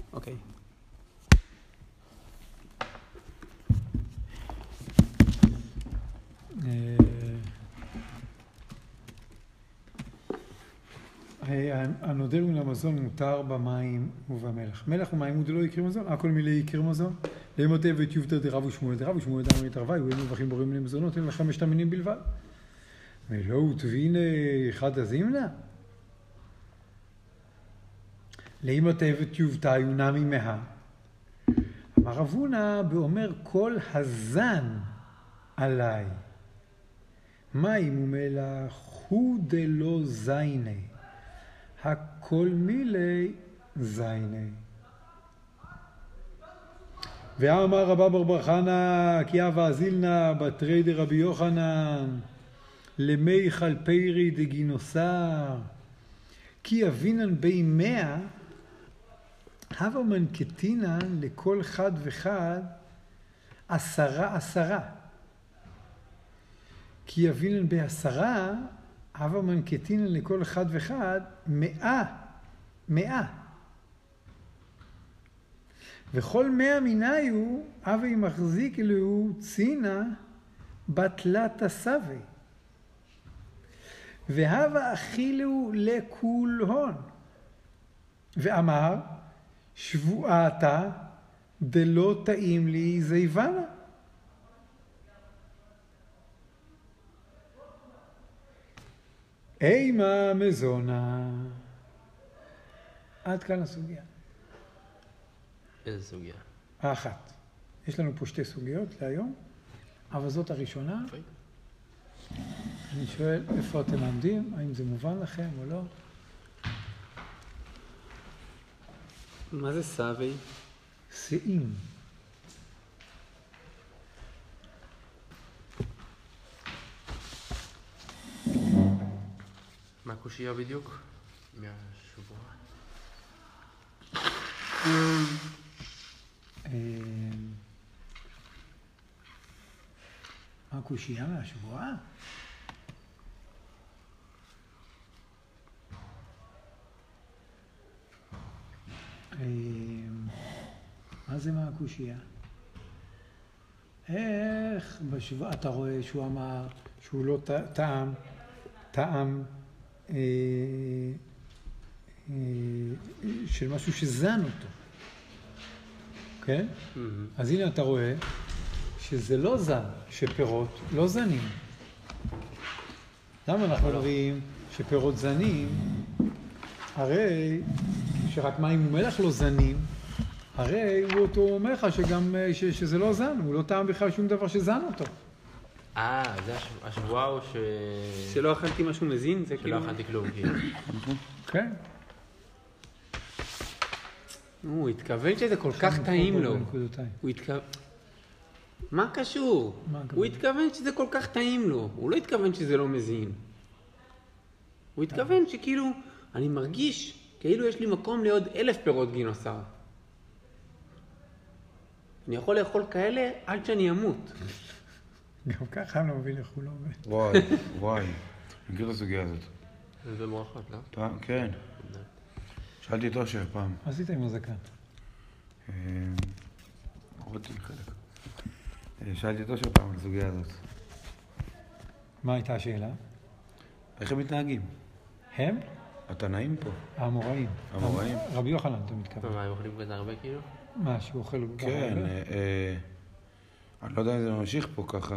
אוקיי. הנודר מן המזון מותר במים ובמלח. מלח ומים הוא דלא יקר מזון, הכל מילי יקר מזון. לימות עבד יובטא דרב ושמואל דמי התערבי, והם מבחים בורים למזונות, הם לחמשת המינים בלבד. ולא הוטבין אחד הזימנה. לימות עבד יובטא יונמי מה. אמר רב הונא באומר כל הזן עליי. מים ומלח הוא דלא זייני. הכל מילי זייני. ואמר רבא בר בר חנא כי אבא זילנה בתרי דרבי יוחנן למי חלפיירי דגינוסר כי אבינן בי 100 הווה מנקטינן לכל חד וחד 10 כי אבינן ב10 הווה מנקטינן לכל אחד ואחד 100 וכל 100 מניו הווה מחזיק אלוהו צינה בתלת הסבי והווה אכילו לכולהון ואמר שבועתה דלא טעים לי זיוונה. אימה מזונה. עד כאן הסוגיה. איזה סוגיה? האחת. יש לנו פה 2 סוגיות להיום, אבל זאת הראשונה. אני שואל איפה אתם עומדים, האם זה מובן לכם או לא? מה זה סבי? שאים. מה הקושייה בדיוק? מהשבוע? מה הקושייה מהשבוע? מה זה מה הקושייה? איך בשבוע אתה רואה שהוא אמר שהוא לא טעם של משהו שזן אותו, כן? אז הנה אתה רואה שזה לא זן, שפירות לא זנים. למה אנחנו רואים שפירות זנים? הרי שרק מים ומלח לא זנים, הרי הוא אותו אומר לך שגם שזה לא זן, הוא לא טעם בכלל שום דבר שזן אותו. זה השבועה או שלא אכלתי משהו מזין? זה שלא אכלתי כלום, כאילו. כן. הוא התכוון שזה כל כך טעים לו. הוא התכוון... מה קשור? הוא התכוון שזה כל כך טעים לו. הוא לא התכוון שזה לא מזין. הוא התכוון שכאילו, אני מרגיש כאילו יש לי מקום לעוד 1000 פירות גינוסר. אני יכול לאכול כאלה עד שאני אמות. גם ככה לא מבין איך הוא לא עובד. וואי, אני מכיר את הסוגיה הזאת. זה מוערכות, לא? כן. שאלתי את אושר פעם. עשית עם הזקן. הורדתי חלק. שאלתי את אושר פעם על הסוגיה הזאת. מה הייתה השאלה? איך הם מתנהגים? הם? התנאים פה. האמוראים. רבי יוחנן, אתה מתכוון. מה, הם אוכלים כזה הרבה כאילו? מה, שהוא אוכל הרבה? כן, אני לא יודע אם זה ממשיך פה ככה.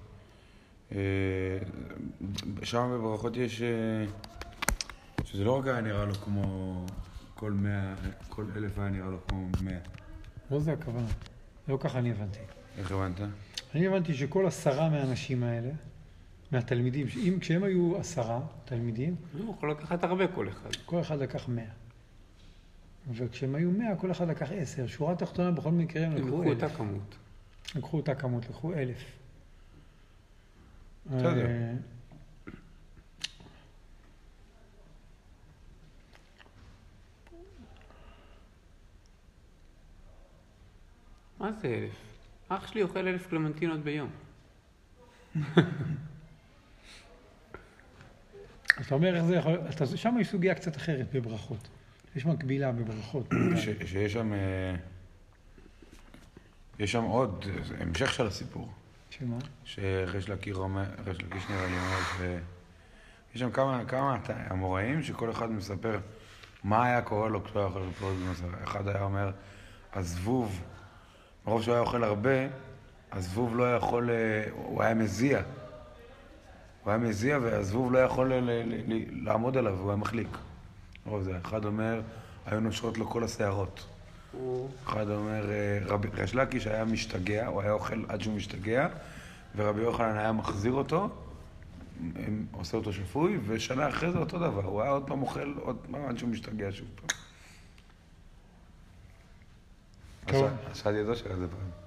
שם בברכות יש, שזה לא רק היה נראה לו כמו כל 1000 היה נראה לו כמו 100. לא זה הכוונה. לא ככה אני הבנתי. איך הבנת? אני הבנתי שכל 10 מהאנשים האלה, מהתלמידים, כשהם היו 10 תלמידים, הוא יכול לקחת הרבה כל אחד. כל אחד לקח 100. וכשהם היו 100, כל אחד לקח 10. שורה תחתונה בכל מקרה הם לקחו 1000. אותה כמות. לקחו אותה כמות, לקחו 1000. בסדר. מה זה 1000? אח שלי אוכל 1000 קלמנטינות ביום. אתה אומר איך זה יכול... שם יש סוגיה קצת אחרת בברכות. יש מקבילה בברכות. שיש שם... יש שם עוד המשך של הסיפור. שמה? שריש לקיש נראה לי אומר יש שם כמה אמוראים שכל אחד מספר מה היה קורה לו כשהוא היה אוכל לפרוט במסר. אחד היה אומר, הזבוב, מרוב שהוא היה אוכל הרבה, הזבוב לא יכול, הוא היה מזיע. הוא היה מזיע והזבוב לא יכול לעמוד עליו, הוא היה מחליק. אחד אומר, היו נושרות לו כל השערות. אחד אומר, ריש לקיש היה משתגע, הוא היה אוכל עד שהוא משתגע, ורבי יוחנן היה מחזיר אותו, עושה אותו שפוי, ושנה אחרי זה אותו דבר, הוא היה עוד פעם אוכל, עוד פעם עד שהוא משתגע שוב פעם. טוב. עשה ידו של זה פעם.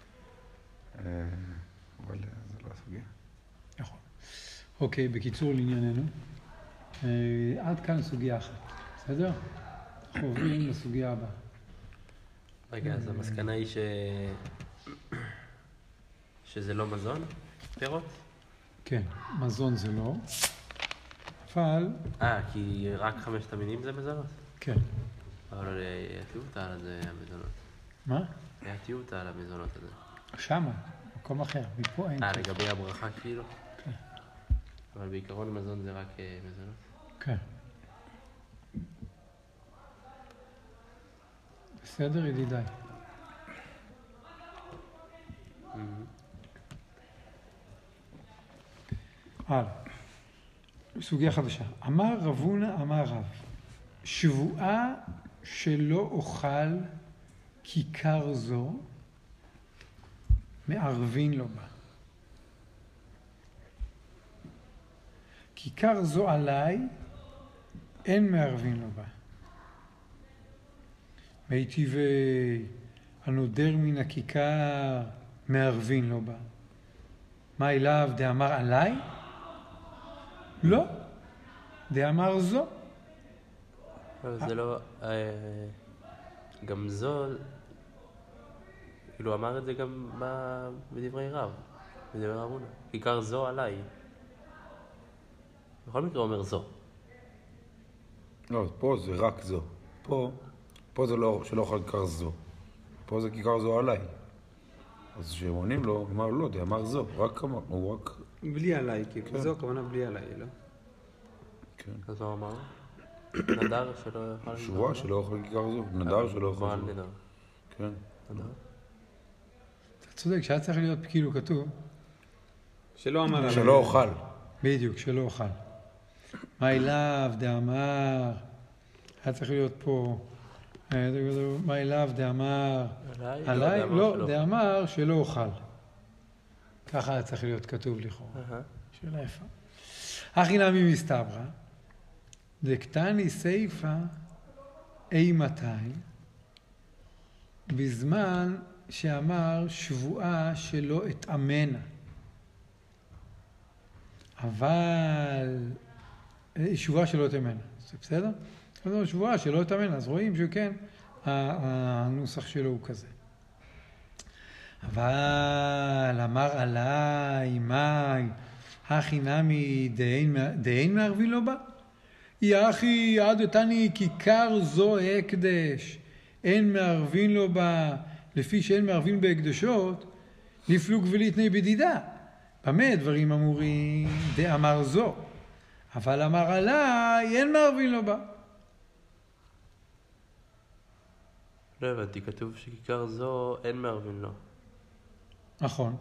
אבל זה לא הסוגיה. נכון. אוקיי, בקיצור לענייננו, עד כאן סוגיה אחת, בסדר? אנחנו עוברים לסוגיה הבאה. רגע, אז המסקנה היא שזה לא מזון, פירות? כן, מזון זה לא, אבל... כי רק 5 המינים זה מזונות? כן. אבל היה תיעוטה על זה המזונות. מה? היה תיעוטה על המזונות הזה. שמה, מקום אחר, מפה אין. לגבי הברכה כאילו? כן. אבל בעיקרון מזון זה רק מזונות? כן. בסדר, ידידיי. הלאה. סוגיה חדשה. אמר רב הונא אמר רב, שבועה שלא אוכל כיכר זו, מערבין לו בה. כיכר זו עליי, אין מערבין לו בה. מיטיבי הנודר מן הכיכר, מערבין לו בה. מה אליו דאמר עליי? לא, דאמר זו. זה לא... גם זו... כאילו אמר את זה גם בדברי רב, בדברי רב הונא. כיכר זו עליי. בכל מקרה אומר זו. לא, פה זה רק זו. פה זה לא שלא אוכל כיכר זו. פה זה כיכר זו עליי. אז כשעונים לו, הוא אמר לא, דאמר זו. רק אמר, הוא רק... בלי עליי, כי זו הכוונה בלי עליי, לא? כן. אז מה אמר? נדר שלא יאכל... שבועה שלא אוכל כיכר זו. נדר שלא אוכל זו. נדר. כן. נדר. אתה צודק, שהיה צריך להיות כאילו כתוב. שלא אמר עליי. שלא אוכל. בדיוק, שלא אוכל. מה אליו דאמר, היה צריך להיות פה, מה אליו דאמר, עליי? לא, דאמר שלא אוכל. ככה היה צריך להיות כתוב לכאורה. שאלה יפה. הכי נמי מסתברא, דקטני סייפא אימתי, בזמן שאמר שבועה שלא אתאמנה. אבל שבועה שלא תאמנה, זה בסדר? אז שבועה שלא תאמנה, אז רואים שכן, הנוסח שלו הוא כזה. אבל אמר עליי, מאי, הכי נמי דאין מערבין לו בה? יחי עד אותני כיכר זו הקדש, אין מערבין לו בה, לפי שאין מערבין בהקדשות, לפלוג ולהתני בדידה. במה דברים אמורים? דאמר זו. אבל אמר עליי, אין מערבין לו בה. לא הבנתי, כתוב שכיכר זו אין מערבין לו. נכון.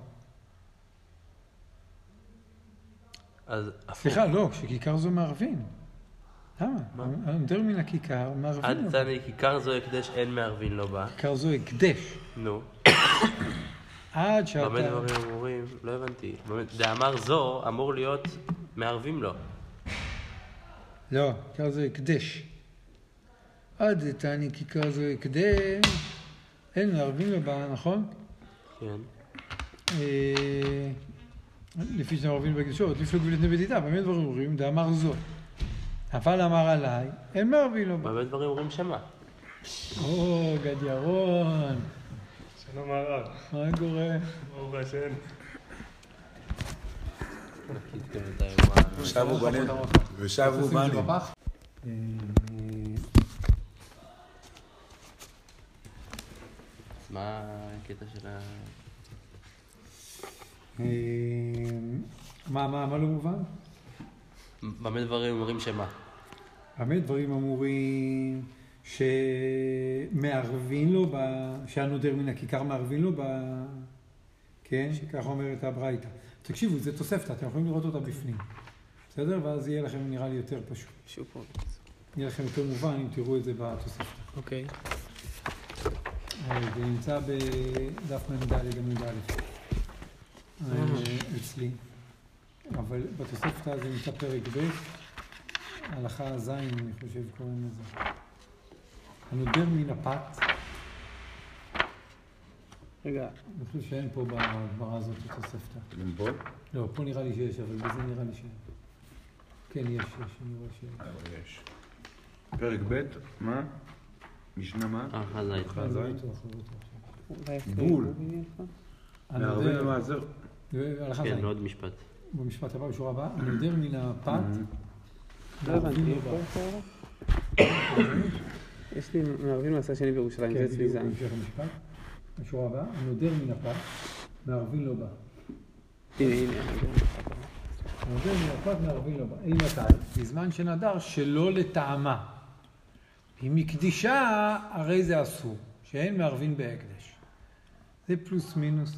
אז... סליחה, לא, שכיכר זו מערבין. למה? הנודר מן הכיכר מערבין לו. עד תני, כיכר זו הקדש אין מערבין לו בה. כיכר זו הקדש. נו. עד שאתה... במה דברים אמורים? לא הבנתי. דאמר זו אמור להיות מערבים לו. לא, כיכר זו הקדש. עד תני כיכר זו הקדש, אין מערבים לו בה, נכון? כן. לפי שאתם מערבים בהקדשות, לפלוג ולהתני בדידה, במה דברים אמורים? דאמר זו. אבל אמר עליי, אין מערבין לו בה. במה דברים אומרים שמה? גד ירון. שלום הרב. מה קורה? ברוך השם. ושבו בנים. ושבו בנים. מה הקטע של ה... מה לא מובן? במה דברים אומרים שמה? באמת דברים אמורים שמערבין לו, שהנודר מן הכיכר מערבין לו, כן? שככה אומרת הברייתא. תקשיבו, זה תוספתא, אתם יכולים לראות אותה בפנים. בסדר? ואז יהיה לכם נראה לי יותר פשוט. שוב. יהיה לכם יותר מובן אם תראו את זה בתוספתא. אוקיי. זה נמצא בדף מ"ד עמוד א' אצלי. אבל בתוספתא זה נמצא פרק ב', הלכה ז', אני חושב קוראים לזה. הנודר מן הפת. רגע. אני חושב שאין פה בגמרא הזאת התוספתא. למבול? לא, פה נראה לי שיש, אבל בזה נראה לי שאין. כן, יש, אני רואה יש. פרק ב', מה? משנה מה? חזית. בול. מערבין למעזר. כן, עוד משפט. במשפט הבא, בשורה הבאה, הנודר מן הפת. לא הבנתי. יש לי מערבין מעשה שני בירושלים, זה אצלי זין. בשורה הבאה, הנודר מן הפת, מערבין לא בא. הנה. הנודר מן הפת, מערבין לא בא. אי מתי? בזמן שנדר שלא לטעמה. אם מקדישה, הרי זה אסור, שאין מערבין בהקדש. זה פלוס מינוס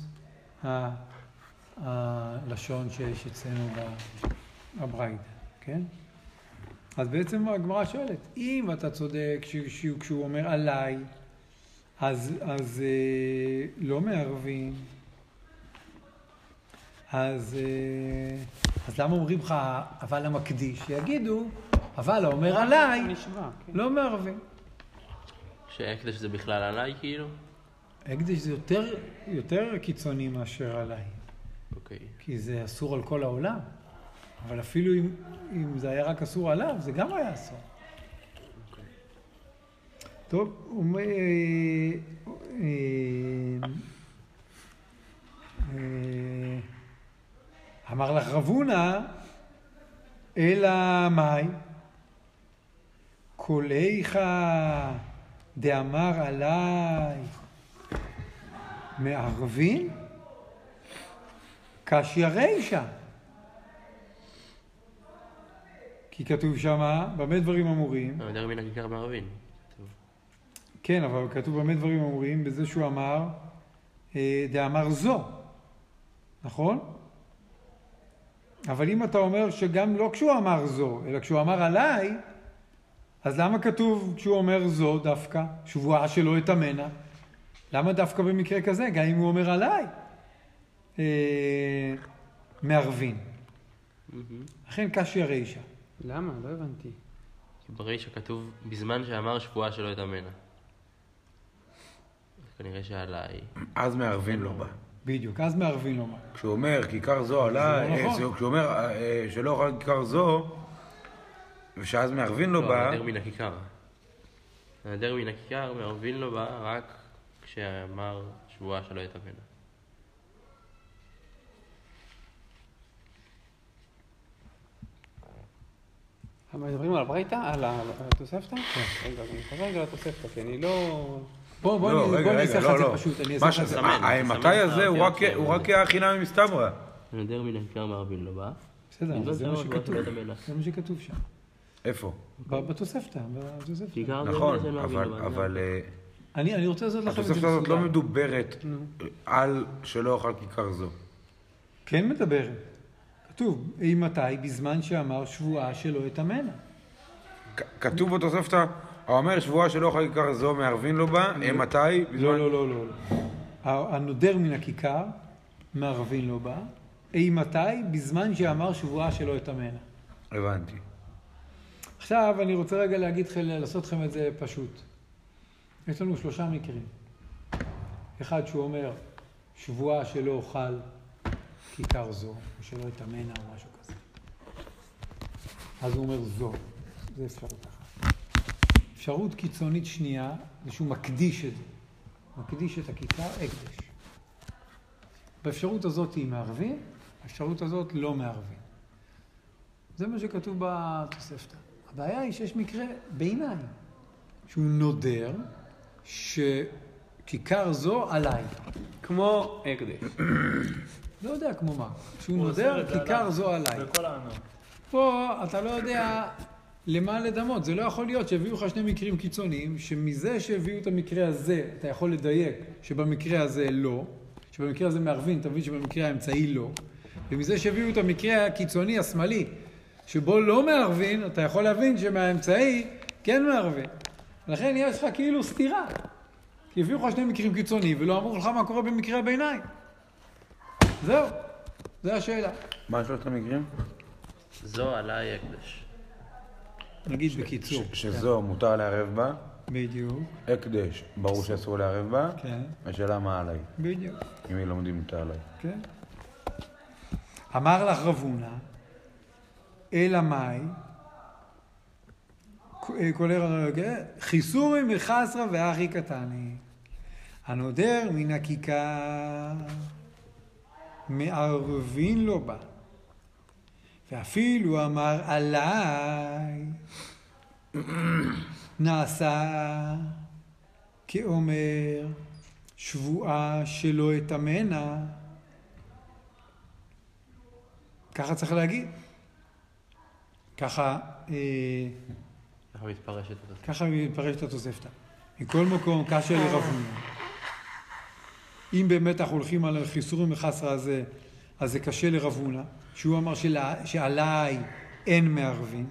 הלשון שיש אצלנו בברייתא, כן? אז בעצם הגמרא שואלת, אם אתה צודק כשהוא אומר עליי, אז לא מערבים, אז למה אומרים לך, אבל המקדיש? יגידו, אבל האומר עליי, לא מערבים. שהקדש זה בכלל עליי כאילו? הקדש זה יותר קיצוני מאשר עליי. אוקיי. כי זה אסור על כל העולם. אבל אפילו אם זה היה רק אסור עליו, זה גם היה אסור. אוקיי. טוב, אמר לך רב הונא, אלא מאי? קולייך דאמר עליי מערבין? קשיא רישא. כי כתוב שמה, במה דברים אמורים? הנודר מן הכיכר מערבין. כן, אבל כתוב במה דברים אמורים, בזה שהוא אמר, דאמר זו. נכון? אבל אם אתה אומר שגם לא כשהוא אמר זו, אלא כשהוא אמר עליי, אז למה כתוב כשהוא אומר זו דווקא, שבועה שלא אתמנה? למה דווקא במקרה כזה, גם אם הוא אומר עליי, מערבין? לכן קשיא רישא. למה? לא הבנתי. כי ברישא כתוב בזמן שאמר שבועה שלא אתמנה. כנראה שעליי. אז מערבין לא בא. בדיוק, אז מערבין לו מה. כשהוא אומר כיכר זו עליי, כשהוא אומר שלא אוכל כיכר זו, ושאז מערבין לו בא... הנודר מן הכיכר. הנודר מן הכיכר מערבין לו בא רק כשאמר שבועה שלא אתמנה. מדברים על הברייתא? על התוספתא? כן. רגע, אני חוזר רגע לתוספתא, כי אני לא... בוא נעשה לך את זה פשוט, אני אעשה לך את זה. המתי הזה הוא רק חינם מסתברא. הנודר מן הכיכר מערבין לו בא. בסדר, זה מה שכתוב. זה מה שכתוב שם. איפה? בתוספתא. נכון, אבל... אני רוצה לעשות לכם את זה התוספתא הזאת לא מדוברת על שלא אוכל כיכר זו. כן מדברת. כתוב, מתי? בזמן שאמר שבועה שלא אתמנה. כתוב בתוספתא, האומר שבועה שלא אוכל כיכר זו מערבין לו בה, מתי? לא. הנודר מן הכיכר מערבין לו בה, מתי? בזמן שאמר שבועה שלא אתמנה. הבנתי. עכשיו אני רוצה רגע לעשות לכם את זה פשוט. יש לנו 3 מקרים. אחד שהוא אומר שבועה שלא אוכל כיכר זו, או שלא אתמנה או משהו כזה. אז הוא אומר זו. זה אפשרות אחת. אפשרות קיצונית שנייה, זה שהוא מקדיש את זה. מקדיש את הכיכר, הקדש. באפשרות הזאת היא מערבין, האפשרות הזאת לא מערבין. זה מה שכתוב בתוספתא. הבעיה היא שיש מקרה ביניים, שהוא נודר, כיכר זו עליי. כמו הקדש. לא יודע כמו מה. כשהוא נודר, כיכר זו עליי. בכל הענות. פה אתה לא יודע למה לדמות. זה לא יכול להיות שהביאו לך שני מקרים קיצוניים, שמזה שהביאו את המקרה הזה, אתה יכול לדייק שבמקרה הזה לא, שבמקרה הזה מערבין, תבין שבמקרה האמצעי לא, ומזה שהביאו את המקרה הקיצוני, השמאלי, שבו לא מערבין, אתה יכול להבין שמהאמצעי כן מערבין. לכן יש לך כאילו סתירה. כי הביאו לך שני מקרים קיצוניים, ולא אמרו לך מה קורה במקרה הביניים. זהו, זו השאלה. מה שלושת המקרים? זו עליי הקדש. נגיד בקיצור. שזו מותר לערב בה. בדיוק. הקדש, ברור שאסור לערב בה. כן. השאלה מה עליי. בדיוק. אם היא לומדים מותר עליי. כן. אמר לך רב הונא, אלא מאי, חיסורי מחסרא ואחי קטני, הנודר מן הכיכר, מערבין לו בה, ואפילו אמר עליי, נעשה כאומר שבועה שלא אתאמנה. ככה צריך להגיד. ככה מתפרשת התוספתא. מכל מקום, קשה לרב הונא. אם באמת אנחנו הולכים על חיסורים מחסרא הזה, אז זה קשה לרב הונא, שהוא אמר שעליי אין מערבין.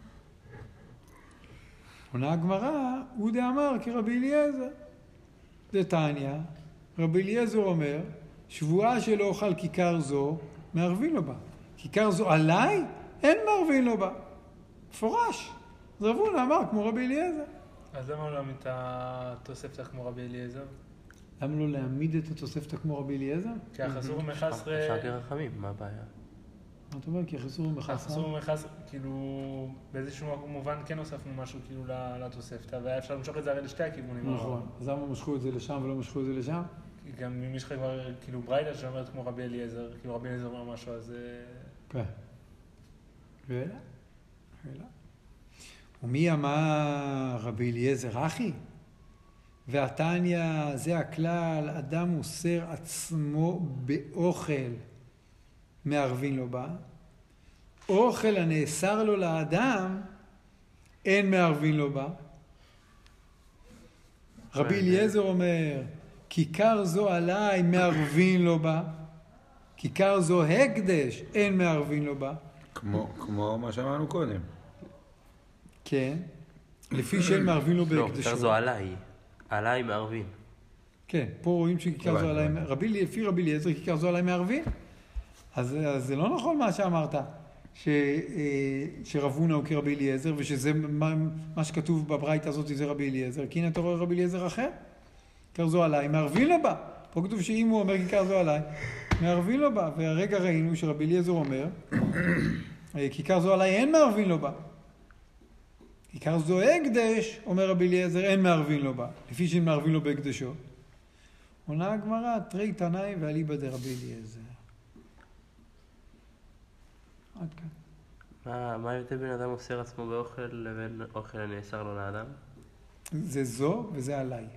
עונה הגמרא, הוא דאמר כרבי אליעזר. דתניא, רבי אליעזר אומר, שבועה שלא אוכל כיכר זו, מערבין לו בה. כיכר זו עליי, אין מערבין לו בה. מפורש. אז רב הונא אמר כמו רבי אליעזר. אז למה לא להעמיד את התוספתא כמו רבי אליעזר? למה לא להעמיד את התוספתא כמו רבי אליעזר? כי החסור מחסרא... אפשר כרחמים, מה הבעיה? מה אתה אומר? כי החסור מחסרא? החסור מחסרא, כאילו, באיזשהו מובן כן הוספנו משהו כאילו לתוספתא, והיה אפשר למשוך את זה הרי לשתי הכיוונים. נכון. אז למה משכו את זה לשם ולא משכו את זה לשם? גם אם יש לך כבר כאילו ברייתא שאומרת כמו רבי אליעזר, כאילו רבי אליעזר אומר משהו, אז... כן. ואלה? ומי אמר רבי אליעזר אחי? והתניא, זה הכלל, אדם מוסר עצמו באוכל, מערבין לו בה. אוכל הנאסר לו לאדם, אין מערבין לו בה. רבי אליעזר אומר, כיכר זו עליי, מערבין לו בה. כיכר זו הקדש, אין מערבין לו בה. כמו מה שאמרנו קודם. כן. לפי שאין מערבין לו בהקדשו. לא, כיכר זו עליי. עליי מערבין. כן, פה רואים שכיכר זו עליי, לפי רבי אליעזר כיכר זו עליי מערבין. אז זה לא נכון מה שאמרת, שרב הונא הוא כרבי אליעזר, ושזה מה שכתוב בברייתא הזאת זה רבי אליעזר, כי הנה אתה רואה רבי אליעזר אחר, כיכר זו עליי, מערבין לו בה. פה כתוב שאם הוא אומר כיכר זו עליי, מערבין לו בה. והרגע ראינו שרבי אליעזר אומר, כיכר זו עליי אין מערבין לו בה. כיכר זו הקדש, אומר רבי אליעזר, אין מערבין לו בה, לפי שאין מערבין לו בהקדשו. עונה הגמרא, תרי תנאי ואליבא דרבי אליעזר. עד כאן. מה ההבדל בין אדם מוסר עצמו באוכל לבין אוכל הנאסר לו לאדם? זה זו וזה עליי.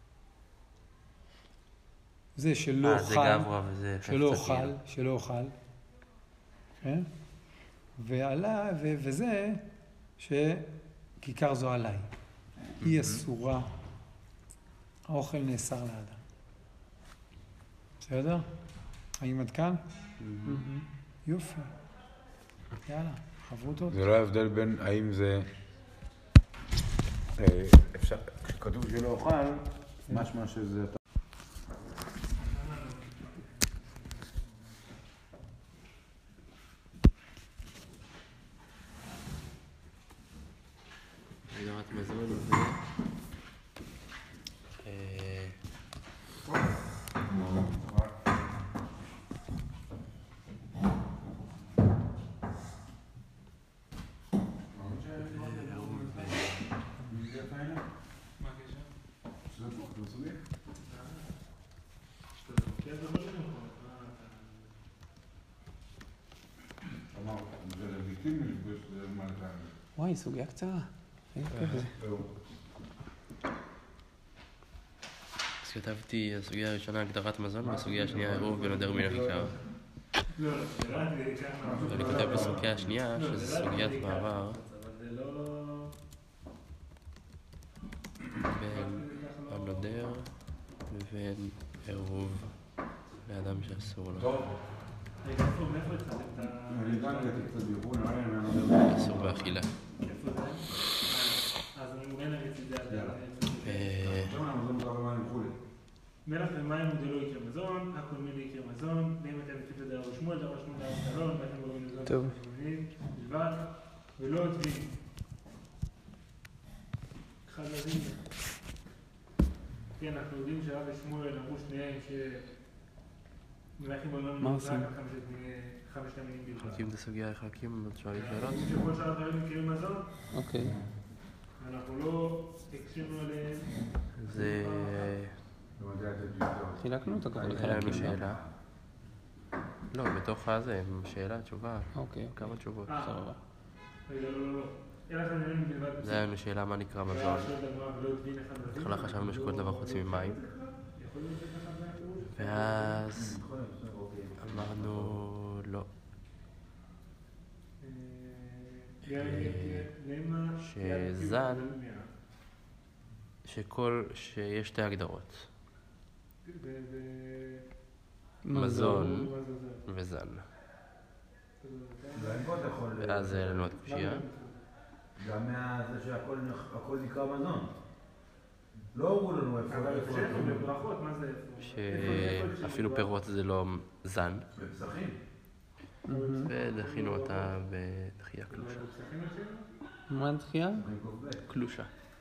זה שלא אוכל, זה גברא וזה שלא אוכל, כן? ועלה, וזה שכיכר זו עליי. היא אסורה, האוכל נאסר לאדם. בסדר? האם עד כאן? יופי. יאללה, חברותות. זה לא ההבדל בין האם זה... אפשר, כשכתוב שלא אוכל, משמע שזה... הגדרת מזון וזה... וואי, סוגיה קצרה. כתבתי הסוגיה הראשונה הגדרת מזון, והסוגיה השנייה עירוב ונודר מן הכיכר. ואני כותב בסוגיה השנייה, שזה סוגיית מעבר בין הנודר לבין עירוב לאדם שאסור לו. אסור באכילה. מלח ומים מודלו יקר מזון, הכל מילי יקר מזון, נעים אתם לפי דרב ושמואל, דרב שמואל דרב סלון, ואתם גורמים מזון טוב. בלבד, ולא עוטבים. אחד לזין. כן, אנחנו יודעים שרב ושמואל אמרו שניהם מלכים גורמים מה מזון עושים? רק 5 מילים בלבד. חלקים את הסוגיה לחלקים, שואלים שאלות. אנחנו יודעים שכל שאר הדברים מכירים מזון, אוקיי. אנחנו לא הקשינו עליהם. זה... חילקנו אותה כבר היה לנו לחלקים. שאלה. לא, בתוך הזה, שאלה, תשובה. אוקיי. כמה תשובות. סבבה. רגע, לא. אין לכם מילים בלבד. זה היה לנו שאלה מה נקרא מזון. בהתחלה חשבנו שכל דבר חוץ ממים. ואז אמרנו לא. שזן, שיש שתי הגדרות. מזון וזן. ואז היה לנו עוד קושייה. גם מהזה שהכל נקרא מזון. לא אמרו לנו איפה. בברכות, מה זה איפה? שאפילו פירות זה לא זן. בפסחים. ודחינו אותה בדחייה קלושה. מה הדחייה? קלושה.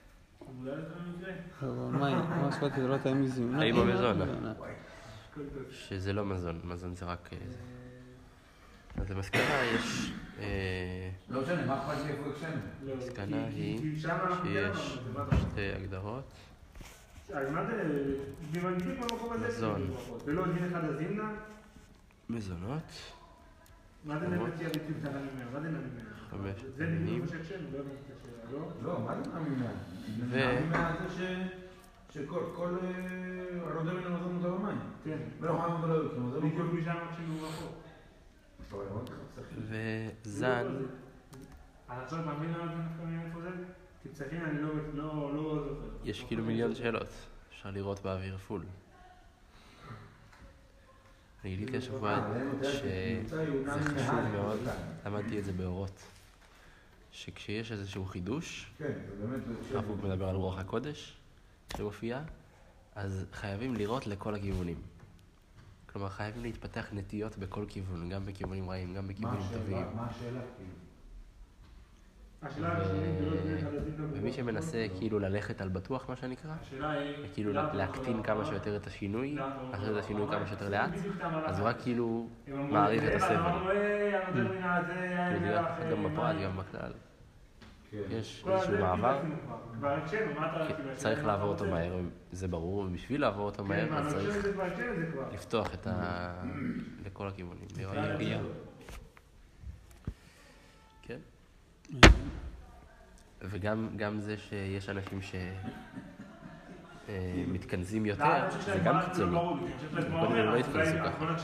מה השפעת כזה לא טעים מזיונה? טעים המזונה. שזה לא מזון, מזון זה רק... אז המסקנה יש... לא משנה, מה אכפת לי איפה הקשנו? המסקנה היא שיש שתי הגדרות. אז מה זה? בדיוק במקום הזה? מזון. ולא דין אחד הזימנה? מזונות. מה זה נבטיה בדיוק קטנה ממנו? מה זה נמי ממנו? 5 זה מינים. בדיוק שהקשנו, לא הבנתי את השאלה, לא? לא, מה זה נמימה? נמימה זה שכל הרודה מן המזון מותר במים. כן. ולא חייב מותר לא יקרה. בדיוק משם הקשנו ברכות. וזן, אני עכשיו מאמין על איפה זה? כי פסחים אני לא זוכר. יש כאילו מיליון שאלות. אפשר לראות באוויר פול. אני גיליתי השבוע שזה חשוב מאוד, למדתי את זה באורות. שכשיש איזשהו חידוש, הרב קוק מדבר על רוח הקודש שמופיע, אז חייבים לראות לכל הכיוונים. כלומר, חייבים להתפתח נטיות בכל כיוון, גם בכיוונים רעים, גם בכיוונים טובים. מה השאלה? ומי שמנסה כאילו ללכת על בטוח, מה שנקרא, וכאילו להקטין כמה שיותר את השינוי, לעשות את השינוי כמה שיותר לאט, אז הוא רק כאילו מעריך את הסבל. גם בפרט, גם בכלל. יש איזשהו מעבר, צריך לעבור אותו מהר, זה ברור, ובשביל לעבור אותו מהר, אז צריך לפתוח לכל הכיוונים. כן. וגם זה שיש אנשים שמתכנסים יותר, זה גם קיצוני. קודם הם לא התכנסו ככה.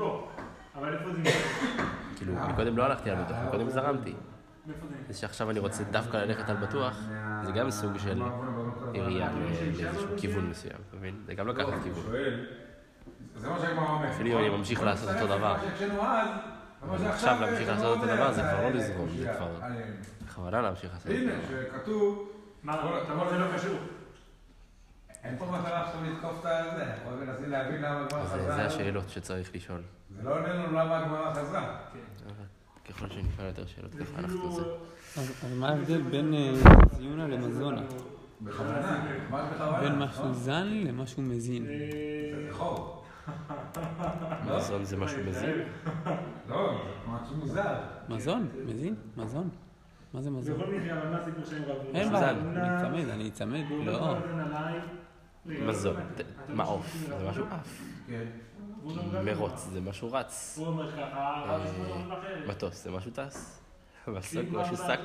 כאילו, מקודם לא הלכתי על בטוח, מקודם זרמתי. זה שעכשיו אני רוצה דווקא ללכת על בטוח, זה גם סוג של עירייה לאיזשהו כיוון מסוים, אתה מבין? זה גם לקחת כיוון. אפילו אם אני ממשיך לעשות אותו דבר. עכשיו להמשיך לעשות אותו דבר, זה כבר לא לזרום, זה כבר בכוונה להמשיך לעשות אותו דבר. הנה, שכתוב... מה, תמר זה לא קשור. אין פה מטרה עכשיו לתקוף את הזה, אנחנו מנסים להבין למה הגמרא חזרה. זה השאלות שצריך לשאול. זה לא עונה לנו למה הגמרא חזרה. ככל שנשאל יותר שאלות, ככה אנחנו זה. אז מה ההבדל בין זיונה למזונה? בכוונה, ממש בכוונה. בין משהו זן למשהו מזין. זה חור. מזון זה משהו מזין? לא, זה משהו מוזר. מזון? מזין? מזון? מה זה מזון? בכל מקרה, אבל מה הסיפור שהם רבו? אין בעיה, אני אצמד, לא. מזון, מעוף, זה משהו עף. כן. מרוץ, זה משהו רץ. הוא אומר ככה, מטוס, זה משהו טס. מסוק, משהו שק.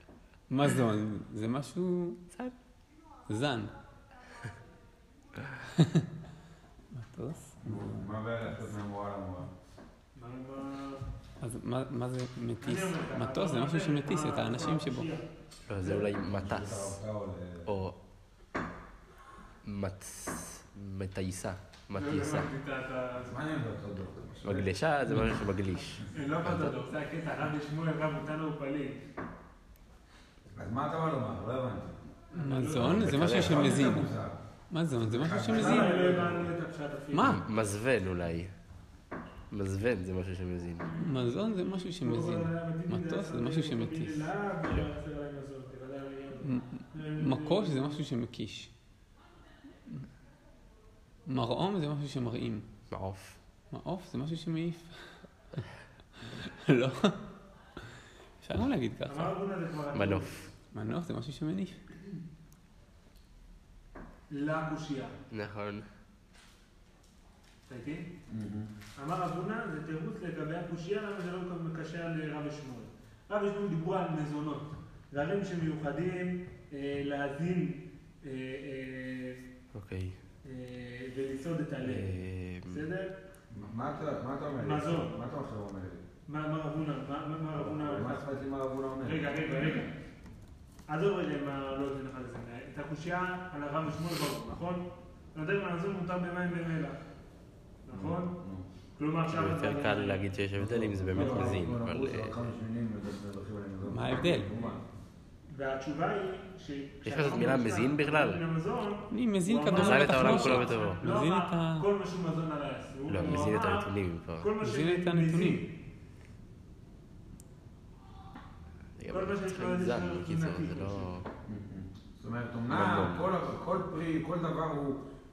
מזון, זה משהו זן. מטוס. מה בעיה לעשות מהמורה למורה? אז מה זה מטיס? מטוס זה משהו שמטיס את האנשים שבו. לא, זה אולי מטס. או מטייסה. מטייסה. מגלשה זה משהו שמגליש. לא פתדוק, זה הקטע, רב לשמואל, רב אותנו הוא פליט. אז מה אתה לומר? לא הבנתי. מזון זה משהו שמזין. מזון זה משהו שמזין. מה? מזוון אולי. מזוון זה משהו שמזין. מזון זה משהו שמזין. מטוס זה משהו שמטיס. מקוש זה משהו שמקיש. מרעום זה משהו שמרעים. מעוף. מעוף זה משהו שמעיף. לא. אפשר גם להגיד ככה. מנוף. מנוף זה משהו שמניף. לקושייה. נכון. ראיתי? אמר אבונה, זה תירוץ לגבי הקושייה, למה זה לא מקשר לרב ושמואל. רב ושמואל דיברו על מזונות. דברים שמיוחדים להזין אוקיי. ולסעוד את הלב. בסדר? מה אתה אומר? מזון. מה אתה עכשיו אומר? מה רבונה? מה אכפת לי מה רבונה אומר? רגע. עזוב רגע מה לא יודעים לך לזה. את הקושייה על הרב ושמואל ברור, נכון? נותן מהזון מותר במים במלח. נכון? כלומר עכשיו... יותר קל להגיד שיש הבדל אם זה באמת מזין, אבל... מה ההבדל? והתשובה היא יש כזאת מילה מזין בכלל? אני מזין כדור מזין את העולם בתחמושת. כולו בטובו. מזין את ה... כל מה שהוא מזון עליי אסור. לא, מזין את הנתונים כבר. מזין את הנתונים. זה גם צריך מזן, בקיצור, זה לא... זאת אומרת, אומנם כל פרי, כל דבר הוא...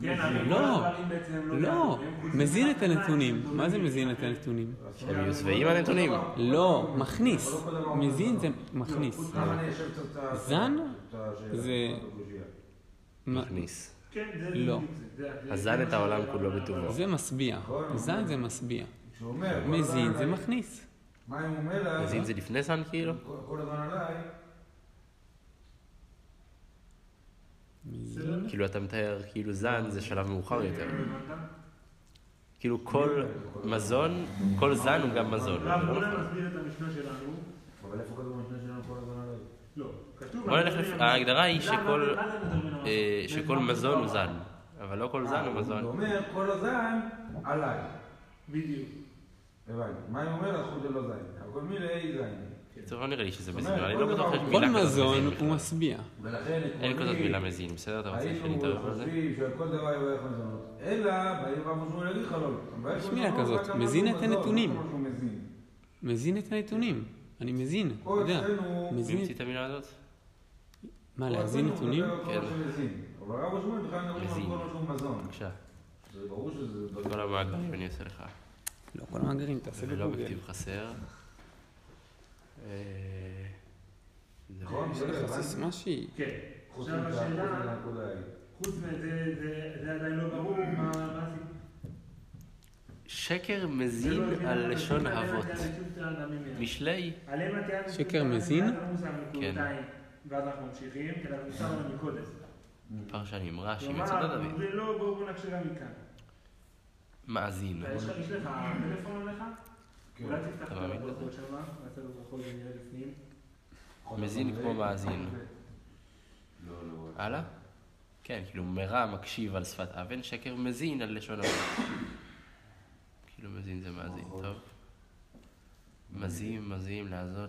לא, מזין את הנתונים. מה זה מזין את הנתונים? שהם יהיו שבעים הנתונים? לא, מכניס. מזין זה מכניס. זן זה... מכניס. לא. הזן את העולם כולו בטובו. זה משביע. זן זה משביע. מזין זה מכניס. מזין זה לפני זן כאילו? כל הזמן עליי. כאילו אתה מתאר, כאילו זן זה שלב מאוחר יותר. כאילו כל מזון, כל זן הוא גם מזון. רב, בוא נסביר את המשנה שלנו. אבל איפה כתוב במשנה שלנו כל הזמן עליי? לא, כתוב... בוא נלך לפי... ההגדרה היא שכל מזון הוא זן. אבל לא כל זן הוא מזון. הוא אומר, כל הזן עליי. בדיוק. הבנתי. מה אני אומר? החוד זה לא זין. הכל מילי זין. זה לא נראה לי שזה מזין, אני לא בטוח שיש כל מילה כזאת מזון מזין הוא בכלל. משביע. אין כזאת מילה מזין, בסדר? אתה רוצה שאני אתערב על זה? שעל כל דבר יברך מזונות. אלא, באים רב ושמואל להגיד לך לא. יש מילה כזאת, מזין את הנתונים. מזין את הנתונים. אני מזין, אתה יודע. מי המציא את המילה הזאת? מה, להזין נתונים? כן. אבל רב ושמואל בכלל מדברים על כל משהו מזון. בבקשה. זה ברור שזה... כל המאגרים אני אעשה לך. לא, כל המאגרים, תעשה ולא בגוגל. בכתיב חסר. זה לך סיסמה שהיא. כן. עכשיו השאלה, חוץ מזה, זה עדיין לא ברור מה הסיפור. שקר מזין על לשון אבות. משלי? שקר מזין? כן. ואז אנחנו ממשיכים, כי אנחנו נשאר לנו מקודם. פרשנים, רש"י, מצוות דוד. אומרים לא, בואו נקשיב גם מכאן. מאזין. יש לך טלפון עליך? אולי תפתח אתה מאמין ברכות שמה, ועשה לו ברכות ונראה לפנים. מזין כמו מאזין. הלאה? כן, כאילו מרע מקשיב על שפת אבן, שקר מזין על לשון אבות. כאילו מזין זה מאזין, טוב? מזים, לעזות.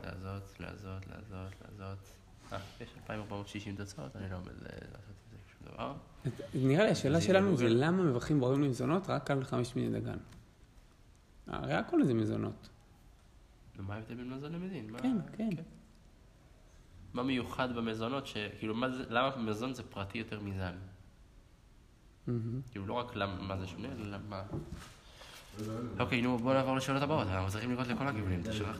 יש 2460 תוצאות, אני לא עומד לעשות את זה שום דבר. נראה לי, השאלה שלנו זה למה מברכים בוראים למזונות רק על 5 מיני דגן. הרי הכל זה מזונות. מה ההבדל בין מזון למזין? כן. מה מיוחד במזונות, כאילו למה מזון זה פרטי יותר מזן? כאילו לא רק מה זה שונה, אלא מה... אוקיי, נו, בוא נעבור לשאלות הבאות, אנחנו צריכים לראות לכל הכיוונים, אתה שכחת?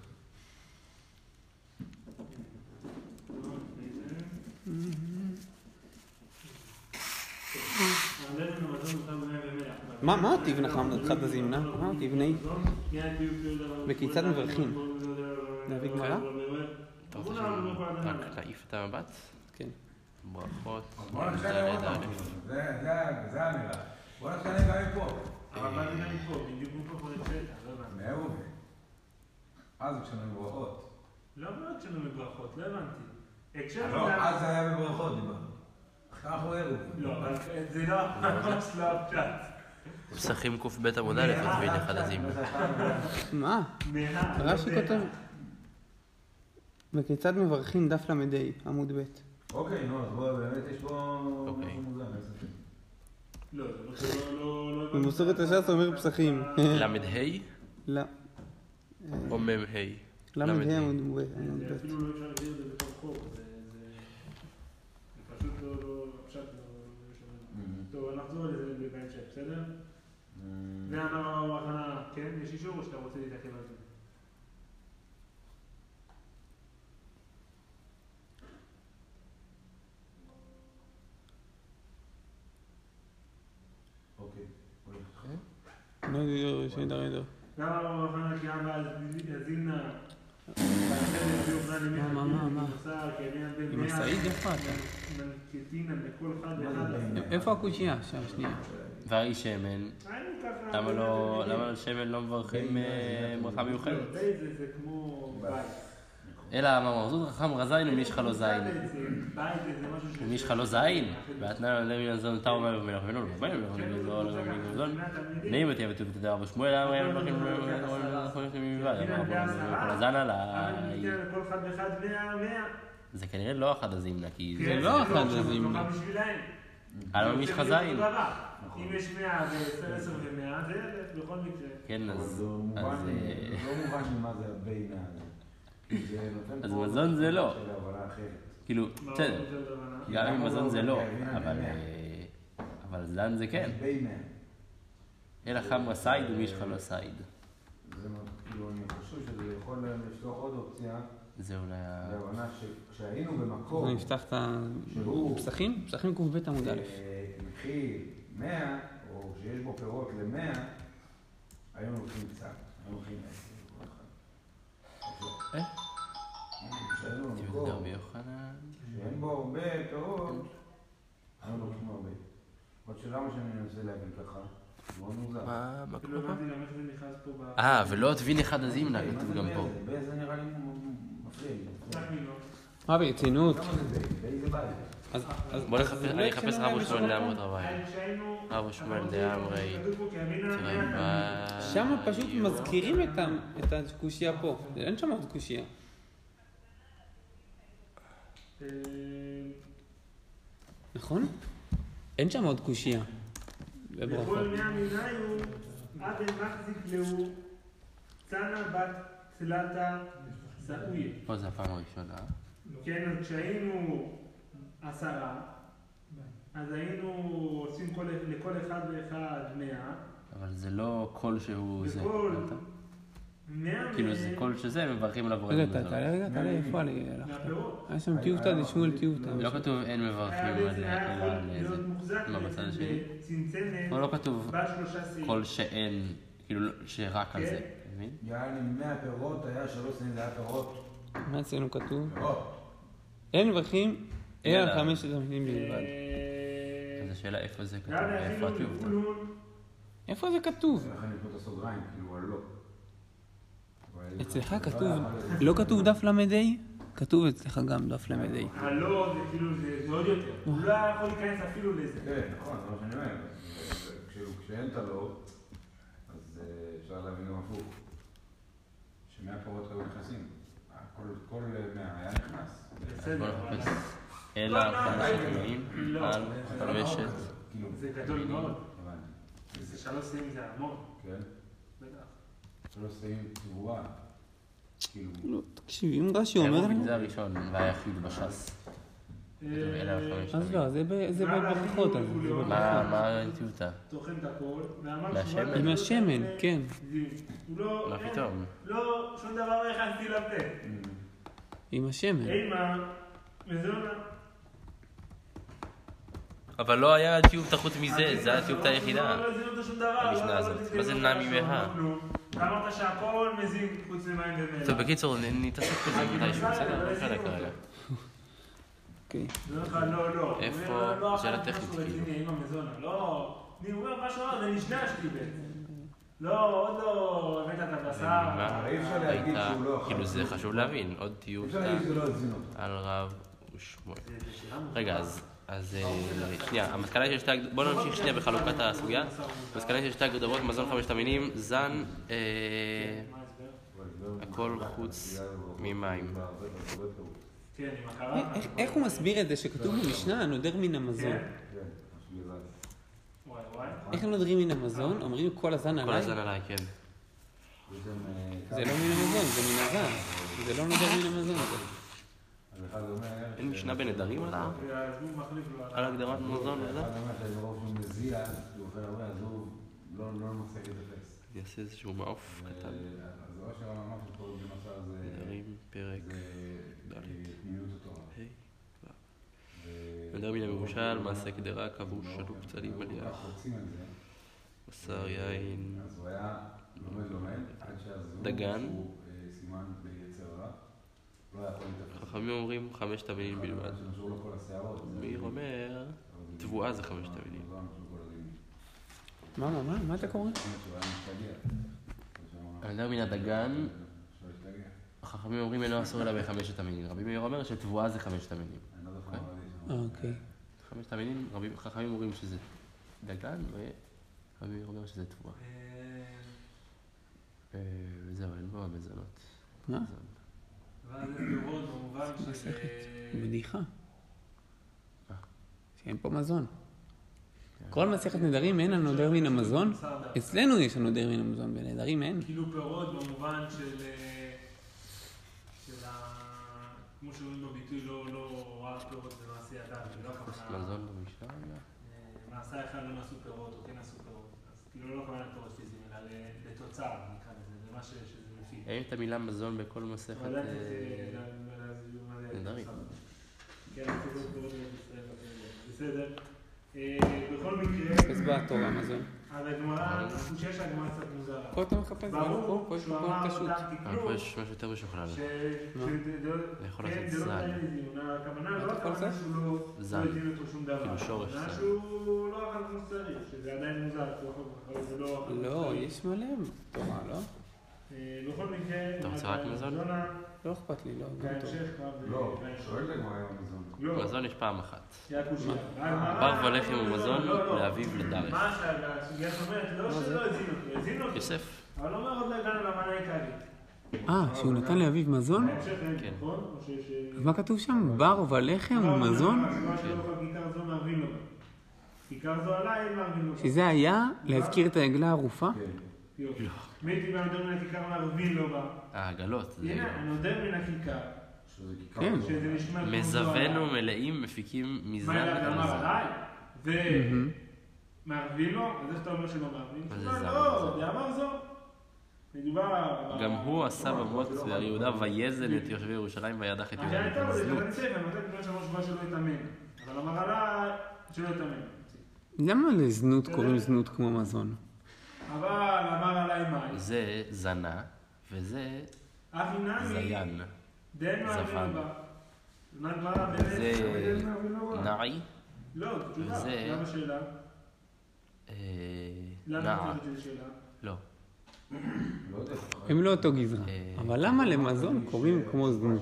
מה אותיב נחם נדחת הזימנה? מה אותיב נהי? וכיצד מברכים? להביא גמרא? אתה רוצה רק להעיף את המבט? כן. ברכות. בוא נשנה עוד פעם. זה האמירה. בוא נשנה גם מפה. אבל מה זה גם מפה? בדיוק מפה פה נצאת, לא הבנתי. מאהוב. אז כשנו מברכות. לא מאוד כשנו מברכות, לא הבנתי. לא, אז זה היה בברכות, דיברנו. עכשיו אנחנו ערב. לא, אבל זה לא ממש לא הפשט. פסחים קב עמוד א', תבין אחד הזימנה. מה? רש"י כותב, וכיצד מברכים דף למדי, עמוד ב'. אוקיי, נו, אז בוא, באמת יש פה משהו מוזר. לא, זה לא... במסורת הש"ס אומר פסחים. למד ה'? לא. או מם ה'? למד ה' עמוד ב'. זה אפילו לא אפשר להגדיר את זה בתור חוק, זה פשוט לא פשט, לא... טוב, נחזור לזה בהמשך, בסדר? ואמר הכנה, כן? יש אישור או שאתה רוצה להתעכב על זה? אוקיי. לא, שידרדר. למה אמר הכנה כי אבא יזינה מה? עם הסעיד יפה אתה. מנקטינה בכל אחד ואחד. איפה הקושייה? שם, שנייה. והאי שמן, למה על שמן לא מברכים ברכה מיוחדת? זה כמו בית. אלא אמר זאת חכם רזיין ומי שלך לא זין. בית זה משהו ש... ומי שלך לא זין, ואתנה למין הזון תאו מלו ומלך ונול ובזון נעים אותי הבטוב תדע רבו שמואל אמר מברכים כל הזן עליי. זה כנראה לא אחד הזימנה, כי זה לא אחד הזימנה. על מי שלך זין. אם יש 100 ו10 ו100 זה בכל מקרה. כן, אז... לא מובן ממה זה הבינה הזה. אז מזון זה לא. כאילו, בסדר. גם אם מזון זה לא, אבל זן זה כן. אלא חמרה סייד ומי שלך לא סייד. זה כאילו, אני חושב שזה יכול לפתוח עוד אופציה. זה אולי... להבנה שכשהיינו במקום... אני אפתח את הפסחים? פסחים קב עמוד א'. מכיל 100, או שיש בו פירות ל100, היום הולכים קצת. היום הולכים 10. תיבדר ביוחנן. שאין בו הרבה פירות, היום הולכים הרבה. עוד שלמה שאני מנסה להגיד ככה, זה מאוד מוזר. מה לא כתוב? הבנתי גם איך זה נכנס פה ב... ולא תבין אחד הזימנה, כתוב גם פה. באיזה נראה לי מפריע. מה ברצינות? באיזה בית? בוא נחפש, אני אחפש רבו שמואל דאמרת רבי. רבו שמואל דאמרי. שם פשוט מזכירים את הקושייה פה. אין שם עוד קושייה. נכון? אין שם עוד קושייה. בכל 100 מיניו, עד מחזיק לו צנה בת צלתה סעויה. פה זה הפעם הראשונה. כן, אז כשהיינו 10, אז היינו עושים לכל אחד ואחד 100. אבל זה לא קול שהוא זה. בכל 100... כאילו זה קול שזה, מברכים עליו רגע, תעלה, איפה אני הלכת? היה שם טיובטה, זה שמואל טיובטה. לא כתוב אין מברכים על איזה. מה בצד השני? או לא כתוב קול שאין, כאילו שרק על זה. מבין? יעני 100 פירות, היה 3 שנים, זה היה פירות. מה אצלנו כתוב? פירות. אין מברכים, אלא על 5 מינים בלבד. אז השאלה איפה זה כתוב, איפה הטיובטה? איפה זה כתוב? איך אני פה את הסוגריים, כאילו, על לא. אצלך כתוב, לא כתוב דף למדי? כתוב אצלך גם דף למדי. הלא, זה כאילו, זה עוד יותר. הוא לא יכול להיכנס אפילו לזה. כן, נכון, זה מה שאני אומר. כשאין את הלא, אז אפשר להבין גם הפוך. ש100 פירות היו נכנסים. כל 100 היה נכנס. אז בוא נחפש. אלא 5 מינים על 5. זה גדול מאוד. זה 3 שנים זה המון. כן. בטח. 3 שנים תבואה. לא, תקשיב, אם רש"י אומר לנו... זה הראשון והיחיד בש"ס. אז לא, זה בברכות. מה הטיובטה? טוחן את הכל. מהשמן? עם השמן, כן. מה פתאום? לא, שום דבר לא הכנסתי לפה. עם השמן. אימא, מזונה. אבל לא היה טיובטה חוץ מזה, זה היה הטיובטה היחידה. לא הזינו אותו שום דבר. המשנה הזאת. מה זה נמי מהה? אמרת שהכל מזין חוץ ממים ומלח. טוב, בקיצור, נתעסק בזה מתישהו, בסדר? לא חלק כרגע. אוקיי. לא. איפה? שאלה טכנית כאילו. עם המזונה. לא, אני אומר משהו, זה נשנשתי בעצם. לא, עוד לא הבאת את הבשר. כאילו זה חשוב להבין, עוד טיובטה על רב ושמואל. רגע, אז שנייה, המסקנה של שתי הגדרות, בואו נמשיך שנייה בחלוקת הסוגיה. המסקנה של שתי הגדרות, מזון 5 המינים, זן, הכל חוץ ממים. איך הוא מסביר את זה שכתוב במשנה, נודר מן המזון? איך הם נודרים מן המזון? אומרים כל הזן עליי? כל הזן עליי, כן. זה לא מן המזון, זה מן הזן. זה לא נודר מן המזון. אין משנה בנדרים על הגדרת מזון? אני אעשה איזשהו מעוף קטן. נדרים, פרק, נדר מן המבושל, מעשה קדרה, כבוש, שלוק, צלים, מליח, בשר, יין, דגן. חכמים אומרים 5 המינים בלבד. מאיר אומר, תבואה זה 5 המינים. מה אתה קורא? נדר מן הדגן, החכמים אומרים אינו אסור אלא ב5 המינים. רבי מאיר אומר שתבואה זה 5 המינים. אוקיי. 5 המינים, חכמים אומרים שזה דגן, ורבי מאיר אומר שזה תבואה. וזהו, אין בו המזונות. מה? אבל זה פירות במובן של... בדיחה. שאין פה מזון. כל מסכת נדרים אין הנודר מן המזון. אצלנו יש הנודר מן המזון, בנדרים אין. כאילו פירות במובן של כמו שאומרים בביטוי, לא רק פירות במעשי ידיו, ולא הכוונה... מזון במשנה? מעשה אחד לא נעשו פירות או כן נעשו פירות. אז כאילו לא הכוונה פירות פיזיים, אלא לתוצר, נקרא לזה, זה מה שזה מפיק. האם את המילה מזון בכל מסכת נדרים? כן, פירות בסדר. בכל מקרה... אז באה התורה מזון. אז הגמרא, שיש הגמרא קצת מוזרה. פה אתה מחפש, פה יש מקום קשות. פה יש משהו יותר משוכלל. לאכול את זן. הכוונה לא הכוונה שהוא לא הדין אותו שום דבר. כאילו שורש זן. שהוא לא אכל כמו שצריך, שזה עדיין מוזר. לא, יש מלא תורה, לא? בכל מקרה... אתה רוצה רק מזון? לא אכפת לי, לא. לא, שואל לגמרי היום מזון. מזון יש פעם אחת. בר ולחם ומזון לאביו לדרך. מה הסוגיה אומרת? לא שלא הזין אותו. יוסף. אבל אומר עוד לא הגענו למנה העיקרית. שהוא נתן לאביו מזון? כן. אז מה כתוב שם? בר ולחם ומזון? כיכר זו מערבים לו. כיכר זו עליי מערבים לו. שזה היה להזכיר את העגלה הערופה? יופי. מי והנודר מן הכיכר מערבים לו בה? העגלות. הנה, הנודר מן הכיכר. כן. שזה נשמע... מזוונו מלאים מפיקים מזן על זן. ומערבים לו? אז איך אתה אומר שלא מערבים? מה זה זן? לא, זה אמר זו. מדובר... גם הוא עשה במות ועל יהודה ויזן את יושבי ירושלים וידח את יהודה את הזנות. אני נותן בגלל שהמושבה שלא יתאמן. אבל אמר עלה שלא יתאמן. למה לזנות קוראים זנות כמו מזון? אבל אמר עליי מים. זה זנה וזה זיין. זבן. זה נעי. לא, תשובה. למה שאלה? למה תשובה שאלה? לא. הם לא אותו גזרה. אבל למה למזון קוראים כמו זנות?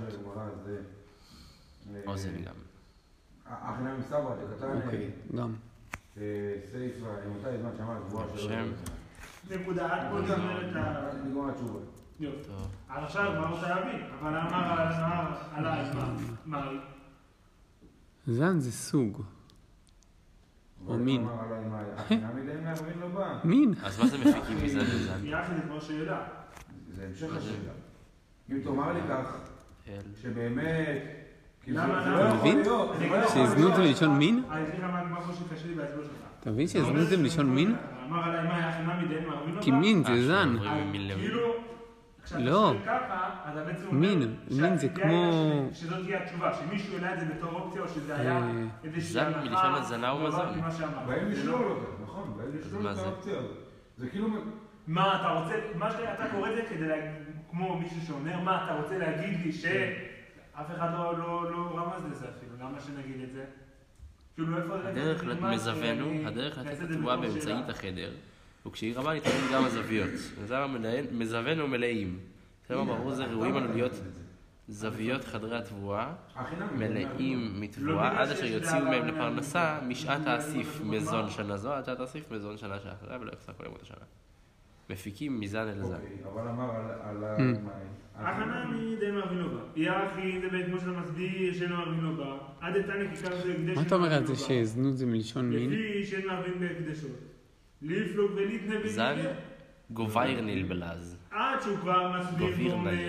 או זה גם. אחלה מסבא, דקתן. אוקיי, גם. סייפה, מתי זמן שמע, גבוהה שלו. נקודה, עד פה נגמר את ה... נגמר התשובה. יופי. עכשיו, מה רוצה להבין? אבל אמר עליי, מה? זן זה סוג. או מין. אמר עליי מה, אחלה מדי מערבים לא בא. מין. אז מה זה מפיקים מזן לזן? יחד זה כבר שאלה. זה המשך השאלה. אם תאמר לי כך, שבאמת... למה? אתה מבין? שזנות זה מלשון מין? אני אגיד לך מה חושב קשה לי בהסבר שלך. אתה מבין שזנות זה מלשון מין? אמר עליי מה, אחלה מדי מערבים לא בא? כי מין זה זן. כאילו... לא. מין, מין זה כמו... שזאת תהיה התשובה, שמישהו העלה את זה בתור אופציה או שזה היה איזושהי זן מלשון הזנה ומזון. באים לשלול אותה, נכון, באים לשלול את האופציה הזאת. זה כאילו... מה אתה רוצה, מה שאתה קורא את זה כדי להגיד, כמו מישהו שאומר, מה אתה רוצה להגיד לי אף אחד לא רמז לזה אפילו, למה שנגיד את זה? כאילו איפה זה... הדרך לתת התבואה באמצעית החדר, וכשהיא רבה נתקיים גם הזוויות. מזוון ומלאים. תראה מה ברור זה ראויים לנו להיות זוויות חדרי התבואה, מלאים מתבואה, עד אשר יוציאו מהם לפרנסה משעת האסיף מזון שנה זו, עד שעת האסיף מזון שנה שאחריה, ולא יחסר כל ימות השנה. מפיקים מזן אל זן. אבל אמר על הכנה מדי מרווינו בה. יחי זה בית משה המסביר שאינו מרווינו בה. עד איתני כיכר זה הקדש. מה אתה אומר על זה שזנות זה מלשון מין? לפי שאין מרווין בהקדשות. ליפלוג וליתנה בניגה. זן גובייר נלבלז. עד שהוא כבר מסביר ואומר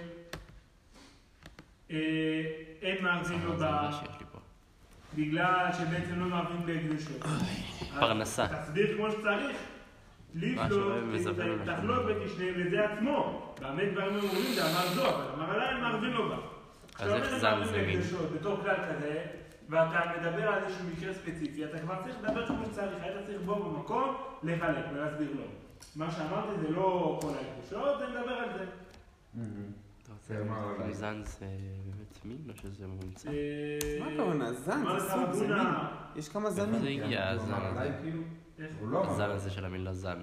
אין מרווינו בה. בגלל שבעצם לא מרווין בהקדשות. פרנסה. תסביר כמו שצריך. ליפלוג, תחלוק ותשנה וזה עצמו. באמת דברים אומרים זה אמר זו, אבל אמר עליי מרווין לו בה. אז איך זן זה מין? בתור כלל כזה, ואתה מדבר על איזשהו מקרה ספציפי, אתה כבר צריך לדבר כמו שצריך, היית צריך בו במקום לחלק ולהסביר לו. מה שאמרתי זה לא כל ההקדשות, זה מדבר על זה. אתה רוצה זן זה באמת מין או שזה מומצא? מה הכוונה? זן זה סוג, זה מין. יש כמה זנים. זה הגיע הזן הזה. הזן הזה של המילה זן.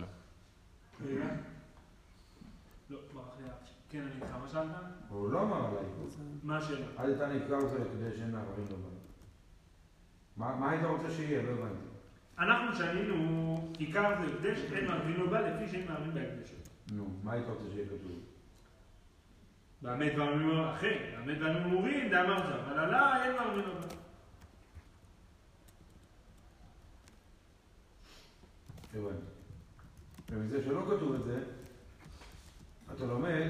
לא, ברח לי. כן, אני איתך, מה שאלת? הוא לא אמר עליי. מה השאלה? עד איתה נקרא אותו כדי שאין מערבים לו בה. מה היית רוצה שיהיה? לא הבנתי. אנחנו שנינו, עיקר זה הקדש, אין מערבים לו בה לפי שאין מערבים בהקדשות. נו, מה היית רוצה שיהיה כתוב? באמת דברים אחרים, באמת דברים אמורים, דה אמרת, אבל עליי אין מערבים לו בה. הבנתי. ומזה שלא כתוב את זה, אתה לומד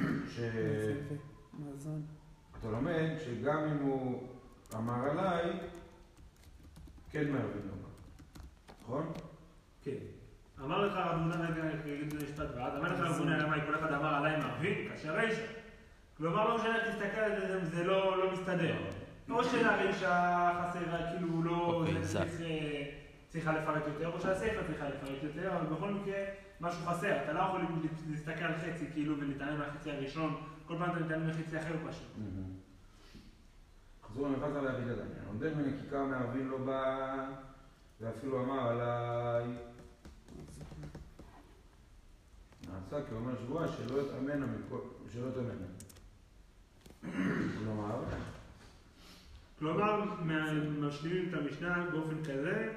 שגם אם הוא אמר עליי, כן מערבים לו. נכון? כן. אמר לך רבונה, רגע, נגיד במשפט ועד, אמר לך רבונה, למה כל אחד אמר עליי מערבים? כאשר רישה. כלומר, לא משנה, תסתכל על זה, זה לא מסתדר. או שהרישה חסרה, כאילו לא... צריכה לפרט יותר, או שהספר צריכה לפרט יותר, אבל בכל מקרה משהו חסר. אתה לא יכול להסתכל על חצי כאילו ולהתעלם מהחצי הראשון, כל פעם אתה מתעלם מחצי אחר פשוט. חזרו למפס על להגיד עדיין. עומדך מנקיקה מערבים לו בה, ואפילו אמר עליי, נעשה כי הוא אומר שבועה שלא יתאמנה, כלומר, משלימים את המשנה באופן כזה,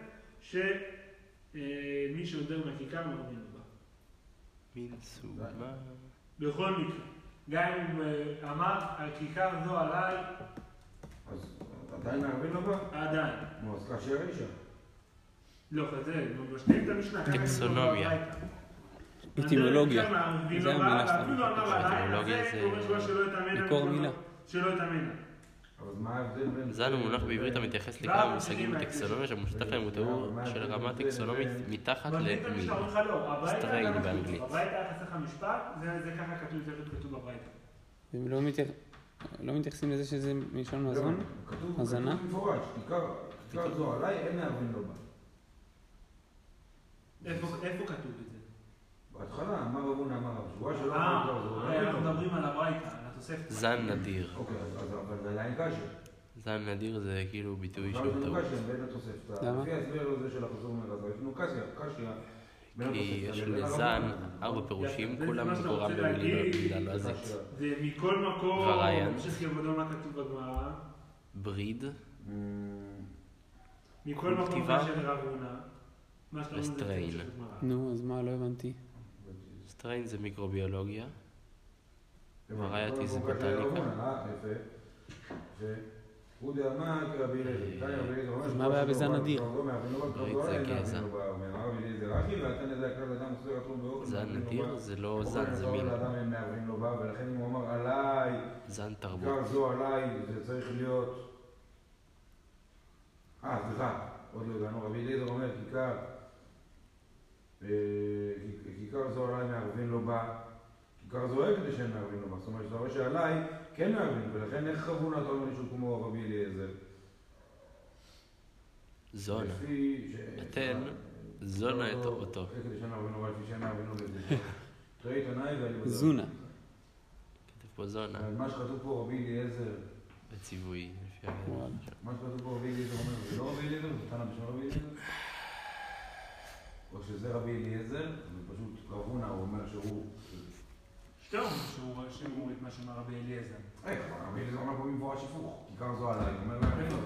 שמי שעודר מהכיכר מערבים לו בה. מין סוג מה? בכל מקרה. גם אם אמר, הכיכר זו עליי... אז עדיין מערבים לו בה? עדיין. נו, אז כאשר אישה. לא, זה, משלימים את המשנה. טקסונומיה. אטימולוגיה. זה המילה שאתה אפילו אמר עליי, זה אומר שלא יתאמנה. מקור מילה. שלא יתאמנה. זן הוא מונח בעברית המתייחס לכמה מושגים בטקסונומיה שמושתף להם הוא תיאור של רמה טקסונומית מתחת למין. סטריין באנגלית. בברייתא היה חסך המשפט, זה ככה כתוב בברייתא. והם לא מתייחסים לזה שזה מלשון מזון? הזנה? כתוב מפורש, כיכר זו עליי אין מערבים לו בה. איפה כתוב את זה? בהתחלה, אמר רבונה, אמר רב, שבועה שלא אמר כיכר זו. אנחנו מדברים על הברייתא. זן נדיר. אוקיי, אבל זה עדיין קשה. זן נדיר זה כאילו ביטוי שהוא טעות. למה? לפי ההסבר הזה של החזור מרזו, יש לנו קשיה. כי יש לזן 4 פירושים, כולם מקורם במילה לועזית. זה מכל מקום, וריאנט. שכבודו מה כתוב בגמרא. בריד. מכל מקום של רבונה. וסטריין. נו, אז מה? לא הבנתי. סטריין זה מיקרוביולוגיה. וריאטי זה בוטניקה. אז מה הבעיה בזן נדיר? ברית זה גזע. זן נדיר זה לא זן, זה מין. ולכן אם הוא אמר עליי, זן תרבות. כיכר זו עליי, זה צריך להיות... סליחה, עוד לא הגענו, רבי אליעזר אומר כיכר זו עליי מערבים לו בה. כיכר זו כדי שאין מערבים לו בה. זאת אומרת, שאתה רואה שעליי כן מערבים, ולכן איך חבונה אתה אומר שהוא כמו רבי אליעזר? זונה. אתן זונה את אותו. כדי שאין מערבים לו בה, לפי שאין מערבים לו בזה. תראי עיתונאי ואני בדרך. זונה. כתוב פה זונה. מה שכתוב פה רבי אליעזר, בציווי, לפי מה שכתוב פה רבי אליעזר אומר, זה לא רבי אליעזר, זה תנא בשם רבי אליעזר? או שזה רבי אליעזר, ופשוט רב הונא הוא אומר שהוא... שתי אומרים שהוא את מה שאומר רבי אליעזר. רבי אליעזר אומר פה במפורש הפוך, כיכר זו עליי, הוא אומר להם לא.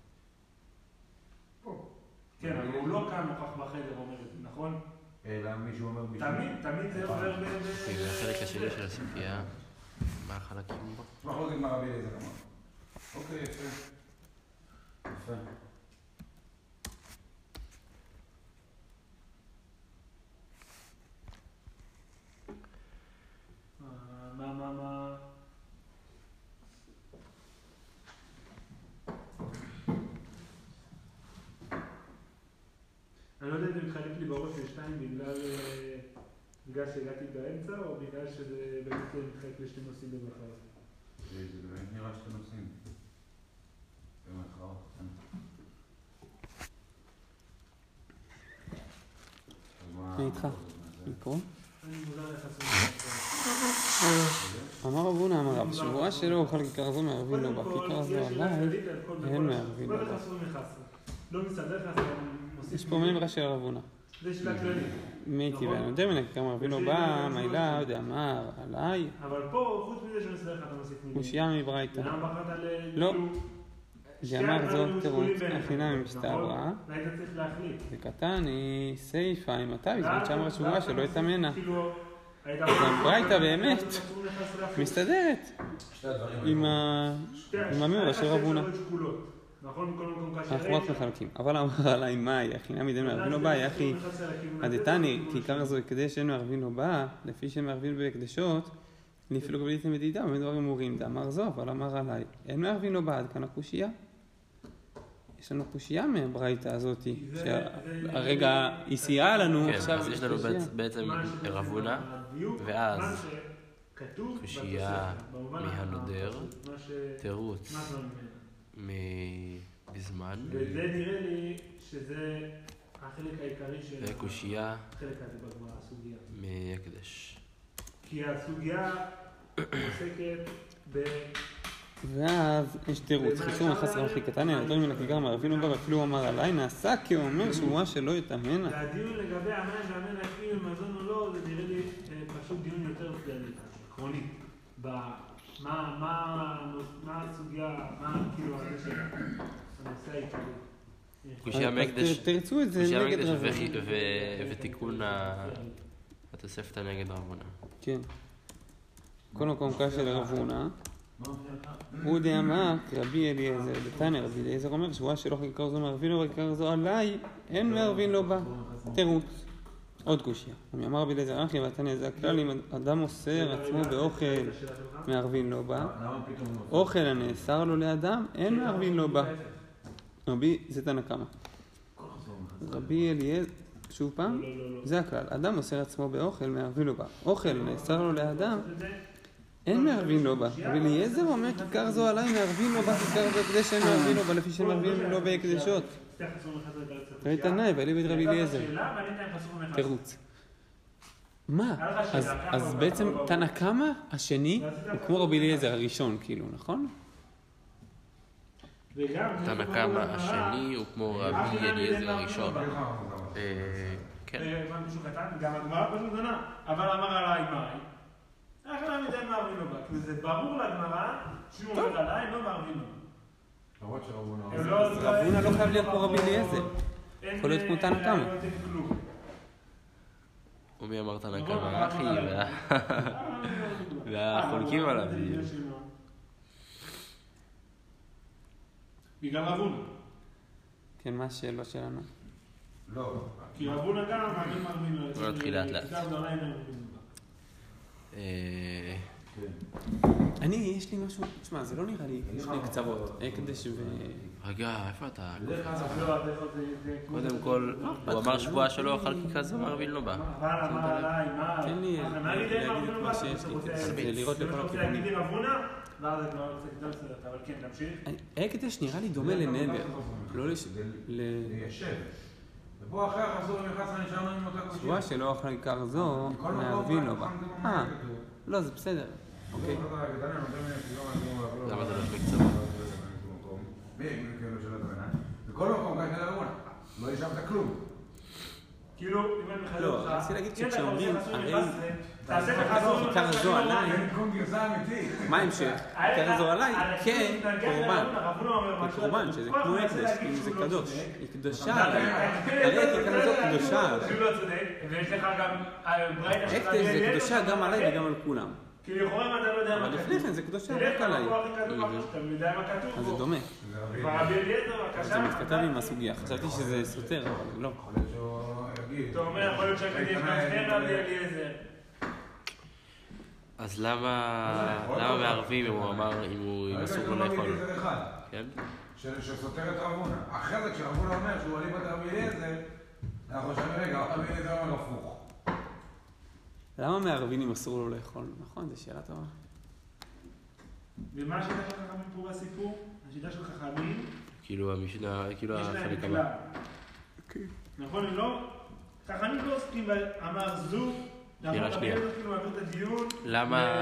פה. כן, אבל הוא לא כאן נוכח בחדר אומר את זה, נכון? אלא מישהו אומר בשביל... תמיד זה עובר החלק השני של הסוגיה, מה החלקים בו? תשמע, לא יודעים מה רבי אליעזר אמר. אוקיי, יפה. יפה. מה? אני לא יודע אם זה מתחלק לי בראש לשתיים בגלל שהגעתי באמצע, או בגלל שזה באמת מתחלק לשתי נושאים במחר. זה באמת נראה שתי נושאים. במחר. אני איתך. לקרוא? אני מוזר לך אמר רב הונא אמר רב, שבועה שלא אוכל כיכר זו מערבין לו בה, כיכר זו עליי, אין מערבין לו בה. לא מסדר לך, יש פה מימרה של רב הונא. זה שאלה כללית. מי טבענו יותר מן הכיכר מערבין לו בה, מיילה, דאמר, עליי. אבל פה, חוץ מזה שאני מסדר לך, אתה מוסיף מילים. קושיה מברייתא. למה בחרת לא. דאמר זאת תירוץ, הכינה ממסתברא. והיית צריך להחליט. וקטן היא סייפה, אם אתה בזמן שאמר שבועה שלא יתאמנה. גם ברייתא באמת מסתדרת עם המימרה של רב הונא. אנחנו רק מחלקים. אבל אמר עליי מאי, הכינה מדין מערבין לו בה, יחי הדתני, כיכר זו הקדש שאין מערבין לו בה, לפי שאין מערבין בהקדשות, נפלו גבלית למדידה, ובין דברים אמורים, דאמר זו, אבל אמר עליי, אין מערבין לו בה, עד כאן הקושייה. יש לנו קושייה מהברייתא הזאת, שהרגע היא סייעה לנו. כן, אז יש לנו בעצם רב הונא, ואז קושייה מהנודר, תירוץ בזמן, וזה נראה לי שזה החלק העיקרי של וקושייה החלק הזה בגמרא, הסוגיה. מהקדש. כי הסוגיה עוסקת ואז יש תירוץ, חיסור מחסר הכי קטן, ילדון מן הכיכר מערבין לו בה, ואפילו הוא אמר עליי, נעשה כאומר שבועה שלא יתאמנה. והדיון לגבי המים והמים להקריב במזון או לא, זה נראה לי פשוט דיון יותר כללי, עקרוני. מה הסוגיה, מה כאילו הזה של הנושא העיקרי. קושייה מהקדש, תרצו את זה נגד רב הונא. ותיקון התוספתא נגד רב הונא. כן. כל מקום קשה לרב הונא. הוא דאמר, רבי אליעזר, דתניא רבי אליעזר אומר, שבועה שלא כיכר זו מערבין לו וכיכר זו עליי, אין מערבין לו בה. תירוץ. עוד קושיה. אמר רבי אליעזר אחי והתניא זה הכלל, אם אדם מוסר עצמו באוכל מערבין לו בה, אוכל הנאסר לו לאדם, אין מערבין לו בה. רבי, זה תנא קמא. רבי אליעזר, שוב פעם, זה הכלל. אדם מוסר עצמו באוכל מערבין לו בה, אוכל נאסר לו לאדם, אין מערבין לו בה. רבי אליעזר אומר, כיכר זו עליי מערבין לו בה, כיכר זו הקדש אין מערבין לו בה, לפי שמערבין לו בהקדשות. ראית תנאי, ואלי בית רבי אליעזר. תירוץ. מה? אז בעצם תנא קמא השני הוא כמו רבי אליעזר הראשון, כאילו, נכון? תנא קמא השני הוא כמו רבי אליעזר הראשון. כן. גם הגמרא פשוט דנה, אבל אמר עליי מאי. איך לא מדי מערבין לו בה? כי זה ברור לגמרא שהוא אומר עליי, לא מערבין לו. למרות שרב הונא רב הונא לא חייב להיות פה רבי אליעזר. יכול להיות כמו תנא קמא. ומי אמר תנא קמא? אחי, והחולקים עליו. בגלל רב הונא. כן, מה השאלה שלנו? לא. כי רב הונא גם מערבין לו. בוא נתחיל לאט לאט. יש לי משהו, תשמע, זה לא נראה לי שני קצוות, הקדש ו... רגע, איפה אתה? קודם כל, הוא אמר שבועה שלא אכל כיכר זו מערבין לו בה. תן לי להגיד את מה שיש לי, זה לראות לכל הכיוונים. הקדש נראה לי דומה לנדר, לא ליישב. ופה אחרי החזור עם 11 נשארנו עם אותה קושייה. שבועה שלא אכל כיכר זו, מערבין לו בה. לא, זה בסדר. אוקיי. למה זה לא שני קצוות? כאילו של הביניים, וכל מקום כאן של הרבונה, לא ישבת כלום. כאילו, אם אני מחלק לא, אותך, רציתי להגיד שכשאומרים, הרי תעשה לך חסון כיכר זו עליי, במקום גרסה אמיתית. מה המשך? כיכר זו עליי כקורבן, כקורבן, שזה כמו הקדש, כאילו זה קדוש, היא קדושה עליי, הרי כיכר זו קדושה עליי. שהוא לא צודק, ויש לך גם ברייתא של הקדש זה קדושה גם עליי וגם על כולם. כאילו לכאורה אם אתה לא יודע מה אבל כתוב. לפני כן זה קדושה רק עליי. אתה יודע מה כתוב אז זה פה. דומה. רבי אליעזר, בבקשה. זה מתכתב עם הסוגיה, חשבתי שזה סותר, אבל לא. אתה אומר, יכול להיות שהקדיש גם שני רבי אליעזר. אז למה מערבים אם הוא אמר אם הוא אסור לו לאכול? כן? שסותר את רב הונא. אחרי זה כשרב הונא אומר שהוא אליבא דרבי אליעזר, אנחנו חושבים רגע, רבי אליעזר אומר הפוך. למה מערבים אם אסור לו לאכול? נכון, זו שאלה טובה. ומה השיטה של חכמים פה בסיפור? השיטה של חכמים, כאילו המשנה, כאילו יש להם החלק כלל. הבא. נכון, הם לא? חכמים לא עוסקים באמר זו, שאלה שנייה. כאילו מעביר את הדיון. למה...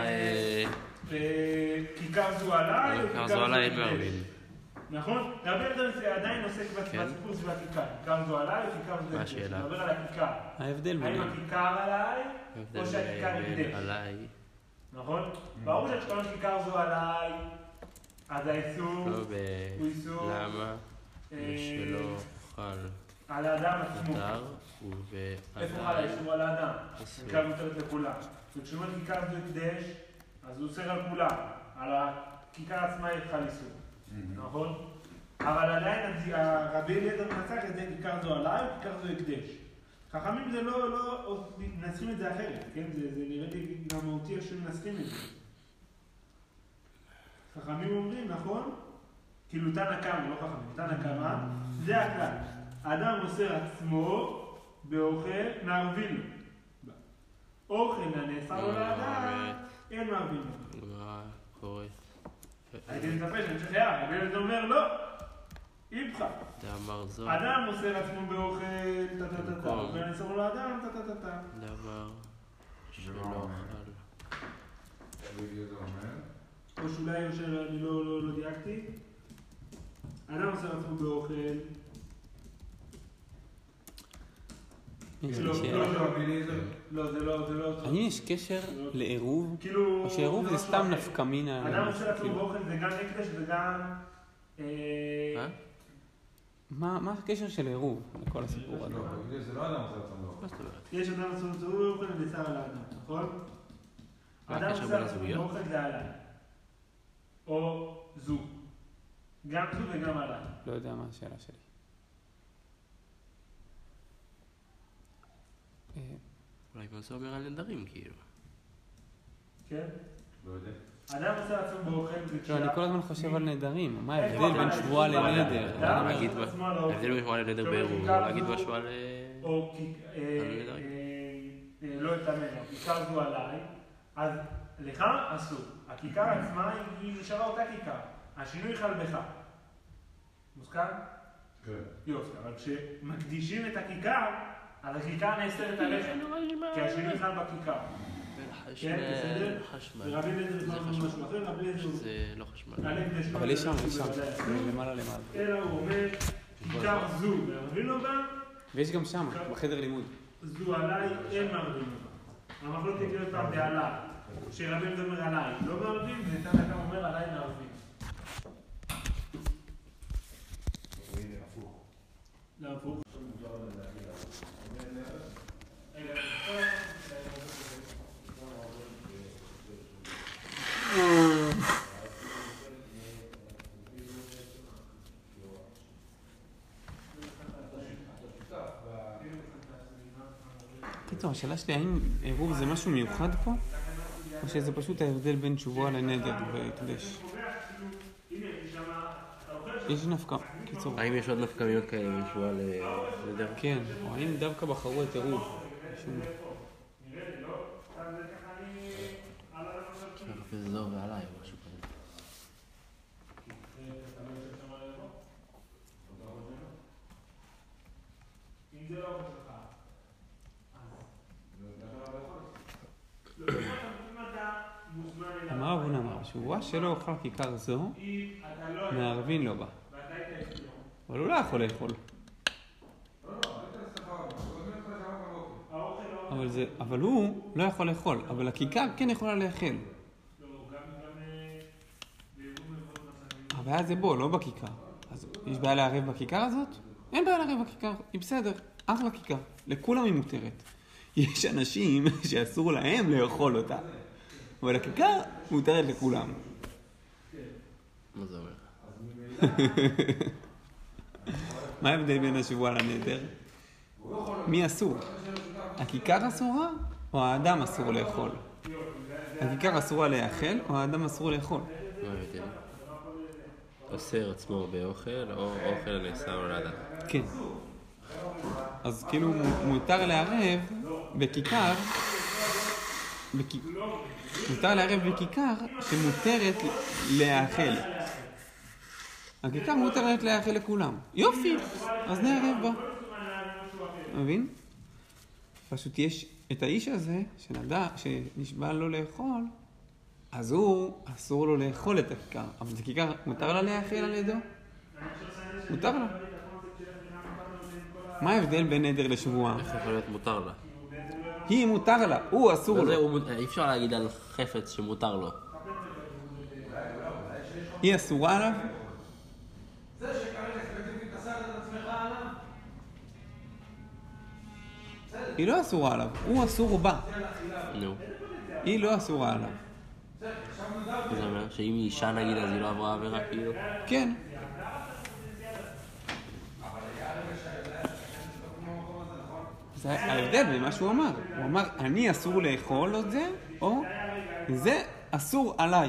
כיכר זו עליי, או כיכר זו עליי אין מערבים. נכון? רבי אליעזר עדיין עוסק בסיפור סביב הכיכר. כיכר זו עליי, או כיכר זו מה הקדש. השאלה? מדבר על הכיכר. ההבדל האם ביניהם. הכיכר עליי, או שהכיכר הקדש. עליי. נכון? ברור שאתה אומר כיכר זו עליי, אז האיסור לא הוא איסור למה ושלא חל על האדם עצמו. מותר איפה חל האיסור על האדם? אסור. כיכר מותרת לכולם. וכשהוא אומר כיכר זו הקדש, אז הוא אוסר על כולם. על הכיכר עצמה יחל איסור. נכון? אבל עדיין הרבי אליעזר מנסח את זה כיכר זו עליי וכיכר זו הקדש. חכמים זה לא מנסחים את זה אחרת, כן? זה נראה לי גם מהותי איך שמנסחים את זה. חכמים אומרים, נכון? כאילו תנא קמא, לא חכמים, תנא קמא, זה הכלל. האדם מוסר עצמו באוכל מערבים לו. אוכל הנאסר לו לאדם, אין מערבים לו. מה קורה? הייתי מצפה שנמשך הערה, רבי אליעזר אומר לא, איפכא. דאמר זאת. אדם מוסר עצמו באוכל טה-טה-טה-טה, ונאסר לו לאדם טה-טה-טה-טה. דבר שלא חל. או שאולי אני לא דייקתי. אדם מוסר עצמו באוכל. יש לי שאלה. לא, זה לא. האם יש קשר לעירוב? כאילו... או שעירוב זה סתם נפקא מינה? אדם מוסר עצמו באוכל זה גם הקדש וגם... מה הקשר של עירוב לכל הסיפור הזה? זה לא אדם עושה עצמו באוכל. מה זאת אומרת? יש אדם מוסר עצמו באוכל ונאסר על האדם, נכון? מה אדם הקשר מוסר בין עצמו הזוגיות? באוכל זה עליי. או זו. גם זו וגם עליי. לא יודע מה השאלה שלי. אולי מה זה אומר על נדרים כאילו? כן? לא יודע. אדם עושה לעצמו באוכל לא, אני כל הזמן חושב על נדרים. מה ההבדל בין שבועה לנדר? ההבדל בין שבועה לנדר בעירוב, לא להגיד משהו על... או לא אתאמן, או כיכר זו עליי, אז לך אסור. הכיכר עצמה היא נשארה אותה כיכר. השינוי חל בך. מוסכם? כן. יופי, אבל כשמקדישים את הכיכר, אז הכיכר נאסרת עליך. כי השינוי חל בכיכר. כן, בסדר? ורבי אליעזר בכלל לא משהו אחר, רבי אליעזר... זה לא חשמל. אבל יש שם, למעלה. אלא הוא אומר, כיכר זו מערבים לו בה, ויש גם שם, בחדר לימוד. זו עליי, אין מערבים לו בה. המחלוקת תהיה פעם בעליי, שרבי אליעזר אומר עליי, לא מערבים, ותנא קמא אומר עליי מערבים. לא, הפוך. קיצור, השאלה שלי, האם עירוב זה משהו מיוחד פה? או שזה פשוט ההבדל בין שבועה לנדר והקדש? יש נפקא, קיצור. האם יש עוד נפקמיות כאלה בין שבועה לנדר? כן, או האם דווקא בחרו את עירוב? זה זו ועליי או משהו כזה. אמר רב הונא, שבועה שלא אוכל כיכר זו, מערבין לו בה. אבל הוא לא יכול לאכול. אבל הוא לא יכול לאכול, אבל הכיכר כן יכולה לאכול. הבעיה זה בו, לא בכיכר. אז יש בעיה לערב בכיכר הזאת? אין בעיה לערב בכיכר, היא בסדר, אחלה כיכר. לכולם היא מותרת. יש אנשים שאסור להם לאכול אותה, אבל הכיכר מותרת לכולם. מה זה אומר? מה ההבדל בין השבועה לנדר? מי אסור? הכיכר אסורה או האדם אסור לאכול? הכיכר אסורה לאכול או האדם אסור לאכול? מה ההבדל? אוסר עצמו באוכל או אוכל נאסר על האדם? כן. אז כאילו מותר לערב בכיכר, מותר לערב בכיכר שמותרת לאכול. הכיכר מותרת לאכול לכולם. יופי, אז נערב בה. מבין? פשוט יש את האיש הזה שנשבע לו לאכול, אז הוא אסור לו לאכול את הכיכר. אבל זה כיכר, מותר לה לאכול על ידו? מותר לה. מה ההבדל בין נדר לשבועה? איך יכול להיות מותר לה? היא מותר לה, הוא אסור לו. אי אפשר להגיד על חפץ שמותר לו. היא אסורה עליו? זה שכרגע ספציפית עשה את עצמך עליו? היא לא אסורה עליו, הוא אסור בה. נו. היא לא אסורה עליו. זה אומר שאם היא אישה נגיד אז היא לא עברה עבירה כאילו? כן. זה ההבדל במה שהוא אמר. הוא אמר, אני אסור לאכול את זה, או זה אסור עליי.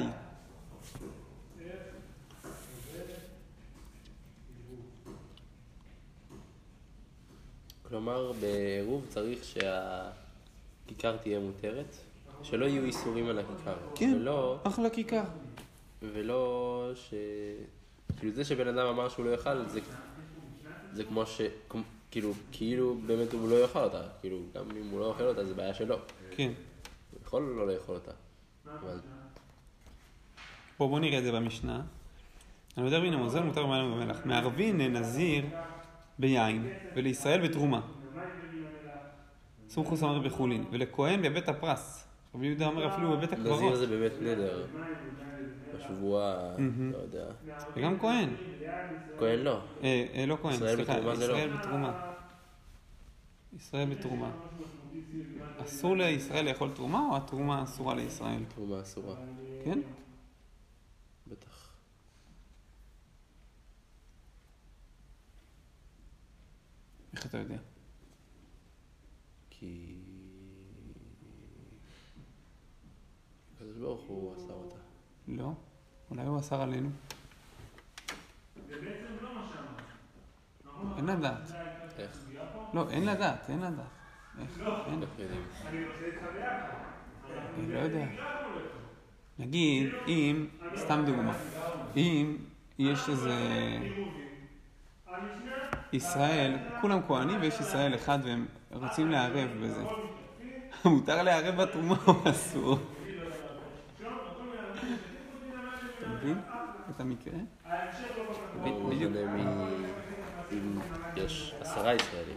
כלומר, בעירוב צריך שהכיכר תהיה מותרת, שלא יהיו איסורים על הכיכר. כן, ולא, אחלה כיכר. ולא כאילו זה שבן אדם אמר שהוא לא יאכל, זה כמו כאילו באמת הוא לא יאכל אותה. כאילו, גם אם הוא לא יאכל אותה, זה בעיה שלו. כן. הוא יכול לא לאכול אותה. אבל... בוא נראה את זה במשנה. אני יודע בין המוזל מותר מים ומלח. מערבין נזיר ביין, ולישראל בתרומה. סומכוס אמר בחולין, ולכהן בבית הפרס. רבי יהודה אומר אפילו בבית הקברות. נזיר זה באמת נדר. בשבועה, לא יודע. וגם כהן. כהן לא. לא כהן, סליחה, בתרומה זה לא. ישראל בתרומה. ישראל בתרומה. אסור לישראל לאכול תרומה, או התרומה אסורה לישראל? תרומה אסורה. כן? בטח. איך אתה יודע? כי... הקדוש ברוך הוא אסר אותה. לא. אולי הוא אסר עלינו. אין לדעת. איך? לא, אין לדעת, אין לדעת. איך? אין. אני לא יודע. נגיד, אם, סתם דוגמה, אם יש איזה ישראל, כולם כהנים ויש ישראל אחד והם רוצים לערב בזה. מותר לערב בתרומה או אסור? אתה מבין את המקרה? בדיוק. אם יש 10 ישראלים.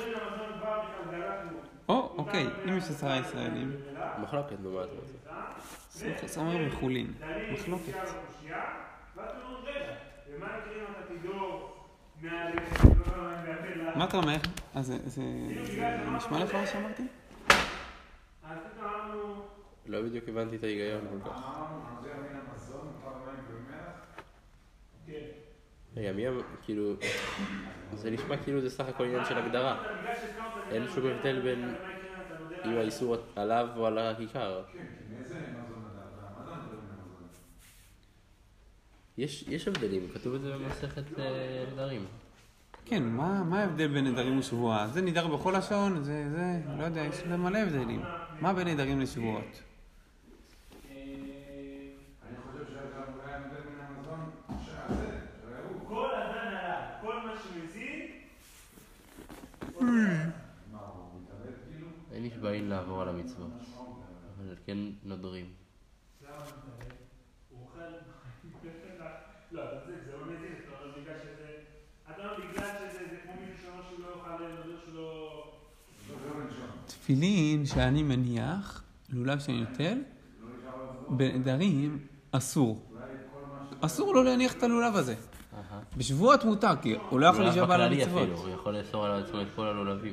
אוקיי, אם יש 10 ישראלים. מחלוקת, במה אתה רוצה? סומכוס אמר בחולין. מחלוקת. מה אתה אומר? אז זה נשמע לך מה שאמרתי? לא בדיוק הבנתי את ההיגיון כל כך. רגע, מי כאילו... זה נשמע כאילו זה סך הכל עניין של הגדרה. אין שום הבדל בין אם האיסור עליו או על הכיכר. יש הבדלים, כתוב את זה במסכת נדרים. כן, מה ההבדל בין נדרים ושבועה? זה נדר בכל לשון, זה, לא יודע, יש להם מלא הבדלים. מה בין נדרים לשבועות? אין נשבעים לעבור על המצוות, אבל כן נודרים. לא, זה לא מזין, בגלל שזה... אדם בגלל שזה כמו מישהו שאומר שהוא לא יוכל לדבר שלו... תפילין שאני מניח, לולב שאני נוטל, בנדרים אסור. אסור לו להניח את הלולב הזה. בשבועות מותר, כי הוא לא יכול להישבע על המצוות. הוא יכול לאסור על עצמו את כל הלולבים.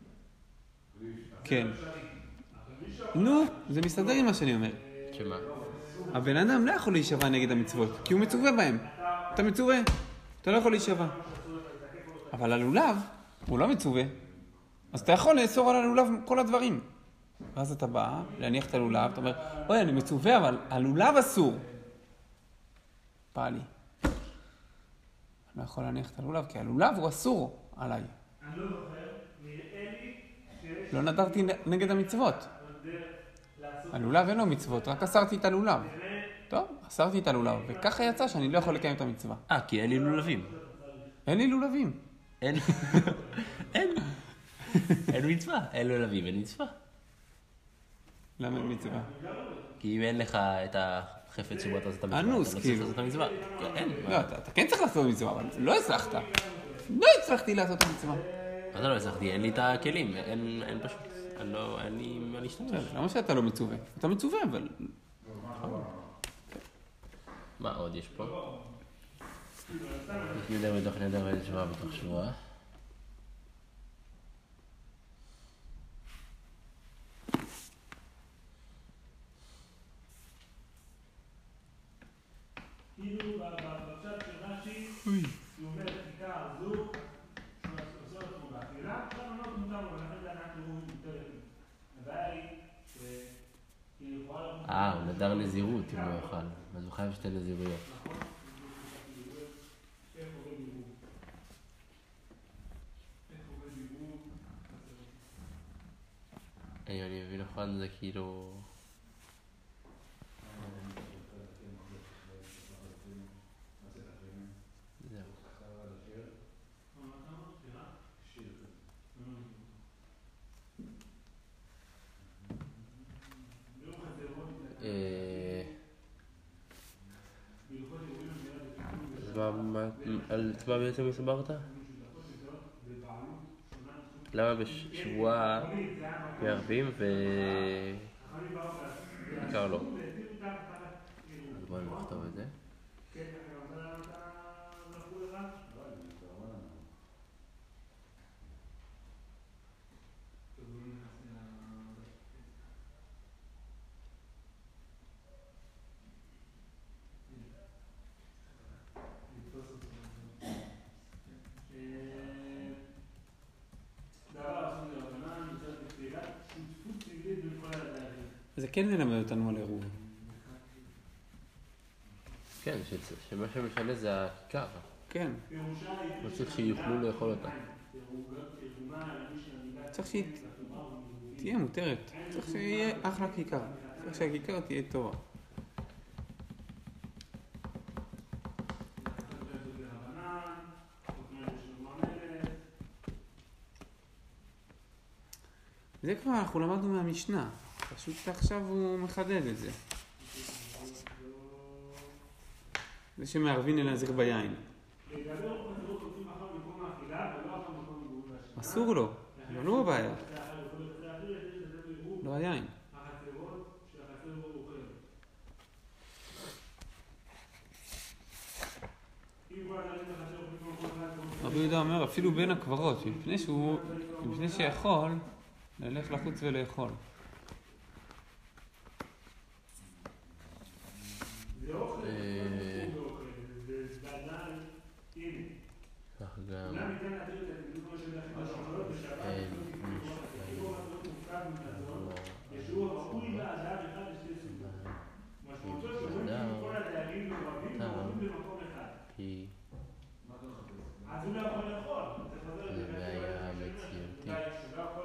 כן. נו, זה מסתדר עם מה שאני אומר. שמה? הבן אדם לא יכול להישבע נגד המצוות, כי הוא מצווה בהם. אתה מצווה, אתה לא יכול להישבע. אבל הלולב, הוא לא מצווה. אז אתה יכול לאסור על הלולב כל הדברים. ואז אתה בא להניח את הלולב, אתה אומר, אוי, אני מצווה, אבל הלולב אסור. פעלי. אני לא יכול להניח את הלולב, כי הלולב הוא אסור עליי. אני לא זוכר, נראה לי שיש... לא נדרתי נגד המצוות. הלולב אין לו מצוות, רק אסרתי את הלולב. טוב, אסרתי את הלולב, וככה יצא שאני לא יכול לקיים את המצווה. כי אין לי לולבים. אין לי לולבים. אין מצווה. אין לולבים, אין מצווה. למה אין מצווה? כי אם אין לך את החפץ שבו אתה עושה את המצווה, אנוס, כאילו. אתה לא צריך לעשות את המצווה. אין. לא, אתה כן צריך לעשות מצווה, אבל לא הצלחת. לא הצלחתי לעשות את המצווה. מה זה לא הצלחתי? אין לי את הכלים, אין פשוט. אין לי מה להשתמש. למה שאתה לא מצווה? אתה מצווה, אבל... מה עוד יש פה? יש נדר בתוך נדר ואיזה שבועה בתוך שבועה. כאילו בפרשת של רש"י, הוא אומר כיכר הזו, שהוא עושה אותו באכילה, עכשיו לא מותר לו, ולכן זה ענק הוא יותר... הבעיה היא יכולה... הוא נדר נזירות אם הוא יאכל, אז הוא חייב שתי נזירויות. אני מבין נכון, זה כאילו... על צבא בעצם הסברת? למה בשבועה מערבים ועיקר לא? אז בואו נכתוב את זה. זה כן מלמד אותנו על עירוב. כן, שמה שמשנה זה הכיכר. כן. לא צריך שיוכלו לאכול אותה. צריך שהיא תהיה מותרת. צריך שיהיה אחלה כיכר. צריך שהכיכר תהיה טובה. זה כבר אנחנו למדנו מהמשנה. פשוט עכשיו הוא מחדד את זה. זה שמערבין אל הנזיר ביין. אסור לו, אבל לא הבעיה. לא היין. רבי יהודה אומר, אפילו בין הקברות, לפני שיכול, נלך לחוץ ולאכול. כך גם זה בעיה מציאותית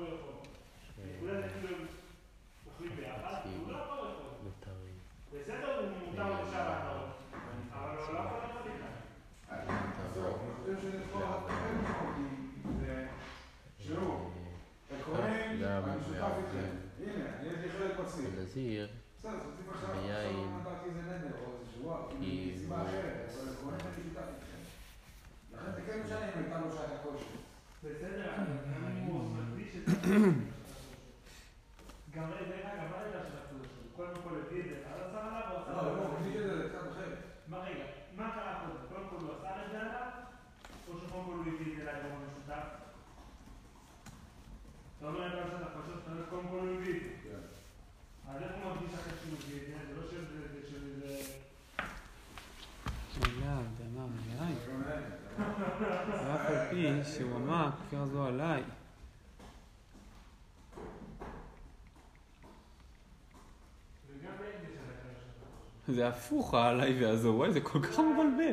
נזיר ביין כי זה כן משנה אם הייתה לו שעת הכושר. בסדר, אני מקדיש את זה. גם רגע של הכושר. קודם כל הביא את זה, אז עשה עליו או עשה עליו? לא, הוא הביא את זה קצת אחרת. מה רגע, מה קרה קודם? קודם כל הוא עשה את זה עליו? או שקודם כל הוא הביא את זה אליי באופן משותף? אתה אומר את זה על שעת הכושר, אתה אומר קודם כל הוא הביא את זה. אז איך הוא מרגיש אחרי שהוא הביא את זה? זה לא של איזה... אליו, דמר, עליי. ואף על פי שהוא אמר, כפר זו עליי. זה הפוך, עליי והזו, וואי, זה כל כך מבלבל.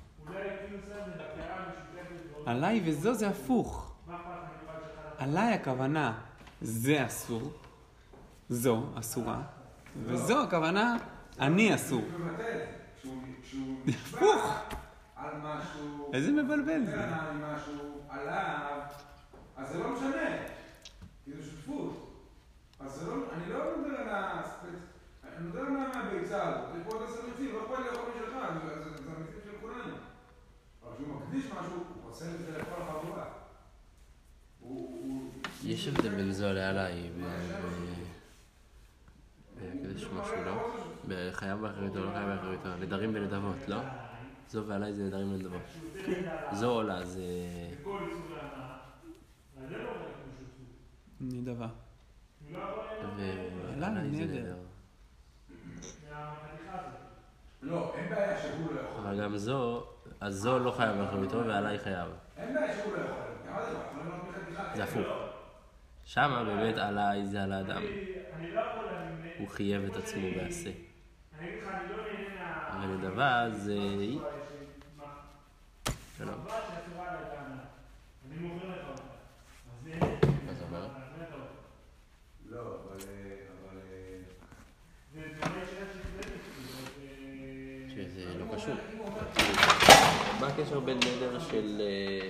עליי וזו זה הפוך. עליי הכוונה, זה אסור, זו אסורה, וזו הכוונה, אני אסור. זה הפוך. על משהו... איזה מבלבל זה. על משהו, עליו, אז זה לא משנה. כי זה שותפות. אז זה לא... אני לא מדבר על הספץ... אני מדבר על מהביצה הזאת. יש פה עוד 10 מיצים, לא אכפת לי לכל מי שלך, זה המיצים של כולנו. אבל כשהוא מקדיש משהו, הוא עושה את זה לכל החבורה. יש הבדל בין זו לעליי, בקדש משהו, לא? בחייב באחריתו, לא חייב באחריתו, נדרים ונדבות, לא? זו ועליי זה נדרים ונדבות. זו עולה, זה... נדבה. ועליי זה נדר. לא, אין בעיה שהוא לא יכול. אבל גם זו, אז זו לא חייב באחריתו ועליי חייב. אין בעיה שהוא לא יכול. זה הפוך. שמה באמת עליי זה על האדם. הוא חייב את עצמו בעשה. ונדבה זה... שלום. מה זה אומר? לא, אבל... שזה לא קשור. מה הקשר בין נדר של...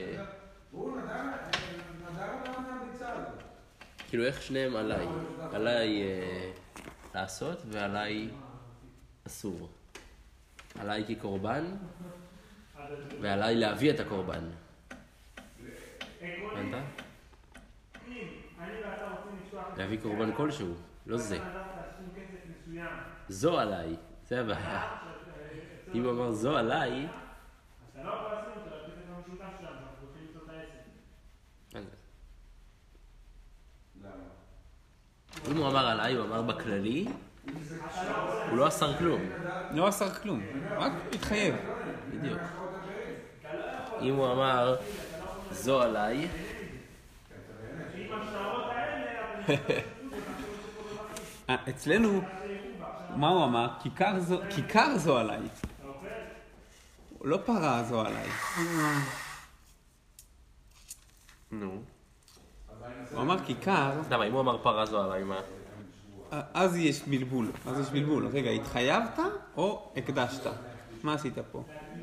כאילו איך שניהם עליי? עליי לעשות ועליי אסור. עליי כקורבן ועליי להביא את הקורבן. הבנת? להביא קורבן כלשהו, לא זה. זו עליי, זה הבעיה. אם הוא אמר זו עליי... אתה לא יכול לעשות אותו, להביא את המשותף שלנו, אנחנו הולכים למצוא את העסק. אם הוא אמר עליי, הוא אמר בכללי, הוא לא אסר כלום. לא אסר כלום, רק התחייב. בדיוק. אם הוא אמר זו עליי, אצלנו, מה הוא אמר? כיכר זו עליי. לא פרה זו עליי. נו. הוא אמר כיכר... למה, אם הוא אמר פרה זו עליי, מה? אז יש בלבול. רגע, התחייבת או הקדשת? מה עשית פה?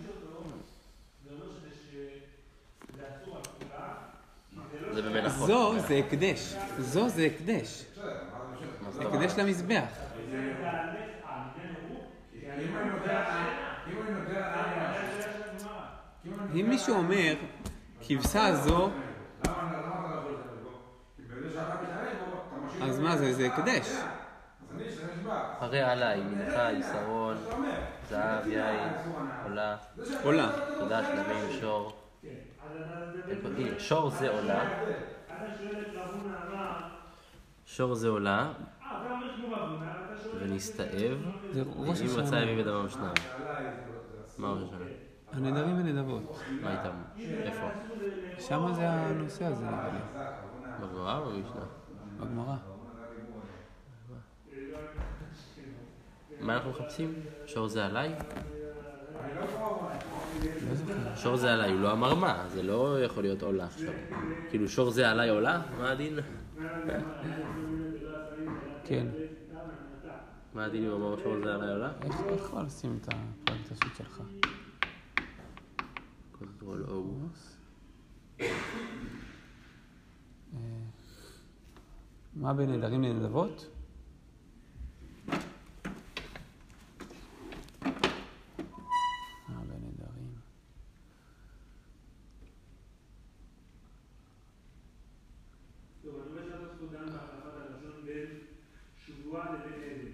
זה במלאכות. זו זה הקדש. זו זה הקדש. הקדש למזבח. אם מישהו אומר, כבשה זו, אז מה זה? זה הקדש. הרי עליי, מנחה, יסרון, זהב, יין, עולה. עולה. תודה, שלבים, שור. שור זה עולה. שור זה עולה. ונסתאב. אם רצה יביא בדמם שניים. מה ראש השנה? הנדרים ונדבות. מה איתם? איפה? שם זה הנושא הזה, נראה לי. בגמרא או במשנה? בגמרא. מה אנחנו מחפשים? שור זה עליי? לא זוכר. שור זה עליי, הוא לא אמר מה, זה לא יכול להיות עולה עכשיו. כאילו שור זה עליי עולה? מה הדין? כן. מה הדין אם אמר שור זה עליי עולה? איך אתה יכול לשים את הפרקט השיט שלך? קונטרול O. מה בין נדרים לנדבות? שבועה לבית עדל.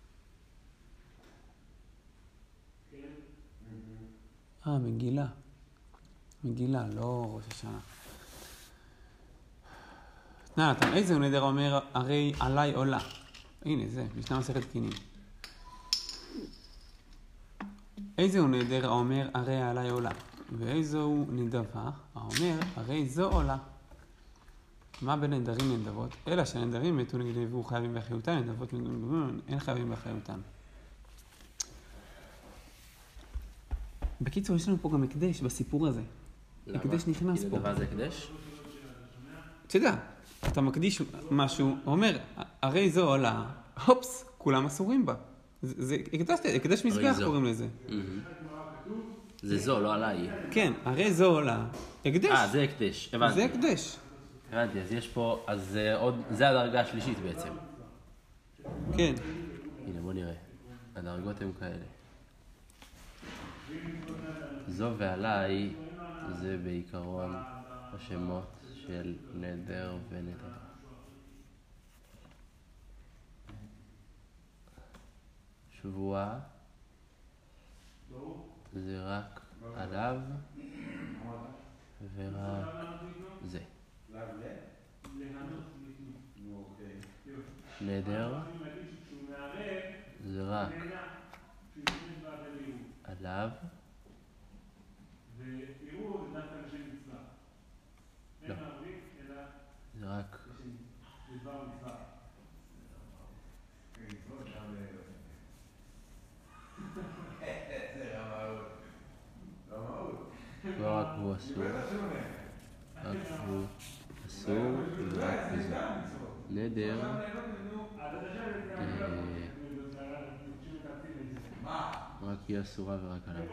כן? מגילה. מגילה, לא ראש השנה. נתן, איזה נדר אומר, הרי עליי עולה. הנה זה, משנה מסכת קינים. איזה נדר אומר, הרי עליי עולה. ואיזו נדבה, האומר, הרי זו עולה. מה בין נדרים לנדבות? אלא שהנדרים מתו נגנבו חייבים באחריותם, נדבות אין חייבים באחריותם. בקיצור, יש לנו פה גם הקדש בסיפור הזה. הקדש נכנס פה. נדבה זה הקדש? אתה יודע, אתה מקדיש משהו, אומר, הרי זו עולה, הופס, כולם אסורים בה. זה הקדש מזבח קוראים לזה. זה זו, לא עליי. כן, הרי זו עולה, הקדש. זה הקדש, הבנתי. זה הקדש. הבנתי, אז יש פה, אז זה הדרגה השלישית בעצם. כן. הנה, בוא נראה. הדרגות הן כאלה. זו ועליי זה בעיקרון השמות של נדר ונדבה. שבועה זה רק עליו ורק זה. נדר זה רק עליו לא, זה רק לא רק הוא אסור, רק הוא אסור ורק בזה. נדר רק היא אסורה ורק עליו.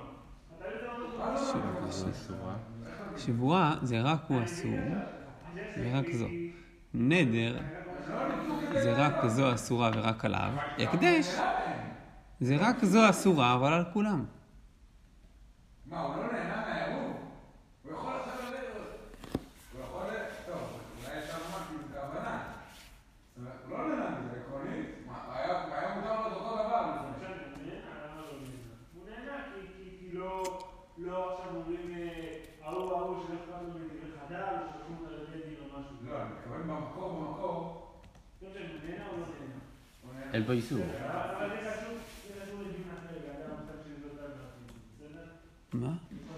שבועה זה רק הוא אסור ורק זו. נדר זה רק זו אסורה ורק עליו. הקדש זה רק זו אסורה אבל על כולם. מה, הוא לא נהנה מהעירוב? הוא יכול עכשיו לדעת. הוא יכול לדעת. טוב, אולי יש שם משהו כהבנה. הוא לא נהנה מזה, עקרונית. היה מותר לו את אותו דבר. הוא נהנה כי לא עכשיו אומרים ההוא שלא אכפת לו מדבר חדל או שולחים אותו לבית דין או משהו. לא, אני מתכוון במקור. הוא נהנה או לא נהנה? אין פה איסור. אבל זה חשוב לדיון אחר, אדם המושג של זאת הדרכים. בסדר? מה?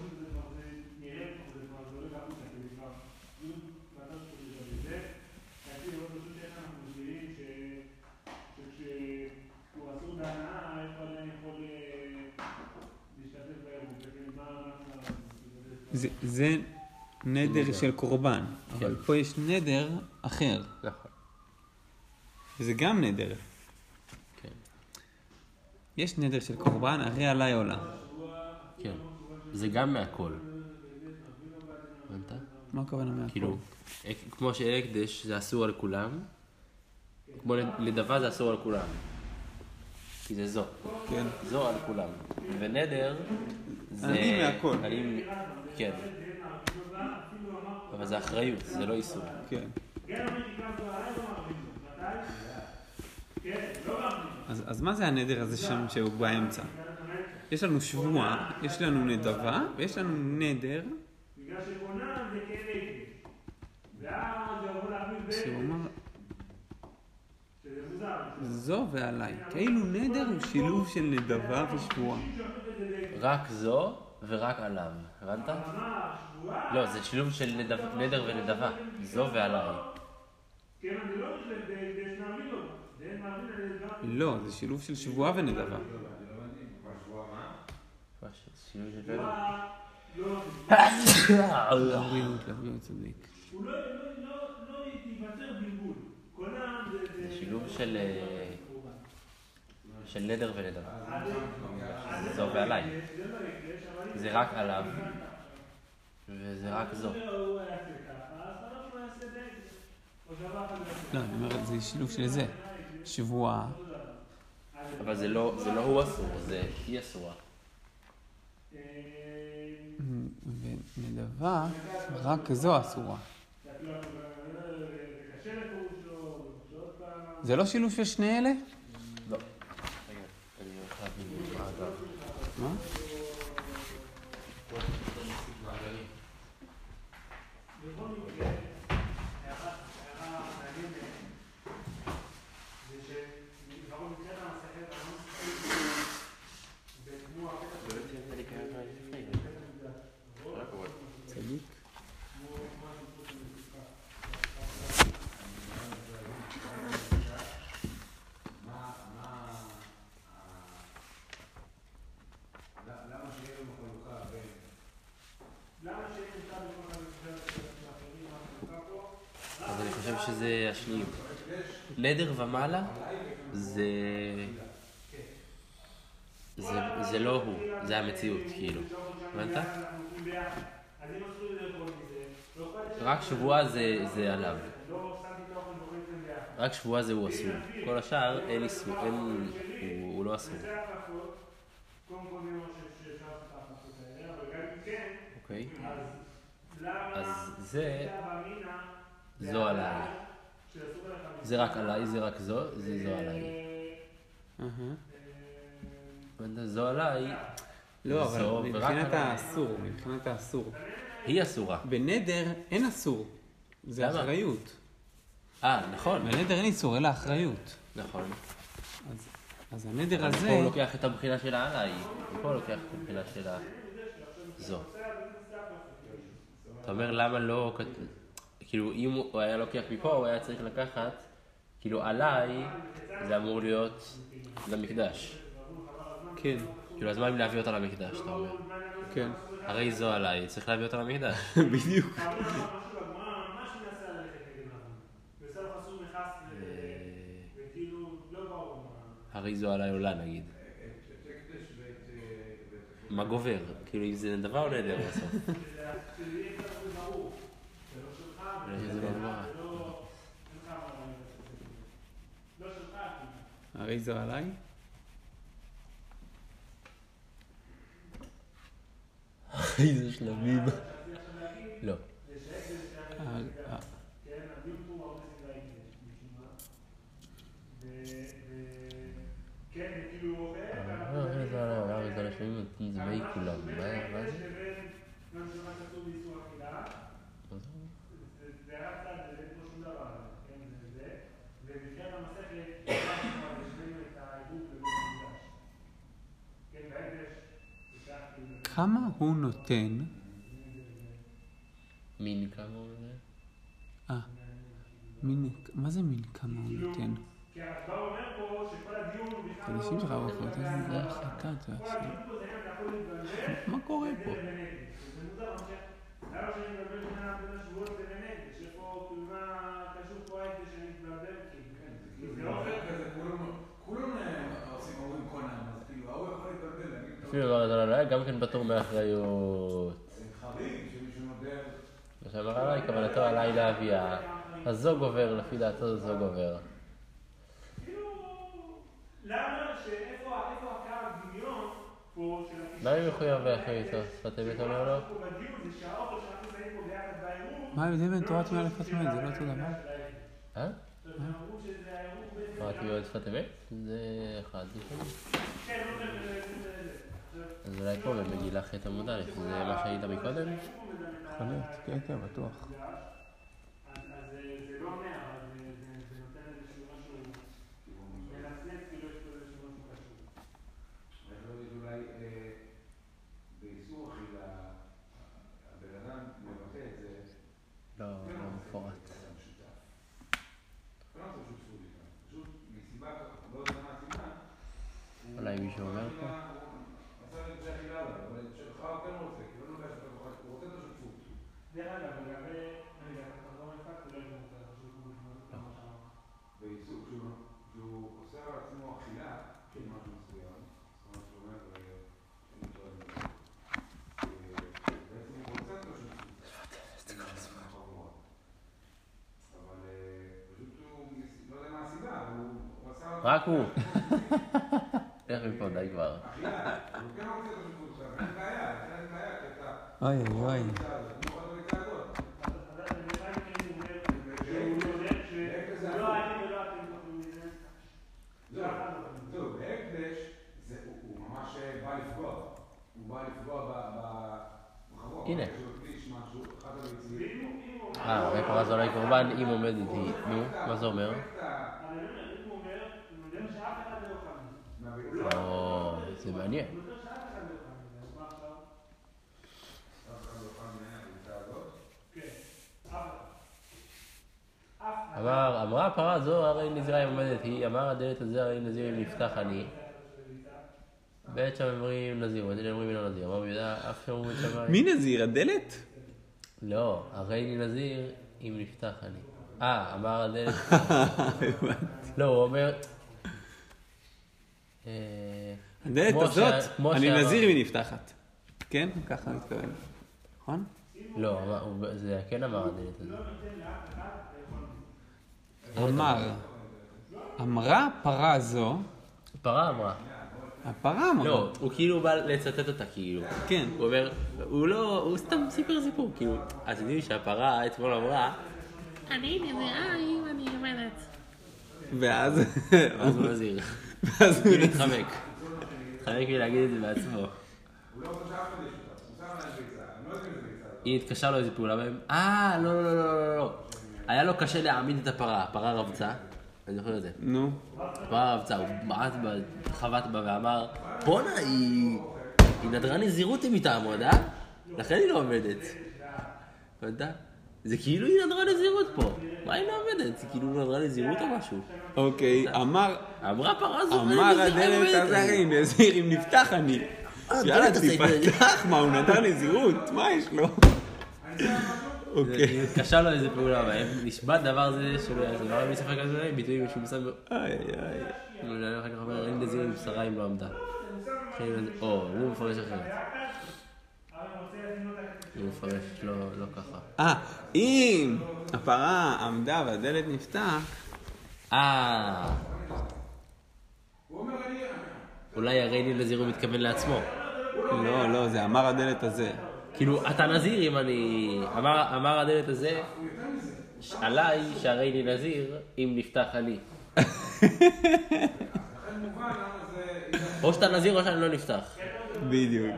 זה נדר של קורבן, אבל פה יש נדר אחר. נכון. וזה גם נדר. כן. יש נדר של קורבן, הרי עליי עולה. כן. זה גם מהכל. הבנת? מה הכוונה מהכל? כאילו, כמו שהקדש זה אסור על כולם, כמו לדבה זה אסור על כולם. כי זה זו. כן. זו על כולם. ונדר זה... אני מהכל. כן. אבל זה אחריות, זה לא איסור. כן. אז מה זה הנדר הזה שם שהוא באמצע? יש לנו שבועה, יש לנו נדבה, ויש לנו נדר. שהוא אומר, זו ועליי. כאילו נדר הוא שילוב של נדבה ושבועה. רק זו ורק עליו. הבנת? לא, זה שילוב של נדר ונדבה. זו ועליי. לא, זה שילוב של שבועה ונדבה. שילוב של נדר. לבריאות צדיק. הוא לא ייווצר בלבול. זה שילוב של נדר ונדבה. זו ועליי. זה רק עליו, וזה רק זו. לא, אני אומר, זה שילוב של זה. שבועה. אבל זה לא הוא אסור, זה היא אסורה. ונדבה, רק זו אסורה. זה לא שילוב של שני אלה? לא. רגע, אני הולך להבין מה אגב. מה? צדיק. אז אני חושב שזה השניים. נדר ומעלה זה לא הוא, זה המציאות, כאילו. הבנת? רק שבועה זה עליו. רק שבועה זה הוא אסור. כל השאר אין איסור, הוא לא אסור. אוקיי? אז זו עליי. זה רק עליי, זה רק זו עליי. זו עליי. לא, אבל מבחינת האסור. היא אסורה. בנדר אין אסור. זה אחריות. נכון. בנדר אין איסור, אלא אחריות. נכון. אז הנדר הזה... פה הוא לוקח את הבחינה של העליי. פה הוא לוקח את הבחינה של זו. אתה אומר למה לא... כאילו אם הוא היה לוקח מפה, הוא היה צריך לקחת, כאילו עליי זה אמור להיות למקדש. כן. כאילו אז מה אם להביא אותה למקדש, אתה אומר? כן. הרי זו עליי, צריך להביא אותה למקדש. בדיוק. הרי זו עליי עולה נגיד. מה גובר? כאילו אם זה דבר או נדר בסוף? זה לא דבר. הרי זו עליי? איזה שלבים. לא. זה לשלבים זה מי כולם. מה זה? כמה הוא נותן? מין כמה הוא נותן? מה זה מין כמה הוא נותן? חדשים שלך אוכלות, זה החלטה, זה עכשיו. מה קורה פה? אפילו אמר את עליי, גם כן פטור מאחריות. מה שאמר עליי, כוונתו עליי להביאה. אז זו גובר, לפי דעתו זו גובר. למה שאיפה הקו דמיון פה של הכישור? מה אם מחויב באחריותו? שפת אמת אומר לו? מה ההבדל בין תורת מאה לשפת אמת? זה לא אותו דבר? תורת מאה לשפת אמת? זה אחד. אז אולי פה במגילה חטא עמוד א', זה מה שהיית מקודם? יכול להיות, כן, כן, בטוח. אז זה לא אומר, אבל זה נותן איזשהו משהו מלצלץ, כאילו יש פה איזשהו משהו קשור. יכול להיות אולי באיסור אכילה, הבן אדם מבטא את זה. לא מפורט. אולי מישהו אומר פה? דרך אגב, לגבי... רגע, אתה חזור מפק, זה לא יגמור אותה, חשוב כמו בעיסוק, שהוא עושה על עצמו אכילה, של משהו מסוים, זאת אומרת שהוא אומר, בעצם הוא רוצה את השותפות. אבל פשוט הוא, לא יודע מה הסיבה, הוא עשה... רק הוא. איך מפה, די כבר. אכילה, הוא כן רוצה את השותפות, אין בעיה, כי אתה... אוי אוי. הנה. הרי פרה זו עליי קורבן אם עומדת היא. נו, מה זה אומר? זה מעניין. אמרה הפרה זו הרי נזירה אם עומדת היא, אמר הדלת הזה הרי נזיר אם נפתח אני. בעת שם אומרים נזיר, הדלת אומרים לא נזיר. אמר בידה אף שם אומרים שמיים. מי נזיר? הדלת? לא, הרי אני נזיר אם נפתח אני. אמר הדלת. לא, הוא אומר... הדלת הזאת, אני נזיר אם היא נפתחת. כן? ככה מתכוון. נכון? לא, זה כן אמר הדלת הזאת. אמרה פרה זו. פרה אמרה. הפרה אמרה. לא, הוא כאילו בא לצטט אותה כאילו. כן. הוא אומר, הוא סתם סיפר סיפור, כאילו. אז יודעים שהפרה אתמול אמרה, אני נזירה אם אני עומדת. ואז הוא נזיר. ואז הוא מתחמק. מתחמק מלהגיד את זה בעצמו. היא התקשה לו איזה פעולה בהם. לא. היה לו קשה להעמיד את הפרה. הפרה רבצה. אני זוכר את זה. נו. הפרה רבצה. הוא בעט בה, חבט בה ואמר, בונה, היא נדרה נזירות אם היא תעמוד, לכן היא לא עומדת. אתה? זה כאילו היא נדרה נזירות פה. מה היא לא עומדת? זה כאילו נדרה נזירות או משהו. אוקיי, אמרה פרה זו. אמר הדלת הזה, נזיר אם נפתח אני. יאללה, תפתח, מה, הוא נדר נזירות? מה יש לו? אוקיי. קשה לו איזה פעולה, אבל נשבע דבר זה שלא דבר מספק על זה, ביטויים משהו מסם. איי. אחר כך אומר, אין נזיר עם בשרה אם לא עמדה. הוא מפרש אחרת. הוא מפרש לא ככה. אם הפרה עמדה והדלת נפתח. אולי הרי לי נזיר הוא מתכוון לעצמו. לא, זה אמר הדלת הזה. כאילו, אתה נזיר אם אני... אמר הדלת הזה, עליי שהרי לי נזיר אם נפתח אני. או שאתה נזיר או שאני לא נפתח. בדיוק.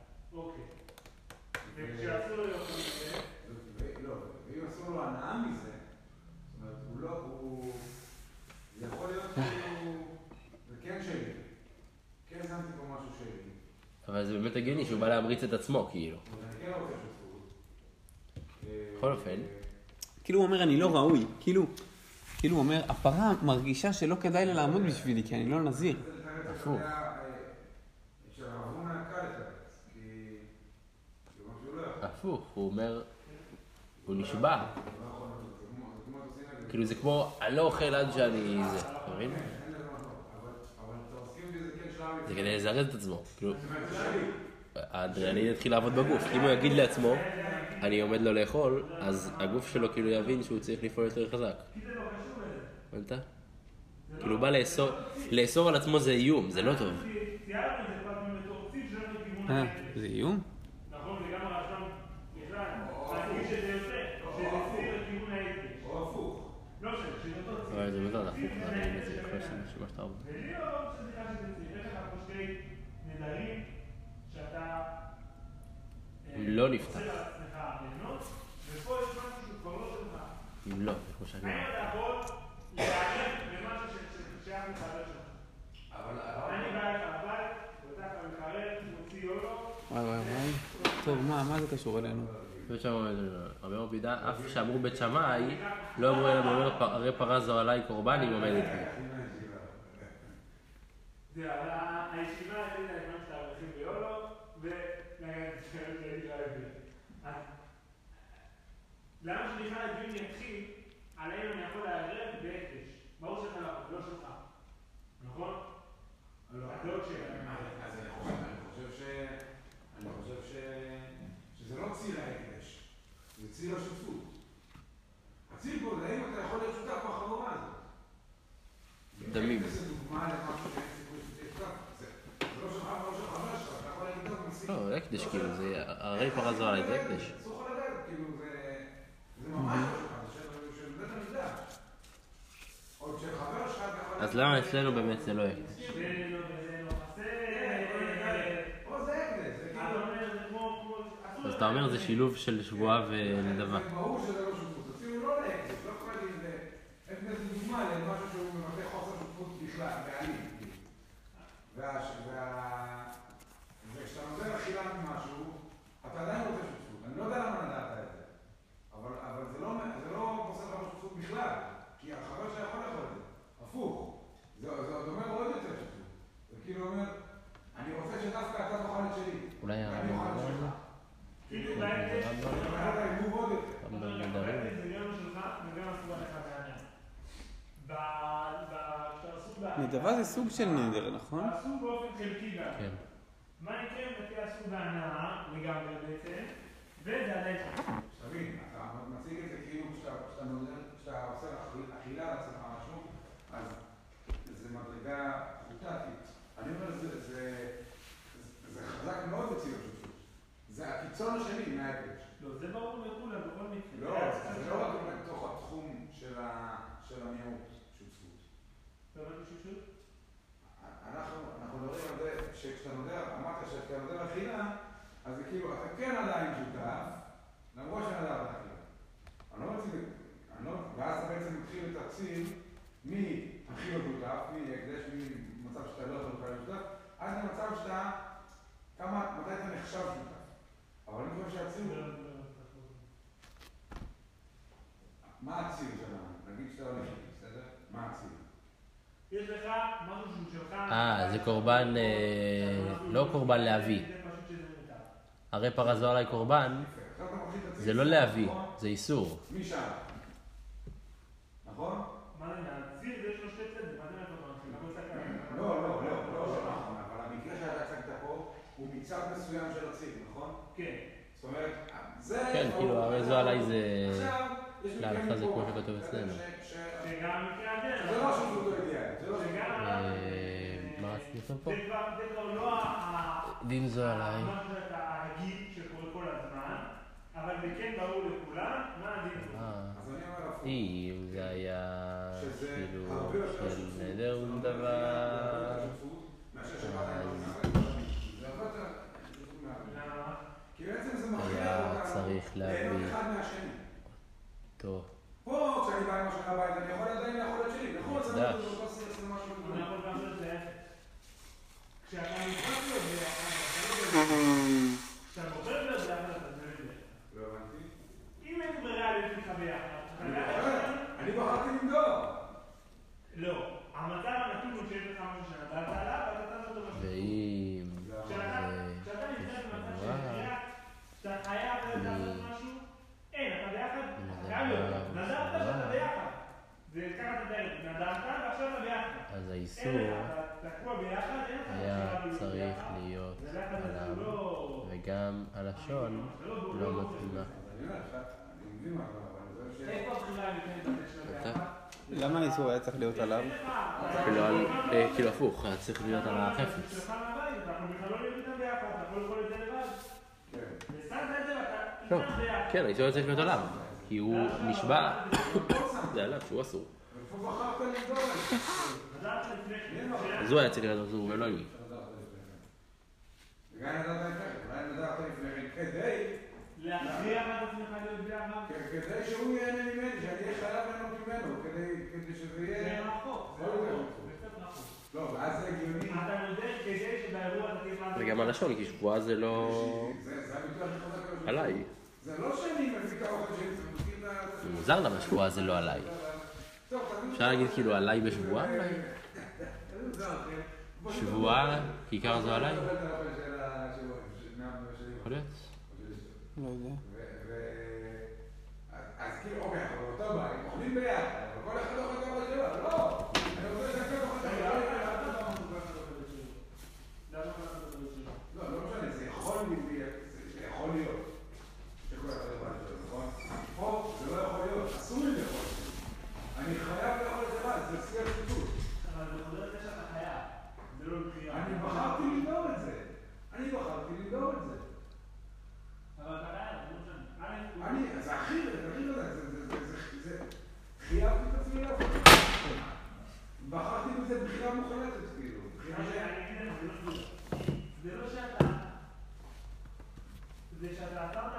אבל זה באמת הגיוני שהוא בא להמריץ את עצמו, כאילו. בכל אופן. כאילו הוא אומר, אני לא ראוי. כאילו הוא אומר, הפרה מרגישה שלא כדאי לה לעמוד בשבילי, כי אני לא נזיר. הפוך. הפוך, הוא אומר, הוא נשבע. כאילו זה כמו, אני לא אוכל עד שאני זה, אתה מבין? זה כדי לזרז את עצמו, כאילו, האדרנלין יתחיל לעבוד בגוף, אם הוא יגיד לעצמו, אני עומד לו לאכול, אז הגוף שלו כאילו יבין שהוא צריך לפעול יותר חזק. הבנת? כאילו הוא בא לאסור על עצמו זה איום, זה לא טוב. זה איום? נכון, זה גם הרשם בכלל, להגיד שזה יוצא, שזה סיר לכיוון ההתקש. או הפוך. לא שזה אותו ציר. זה מזרד, הפוך, זה יכול שמה שאתה עובד. ולי לא שזה כאן שזה ציר, יש לך פה שתי נדרים שאתה... לא נפתח. עושה לעצמך ליהנות, ופה יש משהו שהוא כבר לא שלך. אם לא, זה כמו שאני... האם אתה יכול להערך במשהו ששייך לחבר שלך? אני בא לך לבית, פותח המחרר, מוציא יולו, וואי. טוב, מה זה קשור אלינו? בית שמאי, רבי מרבידה, אף שאמרו בית שמאי, לא אמרו אלא באומר, הרי פרה זו עליי קורבן אם עומדת לי. זה, הישיבה החליטה את מה שאתה הולכים ביולו, ונגד שהייתי לא הבין. למה שבכלל הדיון יתחיל, עליהם אני יכול לערב בהקדש. ברור שאתה לא שלך. נכון? זה עוד שאלה. אני חושב שזה לא ציר ההקדש, זה ציר השותפות. הציר פה, האם אתה יכול להיות שותף בחבורה הזאת? דמים. זה דוגמה למשהו שאין סיכוי שתהיה שותף. זה לא שלך ולא של חבר שלך, אתה יכול להגיד טוב מספיק. לא, הקדש כאילו, זה הרי פרה זו עליי, זה הקדש. אסור לך לדעת, כאילו זה ממש לא שלך, זה של בית המקדש. עוד של חבר שלך אתה יכול... אז למה אצלנו באמת זה לא הקדש? או זה הקדש, זה כאילו... אז אתה אומר זה שילוב של שבועה ונדבה. זה ברור שזה לא שותפות, תציעו לא להקדש, לא יכול להגיד את זה. הקדש זה דוגמה למשהו שהוא מבטא חוסר שותפות בכלל, בעלים. וכשאתה נותן אכילה ממשהו, אתה עדיין רוצה שותפות. אני לא יודע למה נדעת את זה. אבל זה לא פוסל לך שותפות בכלל, כי החבר שלה יכול לאכול את זה. הפוך. זה אומר עוד יותר שותפות. זה כאילו אומר, אני רוצה שדווקא אתה תאכל את שלי. אולי אני אוכל את שלך. כאילו בהקדש, נדרים. זה גם שלך וגם אסור עליך בעניין. נדבה זה סוג של נדר, נכון? עשו באופן חלקי גם. כן. מה יקרה אם אתה עשו בהנאה לגמרי בעצם, וזה עדיין שלך. שתבין, אתה מציג את זה כאילו כשאתה עושה אכילה על עצמך משהו, אז זה מדרגה חוטטית. אני אומר, זה חזק מאוד בציון שותפות. זה הקיצון השני מההקדש. לא, זה ברור לכולם בכל מקרה. לא, זה לא רק בתוך התחום של המיעוט שותפות. אתה אומר שותפות? אנחנו מדברים על זה שכשאתה נודר, אמרת שאתה נודר אכילה, אז זה כאילו, אתה כן עדיין שותף, למרות שנדר את האכילה. ואז אתה בעצם מתחיל את הציר מהכי לא שותף, מהקדש, ממצב שאתה לא יכול להיות שותף, אז למצב שאתה, מתי אתה נחשב שותף. אבל אני חושב שהציר הוא... מה הציר שלנו? נגיד שאתה הולך, בסדר? מה הציר? יש לך משהו שהוא שלך... זה קורבן, לא קורבן לאבי. הרי פרזו עליי קורבן, זה לא לאבי, זה איסור. מי שם? נכון? מה זה מעניין? ציר זה יש לו שתי צדדים, מה זה מעניין? לא, אבל המקרה שאתה הצגת פה הוא מצד מסוים של הציר, נכון? כן. זאת אומרת, זה... כן, כאילו, הרי זו עליי זה... להלכה זה כמו שכתוב אצלנו. שגם המקרה הזה... זה לא שותפות אידיאלית, זה לא שגם... מה רציתי לכתוב פה? זה כבר לא דין זו עליי. משהו הרגיל שקורה כל הזמן, אבל זה כן ברור לכולם, מה הדין זו? אז אני אומר הפוך. אם זה היה כאילו של נדר ונדבה... היה צריך להביא אותו. פה, כשאני בא עם השנה הבית, אני יכול עדיין לאכול את שלי. נכון, זה לא עושה משהו כמו. אני יכול גם להיות להפך. כשאתה נכנס לו ביחד, כשאתה בוחר להיות ביחד, אתה מבין את זה. לא הבנתי. אם אין ברירה להיות איתך ביחד, אני בחרתי למדור. לא. המצב הנתון הוא שיש לך משהו שנדלת עליו, ואתה תעשה אותו משהו. ואם כשאתה נמצא במצב של ברירה, שאתה חייב לעשות משהו, אין, אתה ביחד, חייב להיות. נדרת שאתה ביחד. זה ככה אתה דרך, נדרת ועכשיו אתה ביחד. אז האיסור היה צריך להיות עליו, וגם הלשון לא מתאימה. איפה הבחירה לפני את זה? למה האיסור היה צריך להיות עליו? כאילו הפוך, היה צריך להיות על החפץ. שלך מהבית, אנחנו בכלל לא נראים איתם ביחד, אתה יכול לקרוא את זה לבד. ושמת את זה ואתה לא, איתם ביחד. כן, האיסור היה צריך להיות עליו, כי הוא נשבע, זה עליו, שהוא אסור. אז הוא היה צריך להיות אסור ולא לי. וגם נדעת לפני, אולי נדעת לפני, כדי... להכריח את עצמך להיות ביחד. כדי שהוא ייהנה ממני, שאני אהיה חייב ליהנות ממנו, כדי שזה יהיה... זה רחוק, זה לא קצת רחוק. לא, ואז זה הגיוני. אתה נודד כדי שבאירוע אתה תהיה... וגם הלשון, כי שבועה זה לא... זה הביטוי הכי חזק. עליי. זה לא שאני מביא את האוכל שלי, זה מזכיר את ה... זה מוזר למה שבועה זה לא עליי. אפשר להגיד כאילו עליי בשבועה? שבועה, כיכר זו עליי? יכול להיות? לא יודע. אז כאילו, אוקיי, אבל אותו בית, אוכלים ביחד, אבל כל אחד אוכל גם בשבוע, לא! אני רוצה לשקר אוכל את לא, לא משנה, זה יכול להיות. שכל אחד אוכל את זה, נכון? פה זה לא יכול להיות, אסור לי לאכול את זה. אני חייב לאכול את זה, זה סייב שיטות. אבל זה חוזר את זה שאתה חייב. זה לא בחירה. אני בחרתי לדור את זה. אבל אתה חייב, זה לא משנה. זה הכי זה חייבתי את עצמי לעשות. בחרתי בזה בחירה מוחלטת, כאילו. זה לא שאתה עצרת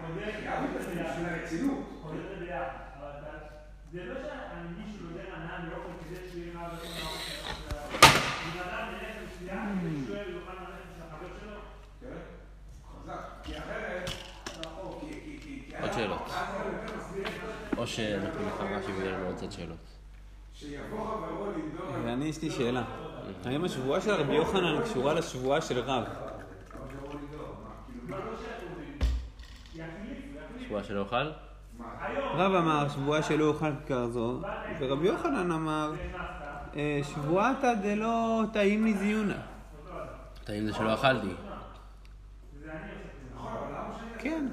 זה לא שהמישהו לא יודע ענן לא יכול כדי שהוא יהיה רב בכל מערכת שלו. אם אדם נלך מסוים, הוא יוכל ללכת של החבר שלו? כן. חזק. כי אחרת... עוד שאלות. או שנתנו לך משהו ויהיה לנו עוד קצת שאלות. ואני יש לי שאלה. האם השבועה של רבי יוחנן קשורה לשבועה של רב? שבועה שלא אוכל? רב אמר שבועה שלא אוכל כיכר זו, ורבי יוחנן אמר שבועתא דלא טעים לי זיונה. טעים זה שלא אכלתי. כן.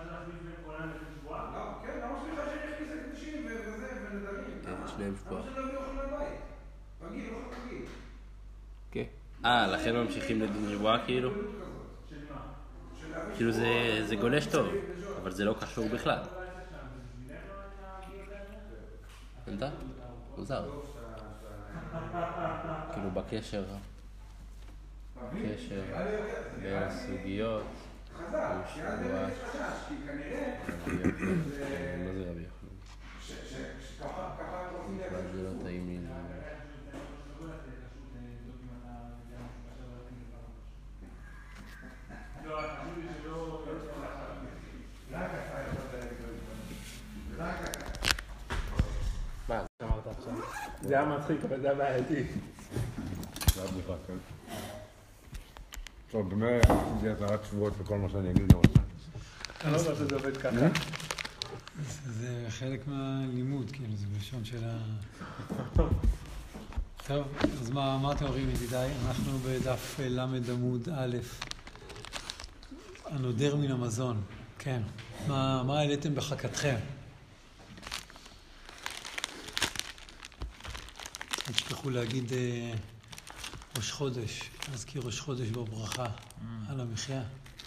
שניהם שבועה. כן. לכן ממשיכים לדין שבועה כאילו? כאילו זה גולש טוב, אבל זה לא קשור בכלל. הבנת? מוזר. כאילו בקשר בין הסוגיות, הוא שבועה. מה זה רבי יוחנן? זה לא טעים לי. מה? אמרת עכשיו? זה היה מצחיק, אבל זה היה בעייתי. זה היה בדיחה, כן. טוב, באמת, זה רק שבועות וכל מה שאני אגיד לראות. אני לא יודע שזה עובד ככה. זה חלק מהלימוד, כאילו, זה בלשון של ה... טוב, אז מה אתם אומרים, ידידיי? אנחנו בדף למד עמוד א', הנודר מן המזון. כן. מה העליתם בחכתכם? תשכחו להגיד ראש חודש, להזכיר ראש חודש בברכה על המחיה.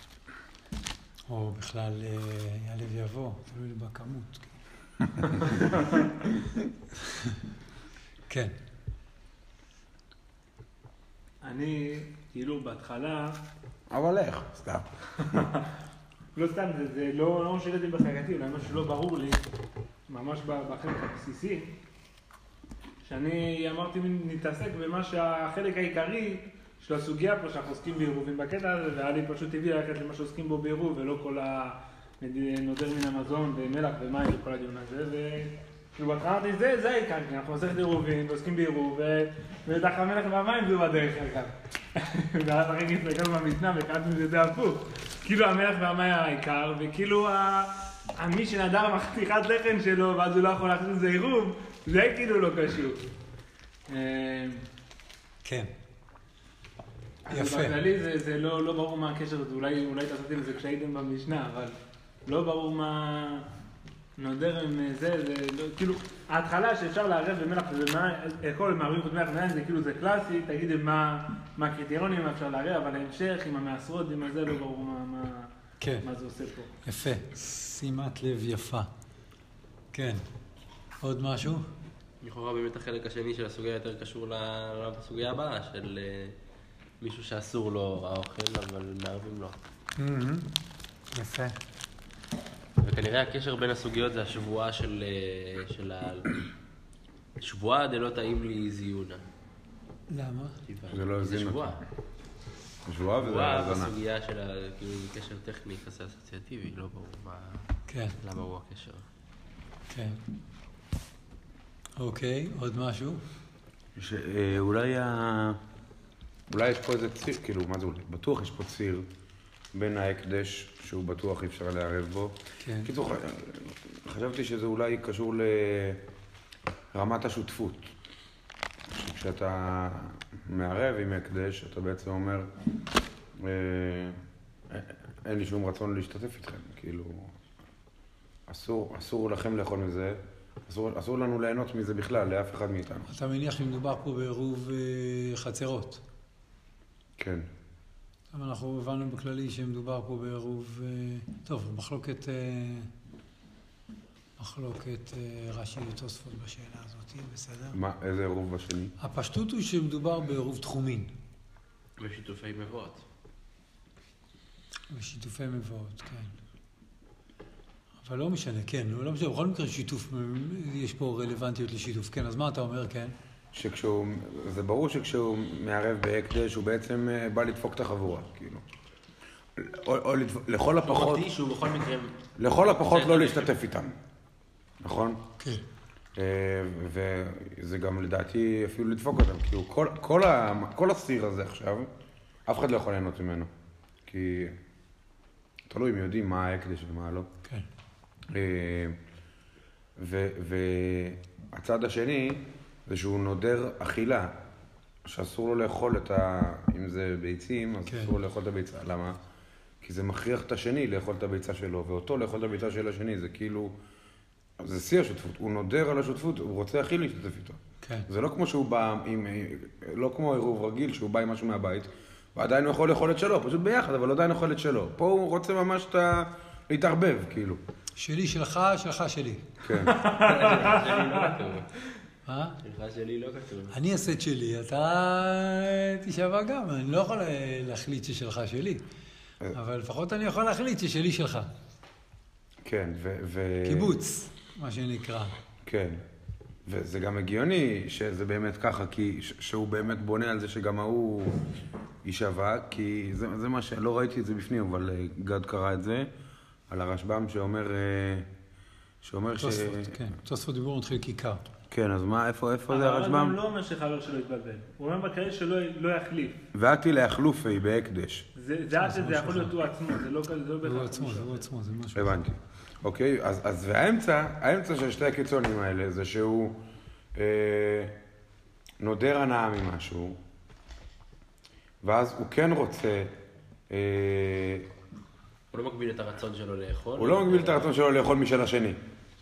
או בכלל יעלה ויבוא, תלוי בכמות. כן. אני, כאילו, בהתחלה... אבל איך? סתם. לא סתם, זה לא משאיר את זה בחקתי, אולי משהו לא ברור לי, ממש בחלק הבסיסי, שאני אמרתי נתעסק במה שהחלק העיקרי של הסוגיה פה, שאנחנו עוסקים בעירובים בקטע הזה, והיה לי פשוט טבעי ללכת למה שעוסקים בו בעירוב, ולא כל הנודר מן המזון ומלח ומים וכל הדיון הזה, וכאילו בהתחלה אמרתי, זה העיקר, כי אנחנו עוסקים בעירובים ועוסקים בעירוב, ודרך המלח והמים זה בדרך כלל. ואז הרגע הסתכלנו במשנה וקראתי שזה הפוך. כאילו המלח והמים העיקר, וכאילו מי שנדר מחתיכת לחם שלו, ואז הוא לא יכול להכניס את זה עירוב, זה כאילו לא קשור. כן. יפה. בכללי זה לא ברור מה הקשר הזה, אולי תעשיתם את זה כשהייתם במשנה, אבל לא ברור מה נודר עם זה לא, כאילו, ההתחלה שאפשר לערב במלח ומים, כל מערבים חוץ מלח ומים זה כאילו זה קלאסי, תגידי מה הקריטריונים אפשר לערב, אבל ההמשך עם המעשרות, עם הזה לא ברור מה זה עושה פה. יפה, שימת לב יפה. כן. עוד משהו? לכאורה באמת החלק השני של הסוגיה יותר קשור לסוגיה הבאה, של מישהו שאסור לו האוכל, אבל מערבים לו. יפה. וכנראה הקשר בין הסוגיות זה השבועה של שבועה דלא טעים לי זיונה. למה? זה לא הזין אותו. זה שבועה וזה הזנה. שבועה בסוגיה של כאילו קשר טכני, כזה אסוציאטיבי, לא ברור למה הוא הקשר. כן. אוקיי, עוד משהו? שאולי יש פה איזה ציר, כאילו, מה זה אולי? בטוח יש פה ציר בין ההקדש, שהוא בטוח אי אפשר לערב בו. כן. קיצור, חשבתי שזה אולי קשור לרמת השותפות. כשאתה מערב עם הקדש, אתה בעצם אומר, אין לי שום רצון להשתתף איתכם, כאילו, אסור לכם לאכול מזה, אסור לנו ליהנות מזה בכלל, לאף אחד מאיתנו. אתה מניח שמדובר פה בעירוב חצרות. כן. אבל אנחנו הבנו בכללי שמדובר פה בעירוב, טוב, מחלוקת רש"י ותוספות בשאלה הזאת, בסדר? מה, איזה עירוב בשני? הפשטות הוא שמדובר בעירוב תחומין. בשיתופי מבואות. בשיתופי מבואות, כן. אבל לא משנה, כן, לא משנה, בכל מקרה שיתוף, יש פה רלוונטיות לשיתוף, כן, אז מה אתה אומר, כן? זה ברור שכשהוא מערב בהקדש, הוא בעצם בא לדפוק את החבורה, כאילו. או לכל הפחות... שהוא בכל מקרה... לכל הפחות לא להשתתף איתם, נכון? כן. וזה גם לדעתי אפילו לדפוק אותם, כי כל הסיר הזה עכשיו, אף אחד לא יכול ליהנות ממנו. כי תלוי אם יודעים מה ההקדש ומה לא. כן. והצד השני זה שהוא נודר אכילה, שאסור לו לאכול אם זה ביצים, אז אסור לו לאכול את הביצה. למה? כי זה מכריח את השני לאכול את הביצה שלו, ואותו לאכול את הביצה של השני, זה כאילו... זה שיא השותפות, הוא נודר על השותפות, הוא רוצה הכי להשתתף איתו. כן. זה לא כמו שהוא בא לא כמו עירוב רגיל, שהוא בא עם משהו מהבית, ועדיין הוא יכול לאכול את שלו, פשוט ביחד, אבל עדיין יכול את שלו. פה הוא רוצה ממש להתערבב, כאילו. שלי, שלך, שלך, שלי. כן. שלך שלי לא כתוב. אני אעשה את שלי, אתה תשאבה גם, אני לא יכול להחליט ששלך שלי. אבל לפחות אני יכול להחליט ששלי שלך. כן, קיבוץ, מה שנקרא. כן, וזה גם הגיוני שזה באמת ככה, כי שהוא באמת בונה על זה שגם ההוא יישבע, כי זה מה שלא ראיתי את זה בפנים, אבל גד קרא את זה, על הרשב"ם שאומר תוספות, כן, תוספות דיבור מתחיל כיכר. כן, אז מה, איפה זה הרשב"ם? הרשב"ם לא אומר שחבר שלו יתבלבל. הוא אומר בכלל שלא יחליף. ואתי להחלופי בהקדש. זה יכול להיות הוא עצמו, זה לא בהכרח. הוא עצמו, זה משהו. הבנתי. אוקיי, אז האמצע של שתי הקיצונים האלה זה שהוא נודר הנאה ממשהו, ואז הוא כן רוצה... הוא לא מגביל את הרצון שלו לאכול. הוא לא מגביל את הרצון שלו לאכול משל השני.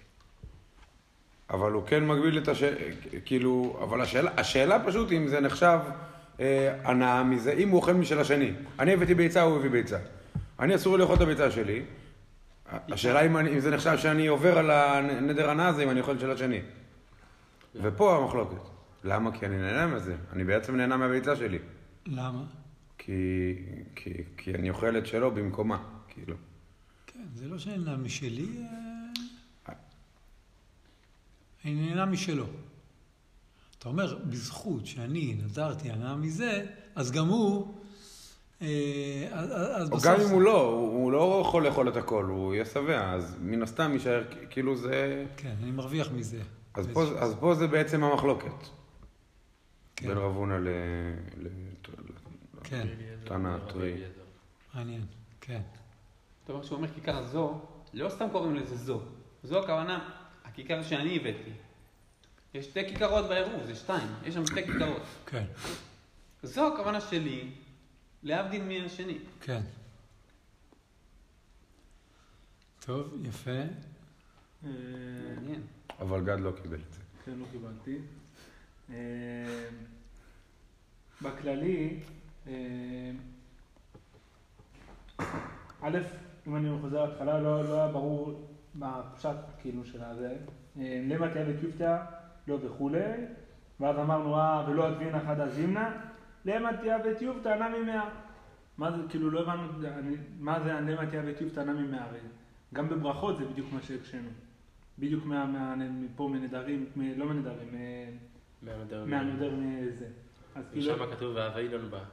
אבל הוא כן מגביל את כאילו, אבל השאלה פשוט אם זה נחשב הנאה מזה, אם הוא אוכל משל השני. אני הבאתי ביצה, הוא הביא ביצה. אני אסור לאכול את הביצה שלי. השאלה אם זה נחשב שאני עובר על הנדר הנאה הזה, אם אני אוכל של השני. ופה המחלוקת. למה? כי אני נהנה מזה. אני בעצם נהנה מהביצה שלי. למה? כי אני אוכל את שלו במקומה, כאילו. כן, זה לא שאני נהנה משלי, אני נהנה משלו. אתה אומר, בזכות שאני נדרתי הנאה מזה, אז גם הוא, אז בסוף... או גם אם הוא לא יכול לאכול את הכל, הוא יהיה שבע, אז מן הסתם יישאר, כאילו זה... כן, אני מרוויח מזה. אז פה זה בעצם המחלוקת. בין רב הונא לתנא טרי. מעניין, כן. אתה אומר שהוא אומר כיכר זו, לא סתם קוראים לזה זו. זו הכוונה, הכיכר שאני הבאתי. יש שתי כיכרות בעירוב, זה 2. יש שם 2 כיכרות. כן. זו הכוונה שלי, להבדיל מהשני. כן. טוב, יפה. מעניין. אבל גד לא קיבל את זה. כן, לא קיבלתי. בכללי, א', אם אני חוזר להתחלה, לא היה ברור מה הפשט כאילו של הזה. למה תהיה וקיופתא, לא וכולי. ואז אמרנו, ולא אדבין אחד הזימנה. למה תהיה וקיופתא, ענה ממאה. מה זה, כאילו לא הבנו, מה זה למה תהיה וקיופתא, ענה ממאה. גם בברכות זה בדיוק מה שהקשנו. בדיוק מפה מנדרים, לא מנדרים, מהנדר מזה. שם כתוב והווילון בא.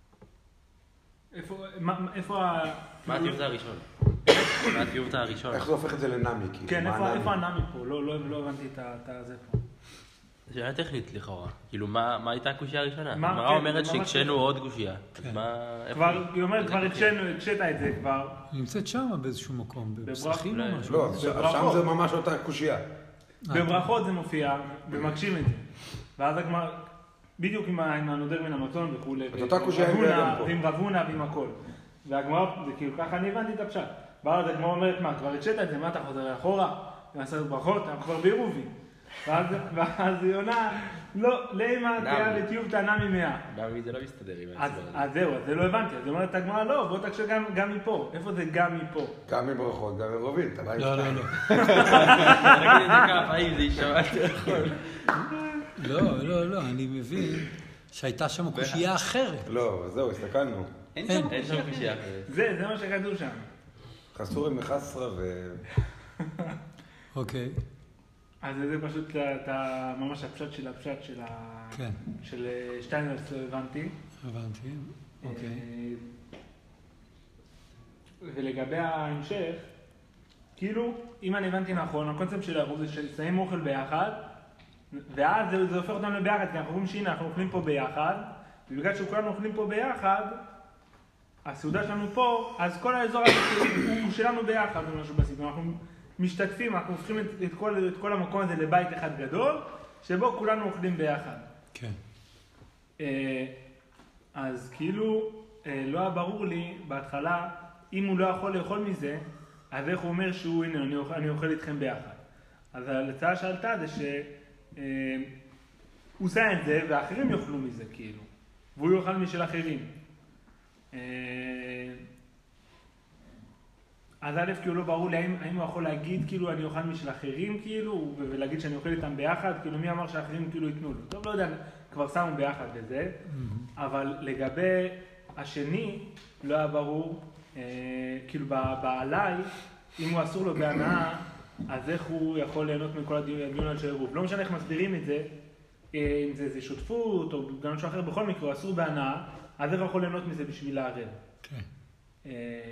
איפה מה הטיובתא הראשון? מה הטיובתא הראשון? איך זה הופך את זה לנמי? כן, איפה הנמי פה? לא הבנתי את זה פה. זה היה טכנית לכאורה. כאילו, מה הייתה הקושייה הראשונה? הגמרא אומרת שהקשנו עוד קושייה. היא אומרת, כבר הקשית את זה כבר. נמצאת שם באיזשהו מקום, בפסחים או משהו? לא, שם זה ממש אותה קושייה. בברכות זה מופיע, ומקשים את זה. ואז הגמרא, בדיוק עם הנודר מן המצון וכולי. את אותה קושייה ועם רב הונא ועם הכל. והגמרא, זה כאילו ככה אני הבנתי את הפשט. ואז הגמרא אומרת, מה, כבר הקשית את זה, מה אתה חוזר לאחורה? נעשה ברכות, אנחנו כבר בעירובין. ואז היא עונה, לא, למה תהיה וטיובתא נמי ממאה. נמי זה לא מסתדר עם ההסבר. אז זהו, זה לא הבנתי. אז היא אומרת, הגמרא, לא, בוא תקשה גם מפה. איפה זה גם מפה? גם מברכות, גם מעירובין. לא. תגיד את זה ככה, האם זה יישמע יכול. לא, אני מבין שהייתה שם קושייה אחרת. לא, זהו, הסתכלנו. אין שם קושייה אחרת. זה מה שכתוב שם. חסורי מחסרה ו... אוקיי. אז זה פשוט ממש הפשט של שטיינזלץ, לא הבנתי. הבנתי, אוקיי. ולגבי ההמשך, כאילו, אם אני הבנתי נכון, הקונספט של העירוב זה ששמים אוכל ביחד, ואז זה הופך אותנו ביחד, כי אנחנו אומרים שהנה, אנחנו אוכלים פה ביחד, ובגלל שכולנו אוכלים פה ביחד, הסעודה שלנו פה, אז כל האזור הזה הוא שלנו ביחד, משהו בסגנון. אנחנו משתתפים, אנחנו הופכים את כל המקום הזה לבית אחד גדול, שבו כולנו אוכלים ביחד. כן. אז כאילו, לא היה ברור לי בהתחלה, אם הוא לא יכול לאכול מזה, אז איך הוא אומר שהוא, הנה, אני אוכל איתכם ביחד. אז ההצעה שעלתה זה שהוא עושה את זה, ואחרים יאכלו מזה, כאילו. והוא יאכל משל אחרים. אז א', כאילו לא ברור לי, האם הוא יכול להגיד, כאילו, אני אוכל משל אחרים, כאילו, ולהגיד שאני אוכל איתם ביחד, כאילו, מי אמר שאחרים כאילו ייתנו לו? טוב, לא יודע, כבר שמו ביחד בזה, אבל לגבי השני, לא היה ברור, כאילו, בעליי, אם הוא אסור לו בהנאה, אז איך הוא יכול ליהנות מכל הדיון של עירוב? לא משנה איך מסבירים את זה, אם זה שותפות או גם משהו אחר, בכל מקרה, הוא אסור בהנאה, אז איך הוא יכול ליהנות מזה בשביל לערב? כן.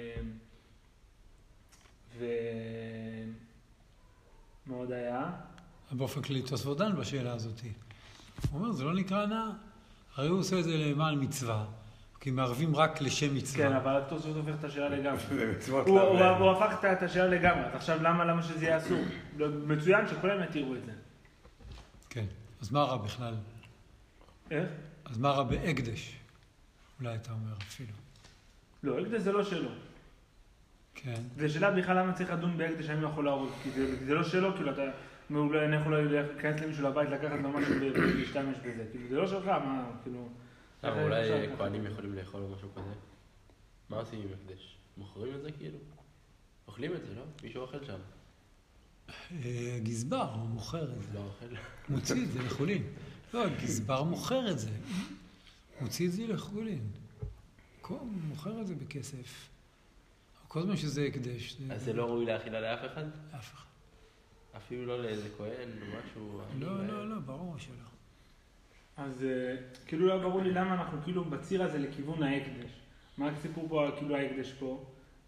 מה עוד היה? באופן כללי תוספות דן בשאלה הזאת. הוא אומר, זה לא נקרא הנאה. הרי הוא עושה את זה למען מצווה, כי מערבים רק לשם מצווה. כן, אבל תוספות הופך את השאלה לגמרי. הוא הפך את השאלה לגמרי. עכשיו, למה שזה יהיה אסור? מצוין שכולם יתירו את זה. כן. אז מה רע בכלל? איך? אז מה רע בהקדש? אולי אתה אומר אפילו. לא, הקדש זה לא שלו. כן. זה שאלה בכלל למה צריך לדון בהקדש האם הוא יכול לערוב, כי זה לא שלו, כאילו אתה מעולה, אני יכול להיכנס למישהו לבית, לקחת ממש ולהשתמש בזה, כאילו זה לא שלך, מה, כאילו... אולי כהנים יכולים לאכול או משהו כזה. מה עושים עם הקדש? מוכרים את זה כאילו? אוכלים את זה, לא? מישהו אוכל שם. גזבר, הוא מוכר את זה. לא אוכל. מוציא את זה לחולין. לא, גזבר מוכר את זה. מוציא את זה לחולין. הוא מוכר את זה בכסף. כל זמן שזה הקדש. אז זה לא ראוי להאכילה לאף אחד? אף אחד. אפילו לא לאיזה כהן או משהו? לא, ברור שלא. אז כאילו לא ברור לי למה אנחנו כאילו בציר הזה לכיוון ההקדש. מה הסיפור פה, כאילו ההקדש פה?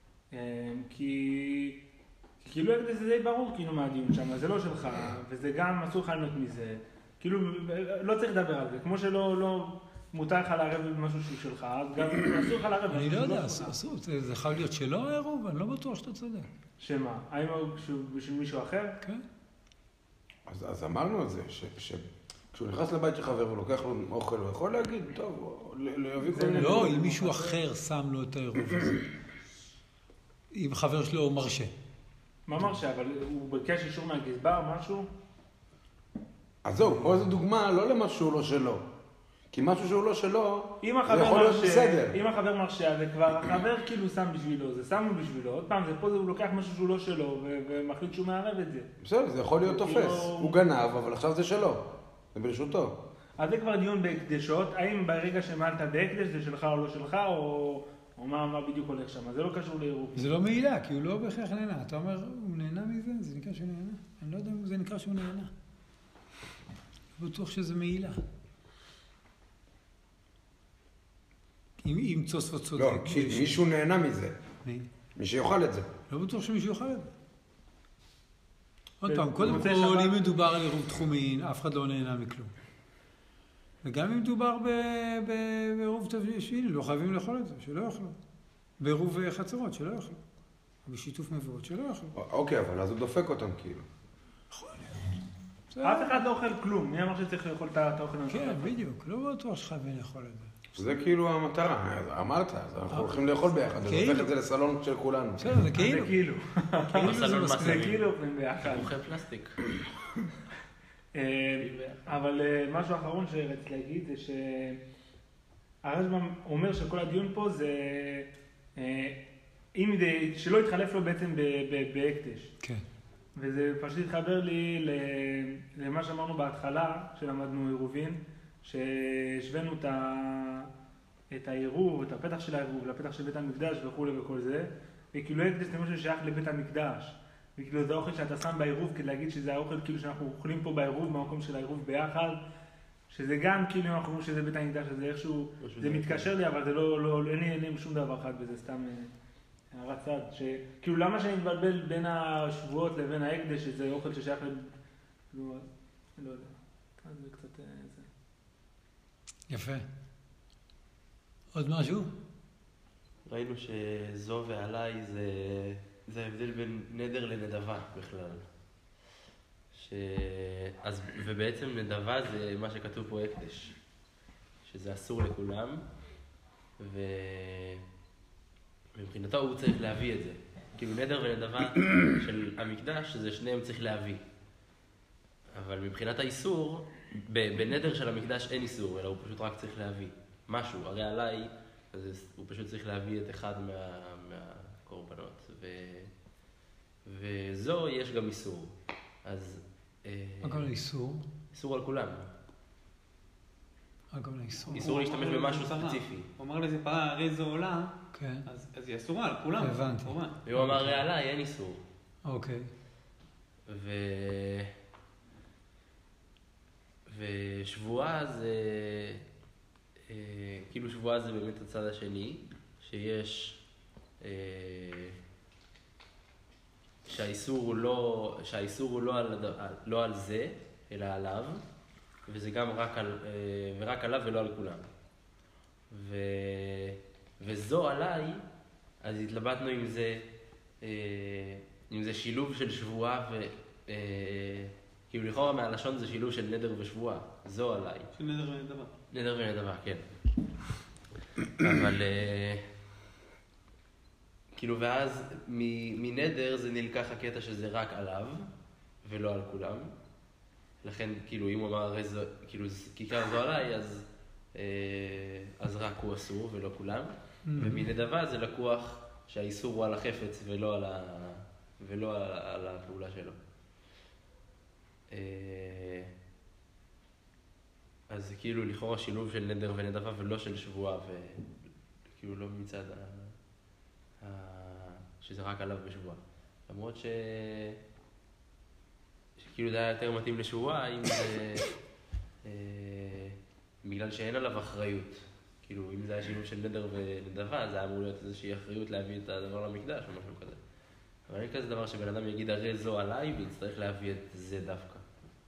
כי כאילו ההקדש זה די ברור כאילו מהדיון שם, זה לא שלך, וזה גם אסור לך ליהנות מזה. כאילו לא צריך לדבר על זה, כמו שלא מותר לך לערב במשהו שהוא שלך, גם אסור לך לערב. אני לא יודע, אסור, זה חייב להיות שלא הערוב, אני לא בטוח שאתה צודק. שמה? האם בשביל מישהו אחר? כן. אז אמרנו את זה, כשהוא נכנס לבית של חבר ולוקח לו אוכל, הוא יכול להגיד, טוב, להביא כל מיני... לא, אם מישהו אחר שם לו את העירוב הזה. אם חבר שלו מרשה. מה מרשה? אבל הוא ביקש אישור מהגזבר, משהו? אז זהו, פה זו דוגמה לא למשהו שהוא לא שלו. כי משהו שהוא לא שלו, זה יכול להיות בסדר. אם החבר מרשה, זה כבר החבר כאילו שם בשבילו, זה שמו בשבילו. עוד פעם, פה הוא לוקח משהו שהוא לא שלו, ומחליט שהוא מערב את זה. בסדר, זה יכול להיות תופס. הוא גנב, אבל עכשיו זה שלו. זה ברשותו. אז זה כבר דיון בהקדשות. האם ברגע שמעלת בהקדש זה שלך או לא שלך, או מה בדיוק הולך שם? זה לא קשור לעירוב. זה לא מעילה, כי הוא לא בהכרח נהנה. אתה אומר, הוא נהנה מזה? זה נקרא שהוא נהנה? אני לא יודע אם זה נקרא שהוא נהנה. בטוח שזה מעילה. אם צוספות צודק. לא, מישהו נהנה מזה. מי? מי שיוכל את זה. לא בטוח שמישהו יוכל את זה. עוד פעם, קודם כל, אם מדובר על עירוב תחומין, אף אחד לא נהנה מכלום. וגם אם מדובר בעירוב תבשיל, לא חייבים לאכול את זה, שלא יאכלו. בעירוב חצרות, שלא יאכלו. בשיתוף מבואות, שלא יאכלו. אוקיי, אבל אז הוא דופק אותם כאילו. יכול להיות. אף אחד לא אוכל כלום. מי אמר שצריך לאכול את האוכל? כן, בדיוק. לא בטוח שחייבים לאכול את זה. זה כאילו המטרה, אמרת, אז אנחנו הולכים לאכול ביחד, זה הופך את זה לסלון של כולנו. בסדר, זה כאילו. זה כאילו. זה כאילו אוכלים ביחד. אוכל פלסטיק. אבל משהו אחרון שרציתי להגיד זה שהרשב"ם אומר שכל הדיון פה זה שלא יתחלף לו בעצם בהקדש. כן. וזה פשוט התחבר לי למה שאמרנו בהתחלה, שלמדנו עירובין, שהשווינו את העירוב, את הפתח של העירוב, לפתח של בית המקדש וכו' וכל זה, וכאילו הקדש זה משהו ששייך לבית המקדש. וכאילו זה אוכל שאתה שם בעירוב כדי להגיד שזה האוכל כאילו שאנחנו אוכלים פה בעירוב, במקום של העירוב ביחד, שזה גם כאילו אנחנו אומרים שזה בית המקדש, שזה איכשהו, זה מתקשר לי, אבל זה לא, אין לי שום דבר אחד, וזה סתם הערת צד, שכאילו למה שאני מתבלבל בין השבועות לבין ההקדש, שזה אוכל ששייך כאילו, לא יודע, זה קצת זה. יפה. עוד משהו? ראינו שזו ועליי זה ההבדל בין נדר לנדבה בכלל. ובעצם נדבה זה מה שכתוב פה הקדש, שזה אסור לכולם, ומבחינתו הוא צריך להביא את זה. כאילו נדר ונדבה של המקדש, זה שניהם צריך להביא. אבל מבחינת האיסור, בנדר של המקדש אין איסור, אלא הוא פשוט רק צריך להביא משהו. הרי עליי, אז הוא פשוט צריך להביא את אחד מהקורבנות. וזו יש גם איסור. אז... מה גם לאיסור? איסור על כולם. מה גם לאיסור? איסור להשתמש במשהו ספציפי. הוא אמר לזה פרה, הרי זו עולה, כן. אז היא אסורה על כולם. הבנתי. והוא אמר הרי עליי, אין איסור. אוקיי. ושבועה זה... כאילו שבועה זה באמת הצד השני, שיש... שהאיסור הוא לא על זה, אלא עליו, וזה גם רק עליו ולא על כולם. וזו עליי, אז התלבטנו אם זה שילוב של שבועה כאילו לכאורה מהלשון זה שילוב של נדר ושבועה, זו עליי. של נדר ונדבה. נדר ונדבה, כן. אבל... כאילו, ואז מנדר זה נלקח הקטע שזה רק עליו, ולא על כולם. לכן, כאילו, אם הוא אמר, הרי זו, כאילו, כיכר זו עליי, אז רק הוא אסור ולא כולם. ומנדבה זה לקוח שהאיסור הוא על החפץ ולא על הפעולה שלו. אז זה כאילו לכאורה שילוב של נדר ונדבה ולא של שבועה, וכאילו לא מצד שזה רק עליו בשבועה. למרות שכאילו זה היה יותר מתאים לשבועה, אם זה בגלל שאין עליו אחריות. כאילו אם זה היה שילוב של נדר ונדבה, זה היה אמור להיות איזושהי אחריות להביא את הדבר למקדש או משהו כזה. אבל אין כזה דבר שבן אדם יגיד הרי זו עליי ויצטרך להביא את זה דווקא.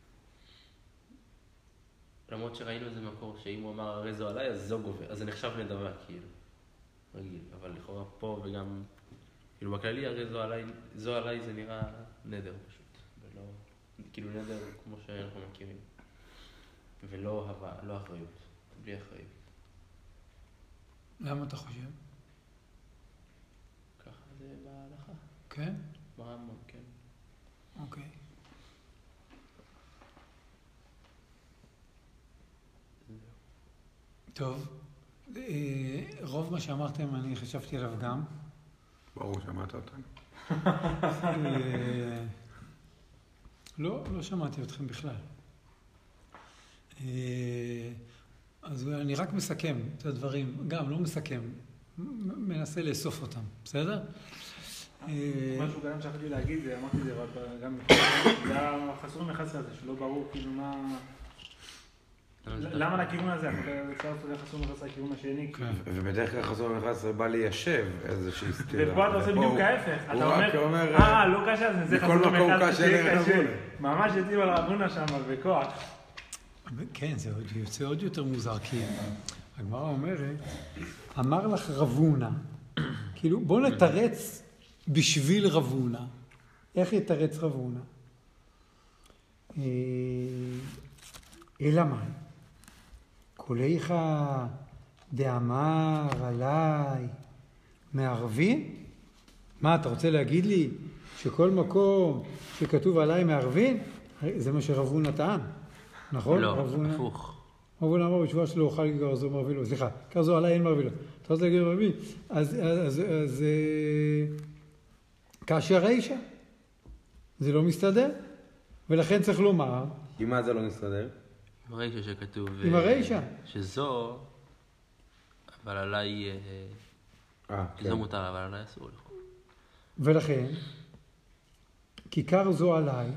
למרות שראינו איזה מקור שאם הוא אמר הרי זו עליי, אז זו גובר, אז זה נחשב נדבה כאילו. רגיל, אבל לכאורה פה וגם, כאילו בכללי הרי זו עליי זה נראה נדר פשוט, ולא, כאילו נדר כמו שאנחנו מכירים, ולא אחריות, בלי אחריות. למה אתה חושב? ככה זה בהלכה. כן? ברמב"ם, כן. אוקיי. טוב, רוב מה שאמרתם אני חשבתי עליו גם. ברור, שמעת אותנו. לא שמעתי אתכם בכלל. אז אני רק מסכם את הדברים, גם לא מסכם, מנסה לאסוף אותם, בסדר? משהו גם שכחתי להגיד, אמרתי זה גם זה היה חסור מחסר הזה, שלא ברור כאילו מה... למה לכיוון הזה? אפשר לעשות חסור מחסר לכיוון השני. ובדרך כלל חסור מחסר בא ליישב איזושהי סתירה. ופה אתה עושה בדיוק ההפך. אתה אומר, לא קשה, זה חסור מחסר שיהיה קשה. ממש יציב על רבונה שם, בכוח. כן, זה יוצא עוד יותר מוזר, כי הגמרא אומרת, אמר לך רבונה, כאילו בוא נתרץ בשביל רבונה. איך יתרץ רבונה? אלא מה? קוליך דאמר עליי מערבין? מה, אתה רוצה להגיד לי שכל מקום שכתוב עליי מערבין? זה מה שרבונה טען, נכון? לא, הפוך. רבונה אמר בשבועה שלא אוכל גרזו מרבילו. סליחה, גרזו עליי אין מרבילו. אתה רוצה להגיד מרבין? אז כאשר האישה. זה לא מסתדר, ולכן צריך לומר... עם מה זה לא מסתדר? עם הרישה שכתוב... עם הרישה. שזו, אבל עליי... זו מותר, אבל עליי אסור לכאורה. ולכן, כיכר זו עליי,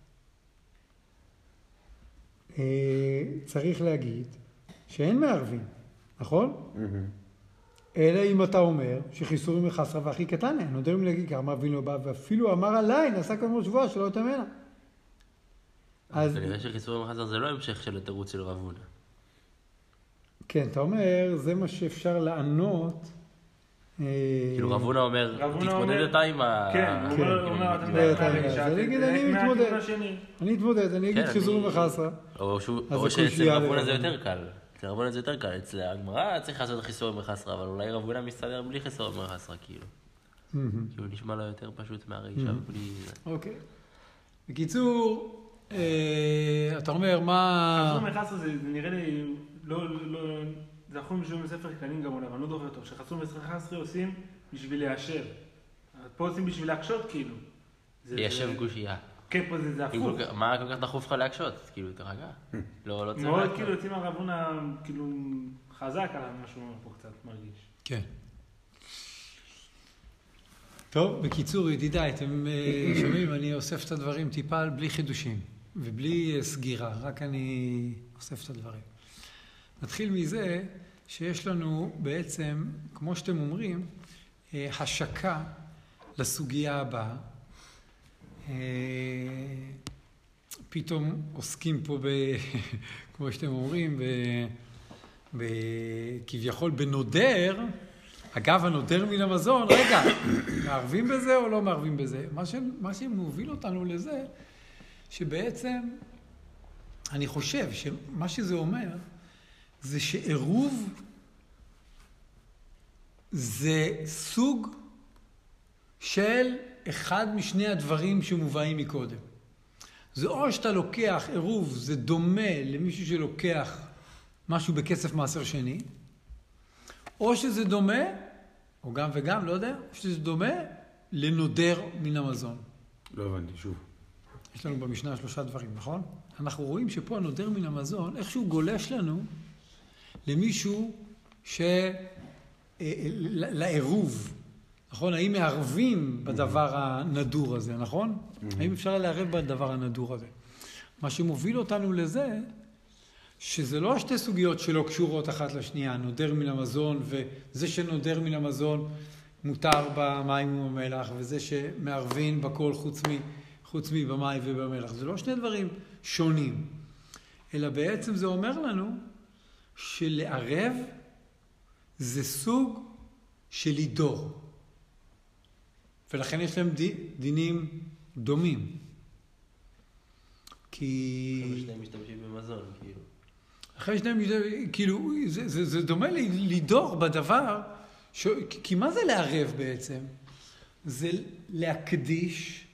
צריך להגיד שאין מערבים, נכון? אלא אם אתה אומר שחיסורים מחסרה והכי קטן אין, נודרים לכיכר, מערבים לא בא, ואפילו אמר עליי, נעשה כמו שבועה שלא יתאמנה. אז כנראה שחיסורים מחסרה זה לא המשך של התירוץ של רב הונא. כן, אתה אומר, זה מה שאפשר לענות. כאילו רב הונא אומר, תתמודד אתה עם ה... כן, הוא אומר, אתה מדבר, אני אתמודד, אני אגיד חיסורים מחסרה. או שאצל רב הונא זה יותר קל. אצל רב הונא זה יותר קל. אצל הגמרא צריך לעשות חיסורים מחסרה, אבל אולי רב הונא מסתדר בלי חיסורים מחסרה, כאילו. כאילו נשמע לו יותר פשוט מהרגישה בלי... אוקיי. בקיצור, אתה אומר, מה... חיסורים מחסרה זה נראה לי... זה יכול משום בספר קטנים גם עולה, אבל לא דובר טוב, שחסום ו-11 עושים בשביל לאשר. פה עושים בשביל להקשות, כאילו. ליישב גושייה. כן, פה זה הפוך. מה כל כך דחוף לך להקשות? כאילו, תרגע. לא צריך... מאוד כאילו יוצאים הרב הונא, כאילו, חזק על משהו פה קצת מרגיש. כן. טוב, בקיצור, ידידיי, אתם שומעים, אני אוסף את הדברים טיפה בלי חידושים ובלי סגירה, רק אני אוסף את הדברים. נתחיל מזה שיש לנו בעצם, כמו שאתם אומרים, השקה לסוגיה הבאה. פתאום עוסקים פה, כמו שאתם אומרים, כביכול בנודר. אגב, הנודר מן המזון, רגע, מערבים בזה או לא מערבים בזה? מה שמוביל אותנו לזה, שבעצם אני חושב שמה שזה אומר, זה שעירוב זה סוג של אחד משני הדברים שמובאים מקודם. זה או שאתה לוקח עירוב, זה דומה למישהו שלוקח משהו בכסף מעשר שני, או שזה דומה, או גם וגם, לא יודע, או שזה דומה לנודר מן המזון. לא הבנתי, שוב. יש לנו במשנה 3 דברים, נכון? אנחנו רואים שפה הנודר מן המזון, איכשהו גולש לנו למישהו לעירוב, נכון? האם מערבים בדבר הנדור הזה, נכון? האם אפשר לערב בדבר הנדור הזה? מה שמוביל אותנו לזה, שזה לא שתי סוגיות שלא קשורות אחת לשנייה, נודר מן המזון, וזה שנודר מן המזון מותר במים ובמלח, וזה שמערבים בכל חוץ מבמים ובמלח. זה לא שני דברים שונים, אלא בעצם זה אומר לנו שלערב זה סוג של לידור. ולכן יש להם דינים דומים. כי... שניהם משתמשים במזון, כאילו. אחרי שניהם, כאילו, זה דומה לידור בדבר, כי מה זה לערב בעצם? זה להקדיש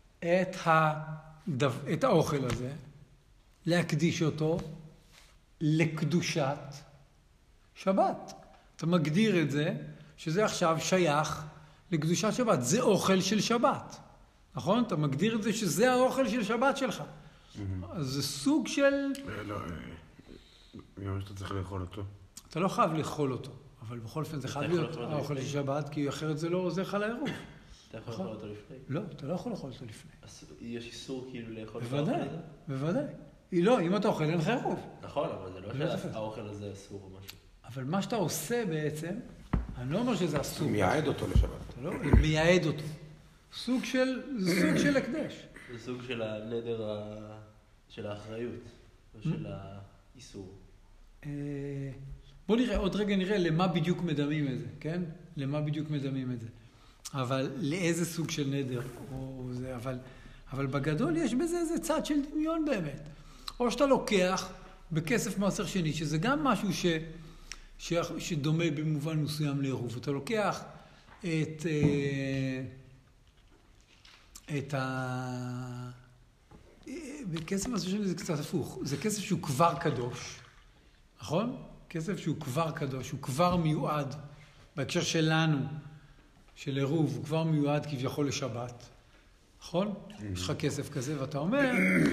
את האוכל הזה, להקדיש אותו לקדושת שבת. אתה מגדיר את זה, שזה עכשיו שייך לקדושת שבת. זה אוכל של שבת, נכון? אתה מגדיר את זה שזה האוכל של שבת שלך. אז זה סוג של... לא, מי אומר שאתה צריך לאכול אותו? אתה לא חייב לאכול אותו, אבל בכל אופן זה חייב להיות האוכל של שבת, כי אחרת זה לא עוזר לך לעירוב. אתה יכול לאכול אותו לפני? לא, אתה לא יכול לאכול אותו לפני. יש איסור כאילו לאכול את האוכל הזה? בוודאי. לא, אם אתה אוכל אין לך עירוב. נכון, אבל זה לא שהאוכל הזה אסור או משהו. אבל מה שאתה עושה בעצם, אני לא אומר שזה אסור. מייעד אותו לשבת. אתה לא מייעד אותו. סוג של הקדש. זה סוג של הנדר של האחריות, או של האיסור. בוא נראה, עוד רגע נראה למה בדיוק מדמים את זה, כן? למה בדיוק מדמים את זה. אבל לאיזה סוג של נדר, או זה, אבל בגדול יש בזה איזה צד של דמיון באמת. או שאתה לוקח בכסף מעשר שני, שזה גם משהו שדומה במובן מסוים לעירוב. אתה לוקח בכסף מעשר שני זה קצת הפוך. זה כסף שהוא כבר קדוש, נכון? כסף שהוא כבר קדוש, הוא כבר מיועד, בהקשר שלנו, של עירוב, הוא כבר מיועד כביכול לשבת, נכון? יש לך כסף כזה ואתה אומר,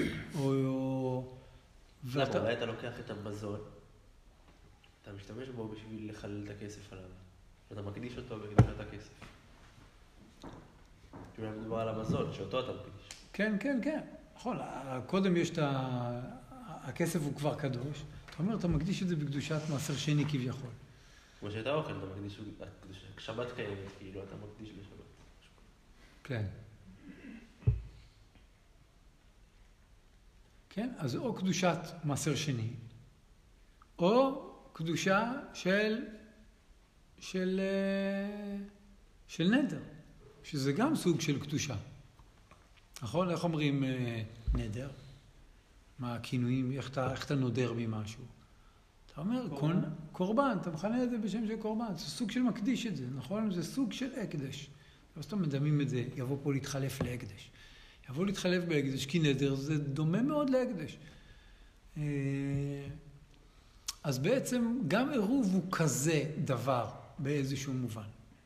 למה, אולי אתה לוקח את המזון, אתה משתמש בו בשביל לחלל את הכסף עליו, ואתה מקדיש אותו בקדושת הכסף. כאילו מדובר על המזון, שאותו אתה מקדיש. כן. נכון, קודם יש הכסף הוא כבר קדוש. אתה אומר, אתה מקדיש את זה בקדושת מעשר שני כביכול. כמו שאתה אוכל, אתה מקדיש, שבת קיימת, כאילו אתה מקדיש לשבת. כן. כן, אז או קדושת מעשר שני, או קדושה של נדר, שזה גם סוג של קדושה. נכון? איך אומרים נדר? מה הכינויים? איך אתה נודר ממשהו? אתה אומר, קורבן, אתה מכנה את זה בשם של קורבן. זה סוג של מקדיש את זה, נכון? זה סוג של הקדש. לא סתם מדמים את זה, יבוא פה להתחלף להקדש. יבוא להתחלף בהקדש, כי נדר זה דומה מאוד להקדש. אז בעצם גם עירוב הוא כזה דבר באיזשהו מובן.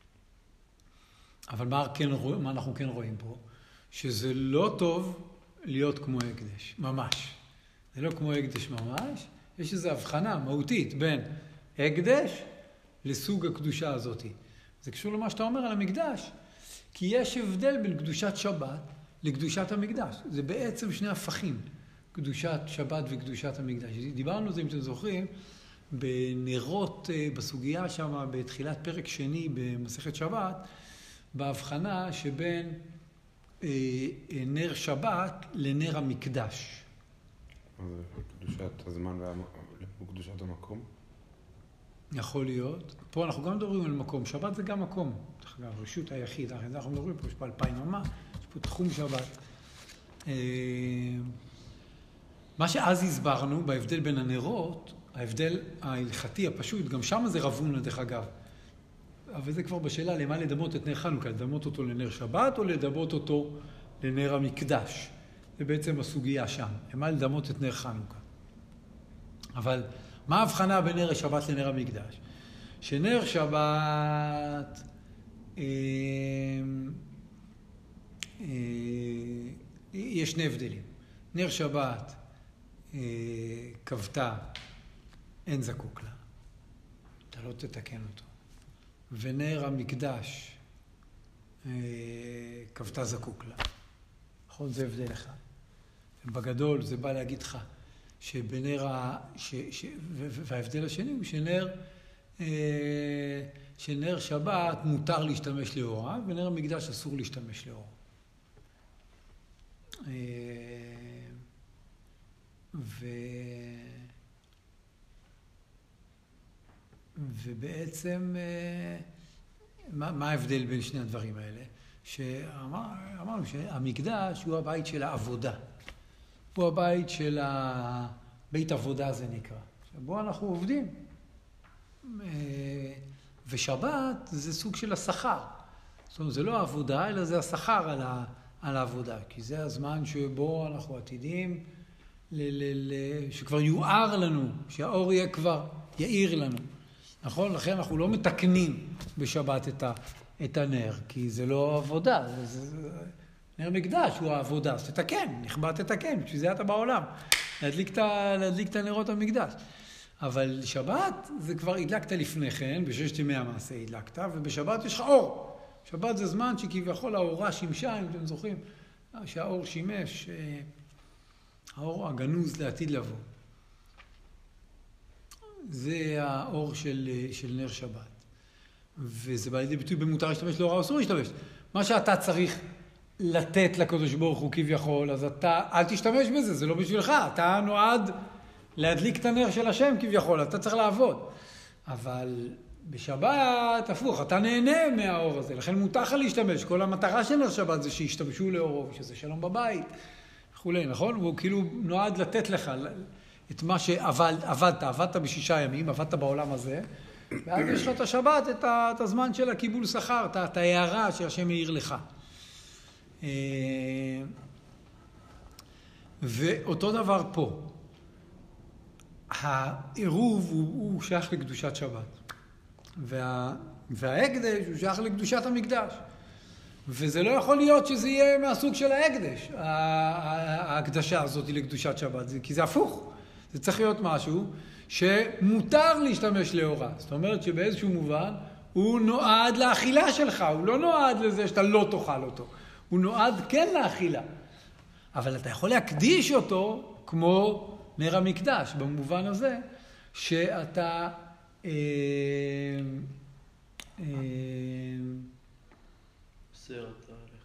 אבל מה אנחנו כן רואים פה? שזה לא טוב להיות כמו הקדש, ממש. זה לא כמו הקדש ממש, יש איזו הבחנה מהותית בין הקדש לסוג הקדושה הזאת. זה קשור למה שאתה אומר על המקדש, כי יש הבדל בין קדושת שבת לקדושת המקדש. זה בעצם שני הפכים, קדושת שבת וקדושת המקדש. דיברנו על זה, אם אתם זוכרים, בנרות, בסוגיה שם, בתחילת פרק שני במסכת שבת, בהבחנה שבין נר שבת לנר המקדש. אז קדושת הזמן וקדושת המקום? יכול להיות. פה אנחנו גם מדברים על מקום. שבת זה גם מקום. רשות היחיד. אנחנו מדברים פה, יש פה 2000 אמה, יש פה תחום שבת. מה שאז הסברנו, בהבדל בין הנרות, ההבדל ההלכתי הפשוט, גם שם זה רבון דרך אגב. אבל זה כבר בשאלה למה לדמות את נר חנוכה, לדמות אותו לנר שבת או לדמות אותו לנר המקדש. זה בעצם הסוגיה שם, למה לדמות את נר חנוכה. אבל מה ההבחנה בין נר השבת לנר המקדש? שנר שבת יש שני הבדלים. נר שבת כבתה, אין זקוק לה. אתה לא תתקן אותו. ונר המקדש כבתה זקוק לה. נכון, זה הבדל אחד. בגדול זה בא להגיד לך שבנר וההבדל השני הוא שנר שבת מותר להשתמש לאורה, ונר המקדש אסור להשתמש לאורה. ובעצם, מה ההבדל בין שני הדברים האלה? שאמרנו שהמקדש הוא הבית של העבודה. הוא הבית של בית עבודה זה נקרא. שבו אנחנו עובדים. ושבת זה סוג של השכר. זאת אומרת, זה לא העבודה, אלא זה השכר על העבודה. כי זה הזמן שבו אנחנו עתידים שכבר יואר לנו, שהאור יהיה כבר יאיר לנו. נכון? לכן אנחנו לא מתקנים בשבת את הנר, כי זה לא עבודה. נר מקדש הוא העבודה. אז תתקן, נכבד תתקן, בשביל זה אתה בעולם. להדליק את הנרות המקדש. אבל שבת זה כבר הדלקת לפני כן, בששת ימי המעשה הדלקת, ובשבת יש לך אור. שבת זה זמן שכביכול האורה שימשה, אם אתם זוכרים, שהאור שימש, האור הגנוז לעתיד לבוא. זה האור של נר שבת. וזה בא לידי ביטוי במותר להשתמש לאורה, אסור להשתמש. מה שאתה צריך לתת לקדוש ברוך הוא כביכול, אז אתה אל תשתמש בזה, זה לא בשבילך. אתה נועד להדליק את הנר של השם כביכול, אתה צריך לעבוד. אבל בשבת, הפוך, אתה נהנה מהאור הזה, לכן מותר לך להשתמש. כל המטרה של נר שבת זה שישתמשו לאורו, שזה שלום בבית, וכולי, נכון? והוא כאילו נועד לתת לך את מה שעבדת בשישה ימים, עבדת בעולם הזה, ואז יש לך את השבת, את הזמן של הקיבול שכר, את ההערה שהשם העיר לך. ואותו דבר פה. העירוב הוא שייך לקדושת שבת. וההקדש הוא שייך לקדושת המקדש. וזה לא יכול להיות שזה יהיה מהסוג של ההקדש, ההקדשה הזאת לקדושת שבת, כי זה הפוך. זה צריך להיות משהו שמותר להשתמש לאורה. זאת אומרת שבאיזשהו מובן הוא נועד לאכילה שלך, הוא לא נועד לזה שאתה לא תאכל אותו. הוא נועד כן לאכילה. אבל אתה יכול להקדיש אותו כמו נר המקדש, במובן הזה שאתה סרט עליך.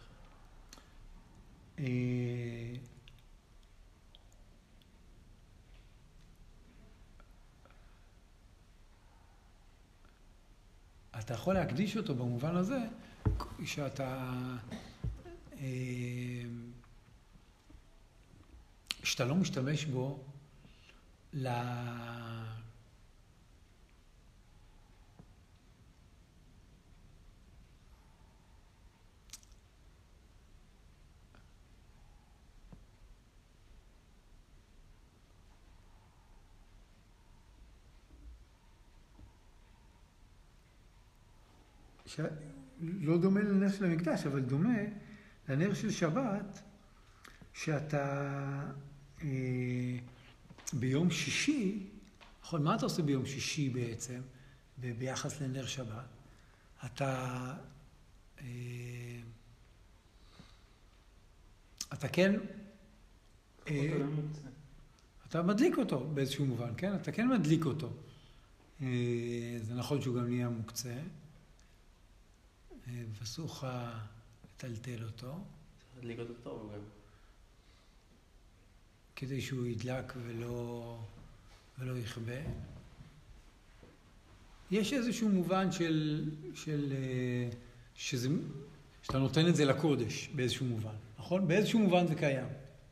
אתה יכול להקדיש אותו במובן הזה שאתה שאתה לא משתמש בו לא דומה לנר של המקדש, אבל דומה לנר של שבת, שאתה ביום שישי, נכון, מה אתה עושה ביום שישי בעצם, ביחס לנר שבת? אתה כן, אתה מדליק אותו באיזשהו מובן, כן? אתה כן מדליק אותו. זה נכון שהוא גם נהיה מוקצה. ואסור לך לטלטל אותו. צריך להדליק אותו טוב גם. כדי שהוא ידלק ולא יכבה. יש איזשהו מובן שאתה נותן את זה לקודש באיזשהו מובן, נכון? באיזשהו מובן זה קיים.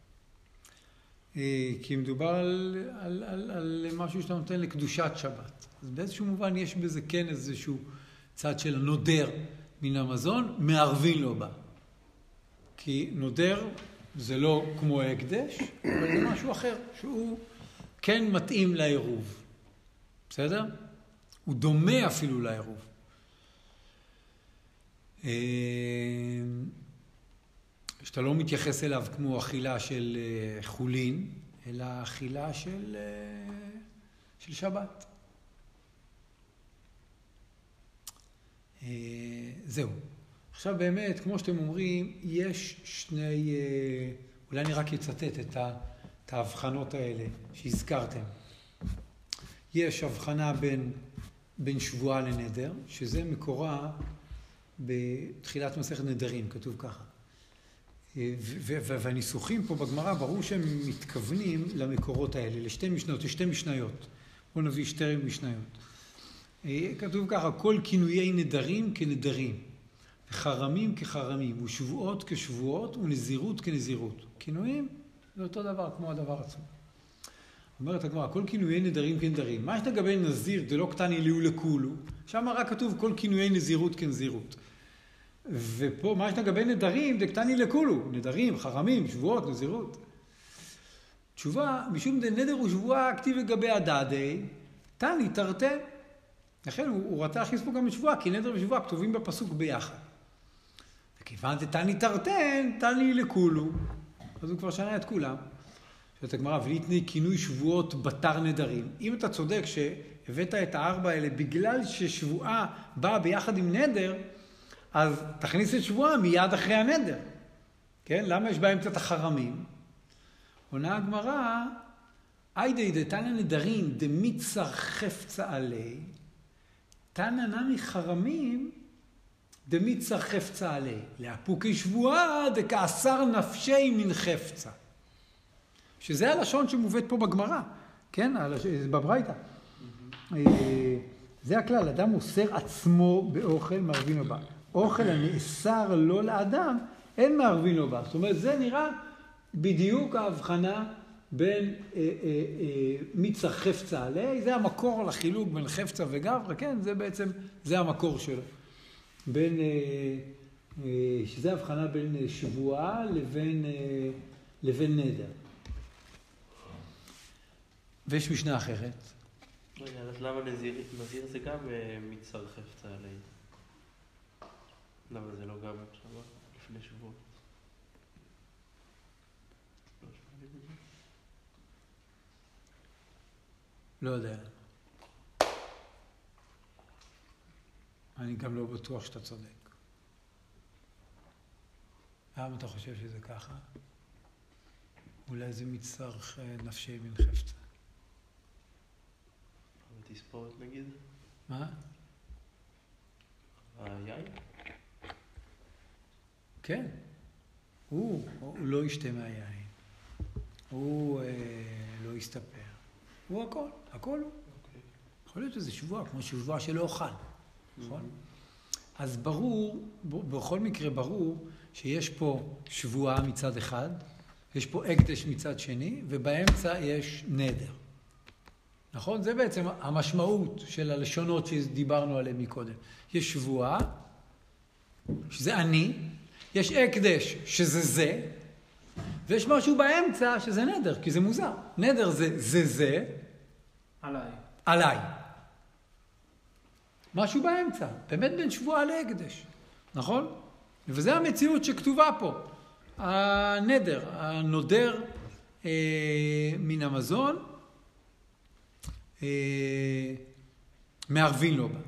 כי מדובר על משהו שאתה נותן לקדושת שבת. אז באיזשהו מובן יש בזה כן איזשהו צד של הנודר מן המזון, מערבין לו בה. כי נודר זה לא כמו הקדש, אבל זה משהו אחר, שהוא כן מתאים לעירוב. בסדר? הוא דומה אפילו לעירוב. שאתה לא מתייחס אליו כמו אכילה של חולין, אלא אכילה של שבת. זהו. עכשיו באמת, כמו שאתם אומרים, יש שני, אולי אני רק אצטט את ההבחנות האלה שהזכרתם. יש הבחנה בין שבועה לנדר, שזה מקורה בתחילת מסכת נדרים, כתוב ככה. והניסוחים פה בגמרא, ברור שהם מתכוונים למקורות האלה, לשתי משניות, לשתי משניות. בואו נביא שתי משניות. כתוב ככה, כל כינויי נדרים כנדרים, וחרמים כחרמים, ושבועות כשבועות, ונזירות כנזירות. כינויים זה אותו דבר, כמו הדבר עצמו. אומרת הגמרא, כל כינויי נדרים כנדרים. מה יש לגבי נזיר, זה לא קטני ליהו לכולו, שם רק כתוב כל כינויי נזירות כנזירות. ופה, מה יש לגבי נדרים, זה קטני לכולו, נדרים, חרמים, שבועות, נזירות. תשובה, משום דנדר ושבועה כתיב לגבי הדדי, תני תרתי. לכן הוא רצה להכניס פה גם את שבועה, כי נדר ושבועה כתובים בפסוק ביחד. וכיוון תני תרתן, תני לכולו. אז הוא כבר שנה את כולם. שאת הגמרא, וליתני כינוי שבועות בתר נדרים. אם אתה צודק שהבאת את הארבע האלה בגלל ששבועה באה ביחד עם נדר, אז תכניס את שבועה מיד אחרי הנדר. כן? למה יש באמצע את החרמים? עונה הגמרא, איידי דתנא נדרים דמיצר חפצה עלי, תנא נמי חרמים דמיצר חפצה עלי, לאפוקי שבועה דכעשר נפשי מן חפצה. שזה הלשון שמובאת פה בגמרא, כן? בברייתא. זה הכלל, אדם מוסר עצמו באוכל מערבין לו בה. אוכל הנאסר לא לאדם, אין מערבין לו בה. זאת אומרת, זה נראה בדיוק ההבחנה בין מיצר חפצה עלי, זה המקור לחילוק בין חפצה וגברא, כן? זה בעצם, זה המקור שלו. בין, שזה ההבחנה בין שבועה לבין נדר. ויש משנה אחרת. אז למה נזיר זה גם מיצר חפצה עלי? למה זה לא גם עכשיו, לפני שבועות? לא יודע. אני גם לא בטוח שאתה צודק. למה אתה חושב שזה ככה? אולי זה מצטרך נפשי מן חפצה. תספורת נגיד? מה? היין? כן. הוא לא ישתה מהיין. הוא לא יסתפר. הוא הכל הוא. יכול להיות שזה שבוע, כמו שבוע שלא אוכל. נכון? אז ברור, בכל מקרה ברור, שיש פה שבועה מצד אחד, יש פה הקדש מצד שני, ובאמצע יש נדר. נכון? זה בעצם המשמעות של הלשונות שדיברנו עליהן מקודם. יש שבועה, שזה אני, יש הקדש, שזה זה, ויש משהו באמצע שזה נדר, כי זה מוזר. נדר זה. עליי. משהו באמצע, באמת בין שבועה להקדש. נכון? וזה המציאות שכתובה פה. הנדר, הנודר מן המזון, מערבין לו בה.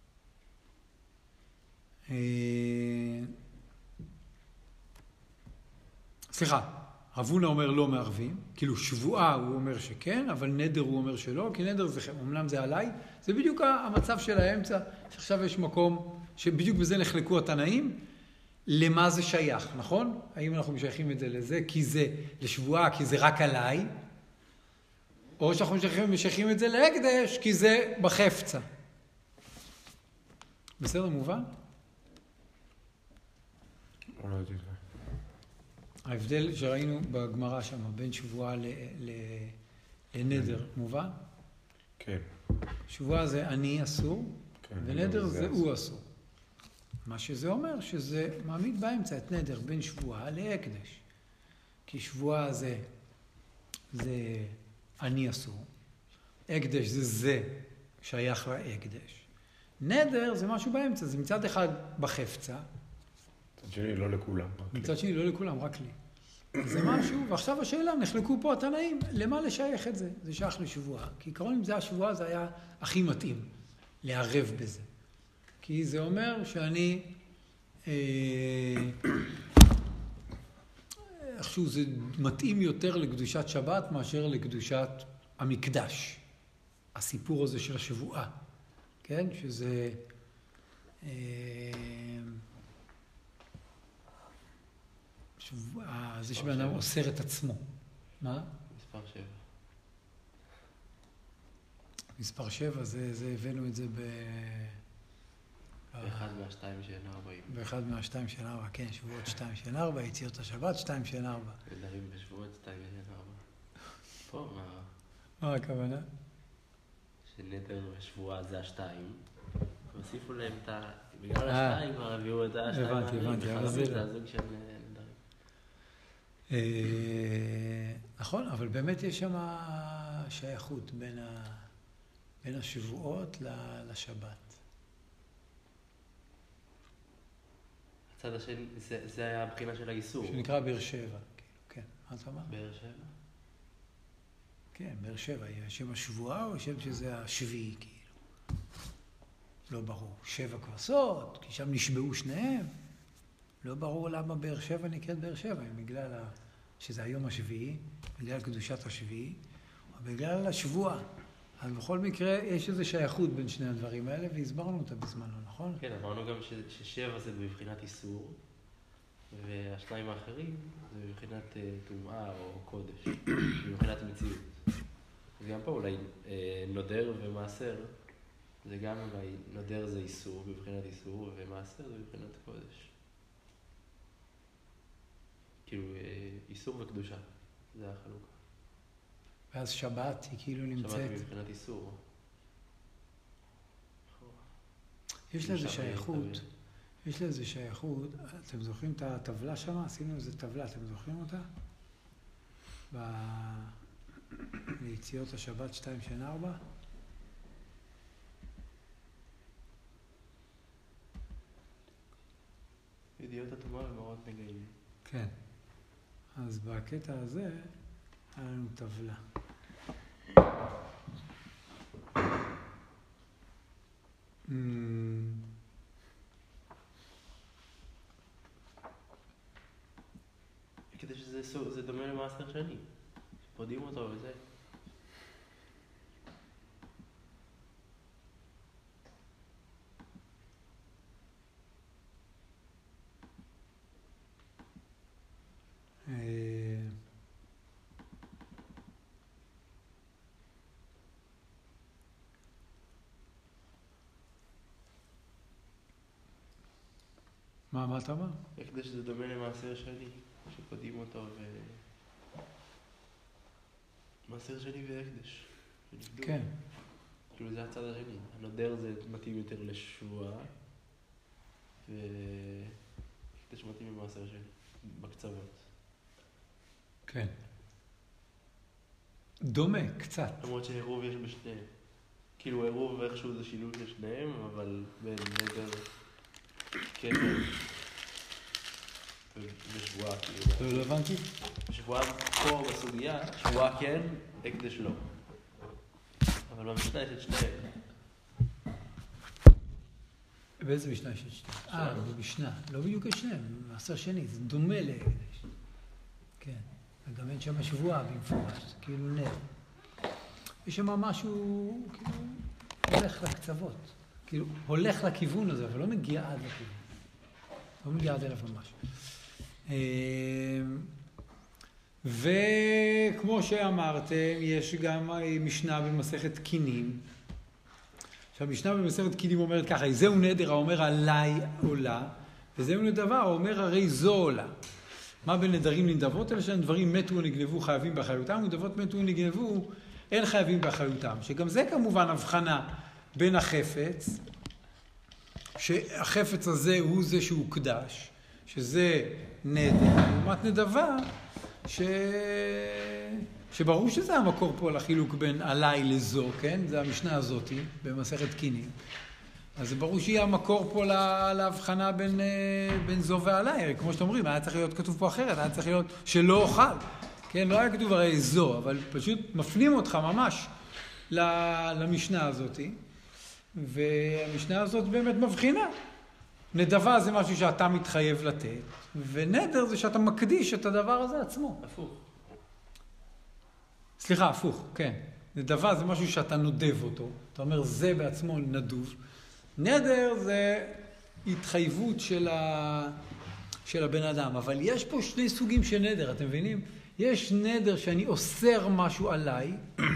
סליחה, רבונה אומר לא מערבים, כאילו שבועה הוא אומר שכן, אבל נדר הוא אומר שלא, כי נדר זה, אמנם זה עליי, זה בדיוק המצב של האמצע, שעכשיו יש מקום שבדיוק בזה נחלקו התנאים, למה זה שייך, נכון? האם אנחנו משייכים את זה לזה, כי זה לשבועה, כי זה רק עליי, או שאנחנו משייכים את זה להקדש, כי זה בחפצה. בסדר, מובן? לא יודעת. ההבדל שראינו בגמרא שם, בין שבועה לנדר, מובן? כן. שבועה זה אני אסור, ונדר זה הוא אסור. מה שזה אומר, שזה מעמיד באמצע את נדר בין שבועה להקדש. כי שבועה זה אני אסור, הקדש זה שייך להקדש. נדר זה משהו באמצע, זה מצד אחד בחפצה. מצד שני לא לכולם. מצד שני לא לכולם, רק לי. זה משהו, ועכשיו השאלה, נחלקו פה התנאים, למה לשייך את זה? זה שייך לשבועה. כי עיקרון אם זה השבועה, זה היה הכי מתאים לערב בזה. כי זה אומר שאני, איכשהו זה מתאים יותר לקדושת שבת מאשר לקדושת המקדש. הסיפור הזה של השבועה, כן? שזה זה שבן אדם אוסר את עצמו. מה? מספר 7. מספר 7, זה הבאנו את זה באחד מהשתיים שאין 40. באחד מהשתיים שאין 4, כן, שבועות 2 שאין 4, יציאות השבת 2 שאין 4. ודרים בשבועות 2 שאין 4. פה, מה הכוונה? שנדר ושבועה זה השתיים. הוסיפו להם את ה... בגלל השתיים כבר הביאו את השתיים. הבנתי, אבל זה זה הזוג של נדרים. נכון, אבל באמת יש שם שייכות בין השבועות לשבת. הצד השני, זה היה הבחינה של האיסור. שנקרא באר שבע, כן. מה אתה אומר? באר שבע? כן, באר שבע. שם השבועה או שם שזה השביעי, כאילו? לא ברור. 7 כבשות, כי שם נשבעו שניהם. לא ברור למה באר שבע נקראת באר שבע, בגלל שזה היום השביעי, בגלל קדושת השביעי, או בגלל השבועה. אז בכל מקרה, יש איזו שייכות בין שני הדברים האלה, והסברנו אותה בזמנו, נכון? כן, אמרנו גם ש7 זה בבחינת איסור, והשניים האחרים זה בבחינת טומאה או קודש, בבחינת מציאות. אז גם פה אולי נודר ומעשר, זה גם אולי, נודר זה איסור, בבחינת איסור, ומעשר זה בבחינת קודש. כאילו, איסור וקדושה, זה החלוקה. ואז שבת היא כאילו נמצאת... שבת היא מבחינת איסור. יש לזה שייכות, אתם זוכרים את הטבלה שם? עשינו איזו טבלה, אתם זוכרים אותה? ביציאות השבת 2 שאין 4? ידיעות הטומאה ומאורות נגעים. כן. אז בקטע הזה היה לנו טבלה. כדי שזה זה דומה למעשר שני. פודים אותו וזה. מה אתה אומר? הקדש זה דומה למעשר שני, שפודים אותו מעשר שני והקדש. כן. כאילו זה הצד השני. הנודר זה מתאים יותר לשבועה, והקדש מתאים למעשר שני, בקצוות. כן. דומה, קצת. למרות שעירוב יש בשניהם. כאילו עירוב איכשהו זה שילוב של שניהם, אבל בין נדר כתר ושבועה כאילו. לא הבנתי? שבועה פה בסוגיה, שבועה כן, הקדש לא. אבל במשנה יש את שניהם. באיזה משנה יש את שניהם? במשנה. לא בדיוק את שניהם, מעשר שני, זה דומה להקדש. כן. וגם אין שם שבועה במפורש, זה כאילו נר. יש שם משהו, כאילו, הולך לקצוות. כאילו, הולך לכיוון הזה, אבל לא מגיע עד לכיוון. לא מגיע עד אליו ממש. וכמו שאמרתם, יש גם משנה במסכת קינים. עכשיו, משנה במסכת קינים אומרת ככה, זהו נדר האומר עליי עולה, וזהו נדבה האומר הרי זו עולה. מה בין נדרים לנדבות? אלה שהם דברים מתו ונגנבו חייבים באחריותם, ונדבות מתו ונגנבו אין חייבים באחריותם. שגם זה כמובן הבחנה בין החפץ, שהחפץ הזה הוא זה שהוא קדש, שזה נדר, לעומת נדבה, שברור שזה המקור פה לחילוק בין עליי לזו, כן? זה המשנה הזאת במסכת קינים. אז זה ברור שיהיה המקור פה להבחנה בין זו ועליי. כמו שאתם אומרים, היה צריך להיות כתוב פה אחרת, היה צריך להיות שלא אוכל. כן, לא היה כתוב הרי זו, אבל פשוט מפנים אותך ממש למשנה הזאת. והמשנה הזאת באמת מבחינה. נדבה זה משהו שאתה מתחייב לתת, ונדר זה שאתה מקדיש את הדבר הזה עצמו. הפוך. סליחה, הפוך, כן. נדבה זה משהו שאתה נודב אותו. אתה אומר, זה בעצמו נדוב. נדר זה התחייבות של הבן אדם. אבל יש פה שני סוגים של נדר, אתם מבינים? יש נדר שאני אוסר משהו עליי,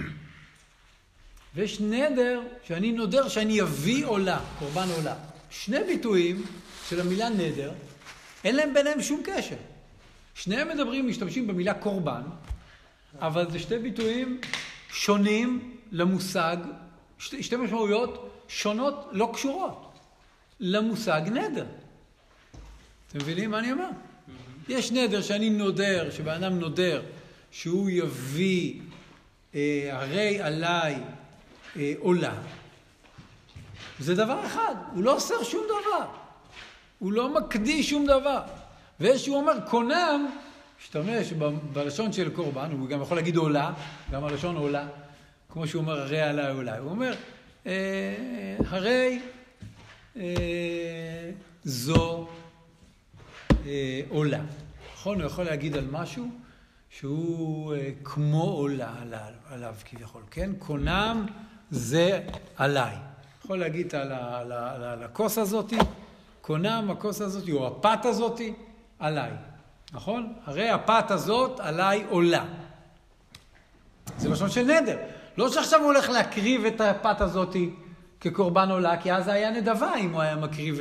ויש נדר שאני נודר שאני אביא עולה, קורבן עולה. שני ביטויים של המילה נדר, אין להם ביניהם שום קשר. שניהם משתמשים במילה קורבן, אבל זה שתי ביטויים שונים למושג, שתי משמעויות שונות, לא קשורות, למושג נדר. אתם מבינים מה אני אומר? יש נדר שאני נודר, שבאדם נודר, שהוא יביא הרי עליי עולה. זה דבר אחד, הוא לא עושה שום דבר. הוא לא מקדיש שום דבר. ויש שהוא אומר, קונם, משתמש בלשון של קורבן, הוא גם יכול להגיד עולה, גם הלשון עולה, כמו שהוא אומר, הרי עליי עולה. הוא אומר, הרי זו עולה. נכון? הוא יכול להגיד על משהו שהוא כמו עולה עליו כביכול, כן? קונם זה עליי. יכול להגיד על הכוס הזאת, קונם הכוס הזאת, או הפת הזאת, עליי. נכון? הרי הפת הזאת עליי עולה. זה לשון של נדר. לא שעכשיו הוא הולך להקריב את הפת הזאת כקורבן עולה, כי אז זה היה נדבה אם הוא היה מקריב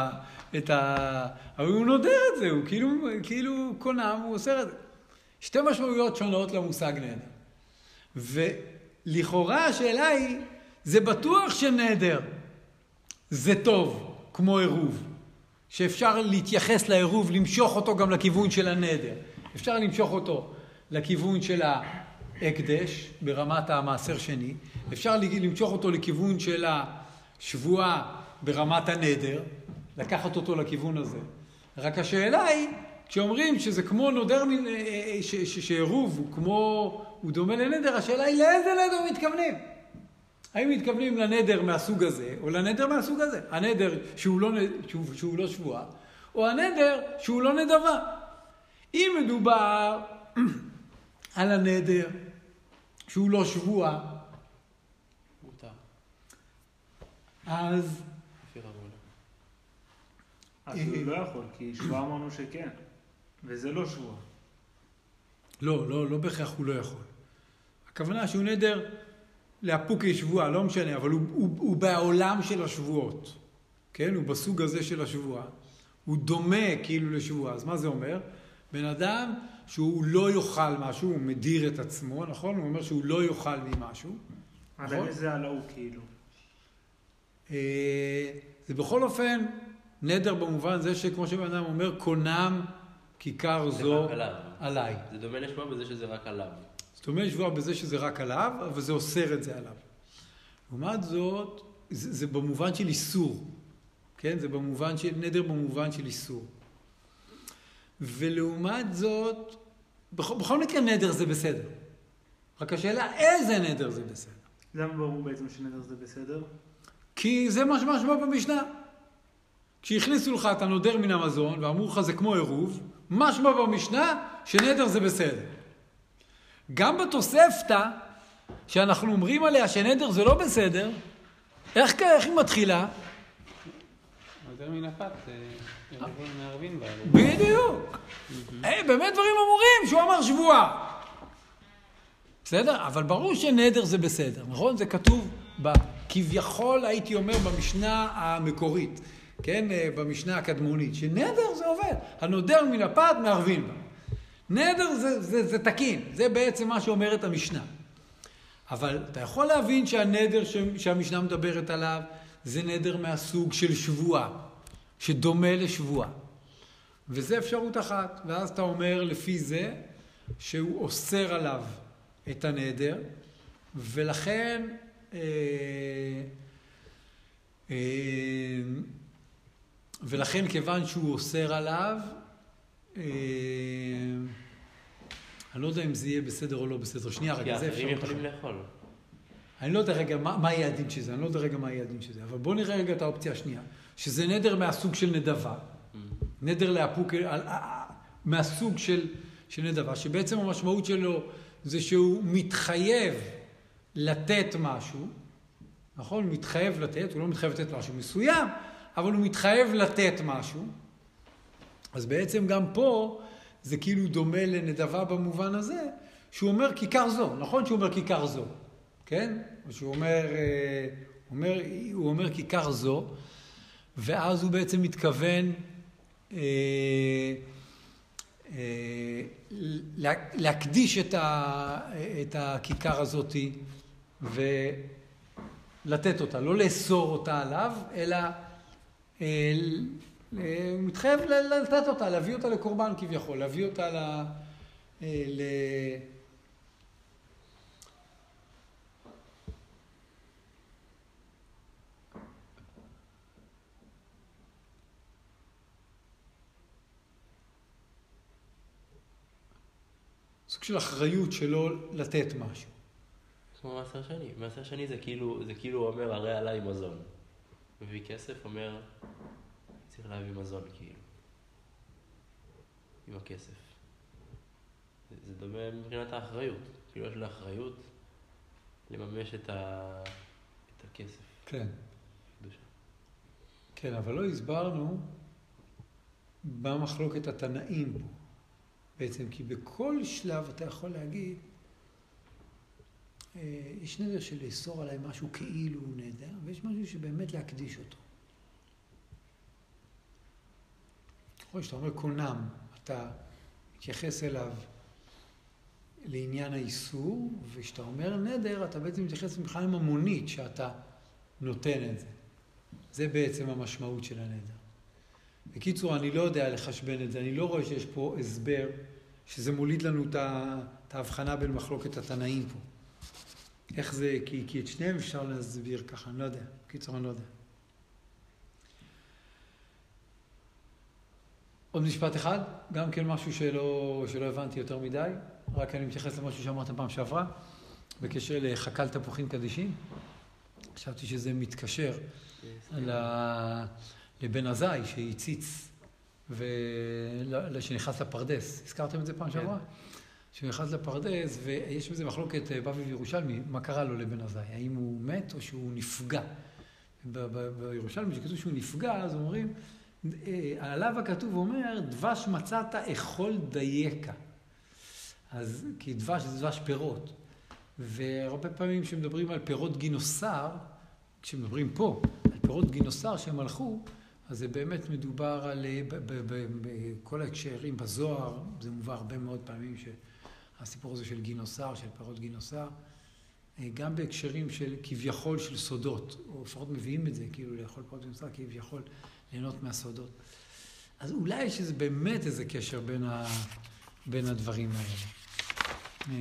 אבל הוא נודר את זה, הוא כאילו קונם, הוא עושה את זה. שתי משמעויות שונות למושג נדר. ולכאורה השאלה היא, זה בטוח שנדר זה טוב, כמו עירוב. שאפשר להתייחס לעירוב, למשוך אותו גם לכיוון של הנדר. אפשר למשוך אותו לכיוון של ההקדש, ברמת המעשר שני. אפשר למשוך אותו לכיוון של השבועה ברמת הנדר, לקחת אותו לכיוון הזה. רק השאלה היא, כשאומרים שזה כמו נודר, שעירוב הוא דומה לנדר, השאלה היא לאיזה נדר מתכוונים? האם מתכוונים לנדר מהסוג הזה, או לנדר מהסוג הזה? הנדר שהוא לא שבועה, או הנדר שהוא לא נדבה. אם מדובר על הנדר, שהוא לא שבוע, מותר. אז... אז הוא לא יכול, כי שבוע אמרנו שכן, וזה לא שבוע. לא בהכרח הוא לא יכול. הכוונה שהוא נדר לאפוקי שבוע, לא משנה, אבל הוא בעולם של השבועות. כן? הוא בסוג הזה של השבוע. הוא דומה כאילו לשבוע. אז מה זה אומר? בן אדם שהוא לא יאכל משהו, הוא מדיר את עצמו, נכון? הוא אומר שהוא לא יאכל ממשהו. נכון? זה על ההוא כאילו. זה בכל אופן נדר במובן זה שכמו שבן אדם אומר, קונם כיכר זו עליי. זה דומה לשבוע בזה שזה רק עליו. זאת אומרת שבוע בזה שזה רק עליו, אבל זה אוסר את זה עליו. לעומת זאת, זה במובן של איסור. כן? זה במובן של, נדר במובן של איסור. ולעומת זאת, בכל מקרה נדר זה בסדר. רק השאלה, איזה נדר זה בסדר? למה ברור בעצם שנדר זה בסדר? כי זה משמע במשנה. כשהכניסו לך את הנודר מן המזון, ואמרו לך זה כמו עירוב, משמע במשנה שנדר זה בסדר. גם בתוספתא, שאנחנו אומרים עליה שנדר זה לא בסדר, איך היא מתחילה? נודר מן הפת, מערבין בה. בדיוק. באמת דברים אמורים, שהוא אמר שבוע. בסדר? אבל ברור שנדר זה בסדר, נכון? זה כתוב כביכול, הייתי אומר, במשנה המקורית, כן? במשנה הקדמונית, שנדר זה עובד. הנודר מן הפת מערבין בה. נדר זה תקין, זה בעצם מה שאומרת המשנה. אבל אתה יכול להבין שהנדר שהמשנה מדברת עליו, זה נדר מהסוג של שבוע, שדומה לשבוע. וזה אפשרות אחת. ואז אתה אומר לפי זה, שהוא אוסר עליו את הנדר, ולכן כיוון שהוא אוסר עליו, אני לא יודע אם זה יהיה בסדר או לא בסדר. שנייה רגע, זה אפשר. כי יכולים לאכול. אני לא יודע רגע מה יהיה הדין של זה, אבל בואו נראה רגע את האופציה השנייה, שזה נדר מהסוג של נדבה, נדר לאפוק, מהסוג של נדבה, שבעצם המשמעות שלו זה שהוא מתחייב לתת משהו, נכון? הוא מתחייב לתת, הוא לא מתחייב לתת משהו מסוים, אבל הוא מתחייב לתת משהו. אז בעצם גם פה זה כאילו דומה לנדבה במובן הזה, שהוא אומר כיכר זו, נכון שהוא אומר כיכר זו, כן? שהוא אומר כיכר זו, ואז הוא בעצם מתכוון להקדיש את הכיכר הזאת ולתת אותה, לא לאסור אותה עליו, אלא הוא מתחייב לתת אותה, להביא אותה לקורבן כביכול, להביא אותה סוג של אחריות שלו לתת משהו. כמו מעשר שני. מעשר שני זה כאילו אומר, הרי עליי מזון. מביא כסף, אומר, צריך להביא מזון כאילו. עם הכסף. זה דומה מבחינת האחריות. כאילו יש לה אחריות לממש את הכסף. כן. כן, אבל לא הסברנו במחלוקת התנאים פה. בעצם, כי בכל שלב אתה יכול להגיד, יש נדר של לאסור עליי משהו כאילו הוא נדר, ויש משהו שבאמת להקדיש אותו. יכול שאתה אומר קונם, אתה מתייחס אליו לעניין האיסור, וכשאתה אומר נדר, אתה בעצם מתייחס מבחינה ממונית שאתה נותן את זה. זה בעצם המשמעות של הנדר. בקיצור, אני לא יודע לחשבן את זה, אני לא רואה שיש פה הסבר שזה מוליד לנו את ההבחנה בין מחלוקת התנאים פה. איך זה, כי את שניהם אפשר להסביר ככה, אני לא יודע. בקיצור, אני לא יודע. עוד משפט אחד, גם כן משהו שלא הבנתי יותר מדי, רק אני מתייחס למשהו שאמרתם פעם שעברה, בקשר לחקל תפוחים קדישים. חשבתי שזה מתקשר לבן עזאי שהציץ שנכנס לפרדס. הזכרתם את זה פעם שעברה? שהוא נכנס לפרדס, ויש בזה מחלוקת בבלי וירושלמי, מה קרה לו לבן עזאי, האם הוא מת או שהוא נפגע. בירושלמי, שכתוב שהוא נפגע, אז אומרים, עליו הכתוב אומר, דבש מצאת אכול דייקה. אז כי דבש זה דבש פירות. והרבה פעמים כשמדברים על פירות גינוסר, כשמדברים פה על פירות גינוסר שהם הלכו, אז זה באמת מדובר על, בכל ההקשרים בזוהר, זה מובא הרבה מאוד פעמים שהסיפור הזה של גינוסר, של פירות גינוסר, גם בהקשרים של כביכול של סודות, או לפחות מביאים את זה, כאילו לאכול פירות גינוסר, כביכול ליהנות מהסודות. אז אולי יש איזה באמת איזה קשר בין הדברים האלה.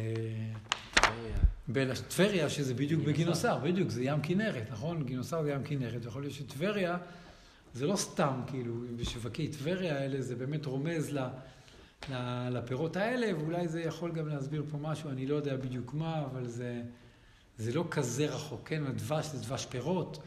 בין טבריה, שזה בדיוק בגינוסר, בדיוק, זה ים כנרת, נכון? גינוסר זה ים כנרת, ויכול להיות שטבריה זה לא סתם, כאילו, בשווקי טבריה האלה, זה באמת רומז לפירות האלה, ואולי זה יכול גם להסביר פה משהו, אני לא יודע בדיוק מה, אבל זה לא כזה רחוק, כן? הדבש זה דבש פירות,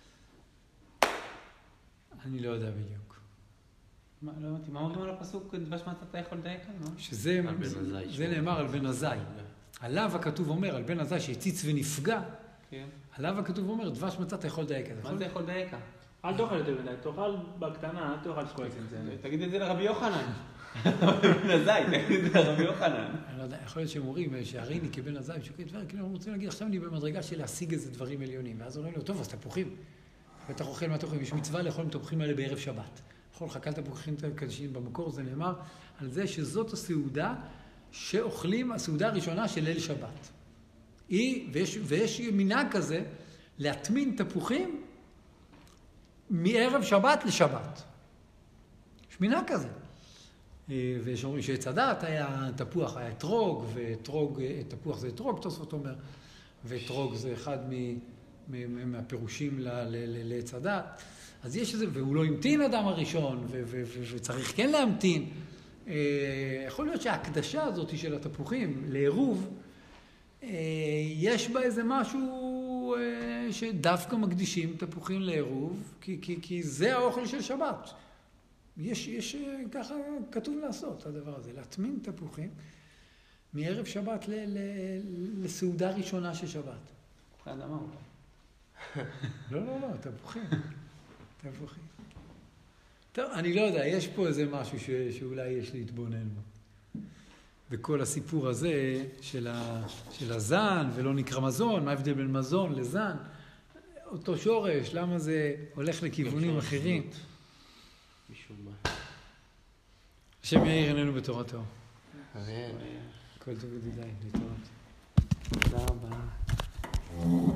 אני לא יודע בדיוק. לא הבנתי, מה אומרים על הפסוק דבש מצאת אכול דייקה? זה נאמר על בן עזאי. עליו הכתוב אומר, על בן עזאי שהציץ ונפגע, עליו הכתוב אומר, דבש מצאת אכול דייקה. מה זה אכול דייקה? אל תאכל יותר מדי, תאכל בקטנה, אל תאכל שכל צנצנת. תגיד את זה לרבי יוחנן. בן עזאי, תגיד את זה לרבי יוחנן. אני לא יודע, יכול להיות שהם אומרים שהריני כבן עזאי בשוקי טבריה, כאילו הם רוצים להגיד, עכשיו אני במדרגה של להשיג איזה דברים עליונים, ואז אומרים לו, טוב, אז תפוחים. ואתה אוכל מה תפוחים, יש מצווה לאכול תפוחים האלה בערב שבת. אוכל חכל תפוחים קדושים במקור, זה נאמר על זה שזאת הסעודה שאוכלים, הסעודה הראשונה של ליל שבת. ויש מנהג כזה להטמין תפוחים מערב שבת לשבת. יש מנהג כזה. ויש אומרים שעץ הדת היה תפוח, היה אתרוג, תפוח זה אתרוג, תוספות אומר, ואתרוג זה אחד מהפירושים לעץ הדת. אז יש איזה, והוא לא המתין אדם הראשון, וצריך כן להמתין. יכול להיות שההקדשה הזאת של התפוחים לעירוב, יש בה איזה משהו שדווקא מקדישים תפוחים לעירוב, כי זה האוכל של שבת. יש ככה כתוב לעשות הדבר הזה, להטמין תפוחים מערב שבת לסעודה ראשונה של שבת. האדמה אולי. לא, תפוחים. תפוחים. טוב, אני לא יודע, יש פה איזה משהו שאולי יש להתבונן בו. וכל הסיפור הזה של הזן, ולא נקרא מזון, מה ההבדל בין מזון לזן, אותו שורש, למה זה הולך לכיוונים אחרים. משום מה. השם יאיר עינינו בתורתו. אמן. כל טוב ידידיי, להתראות. תודה רבה.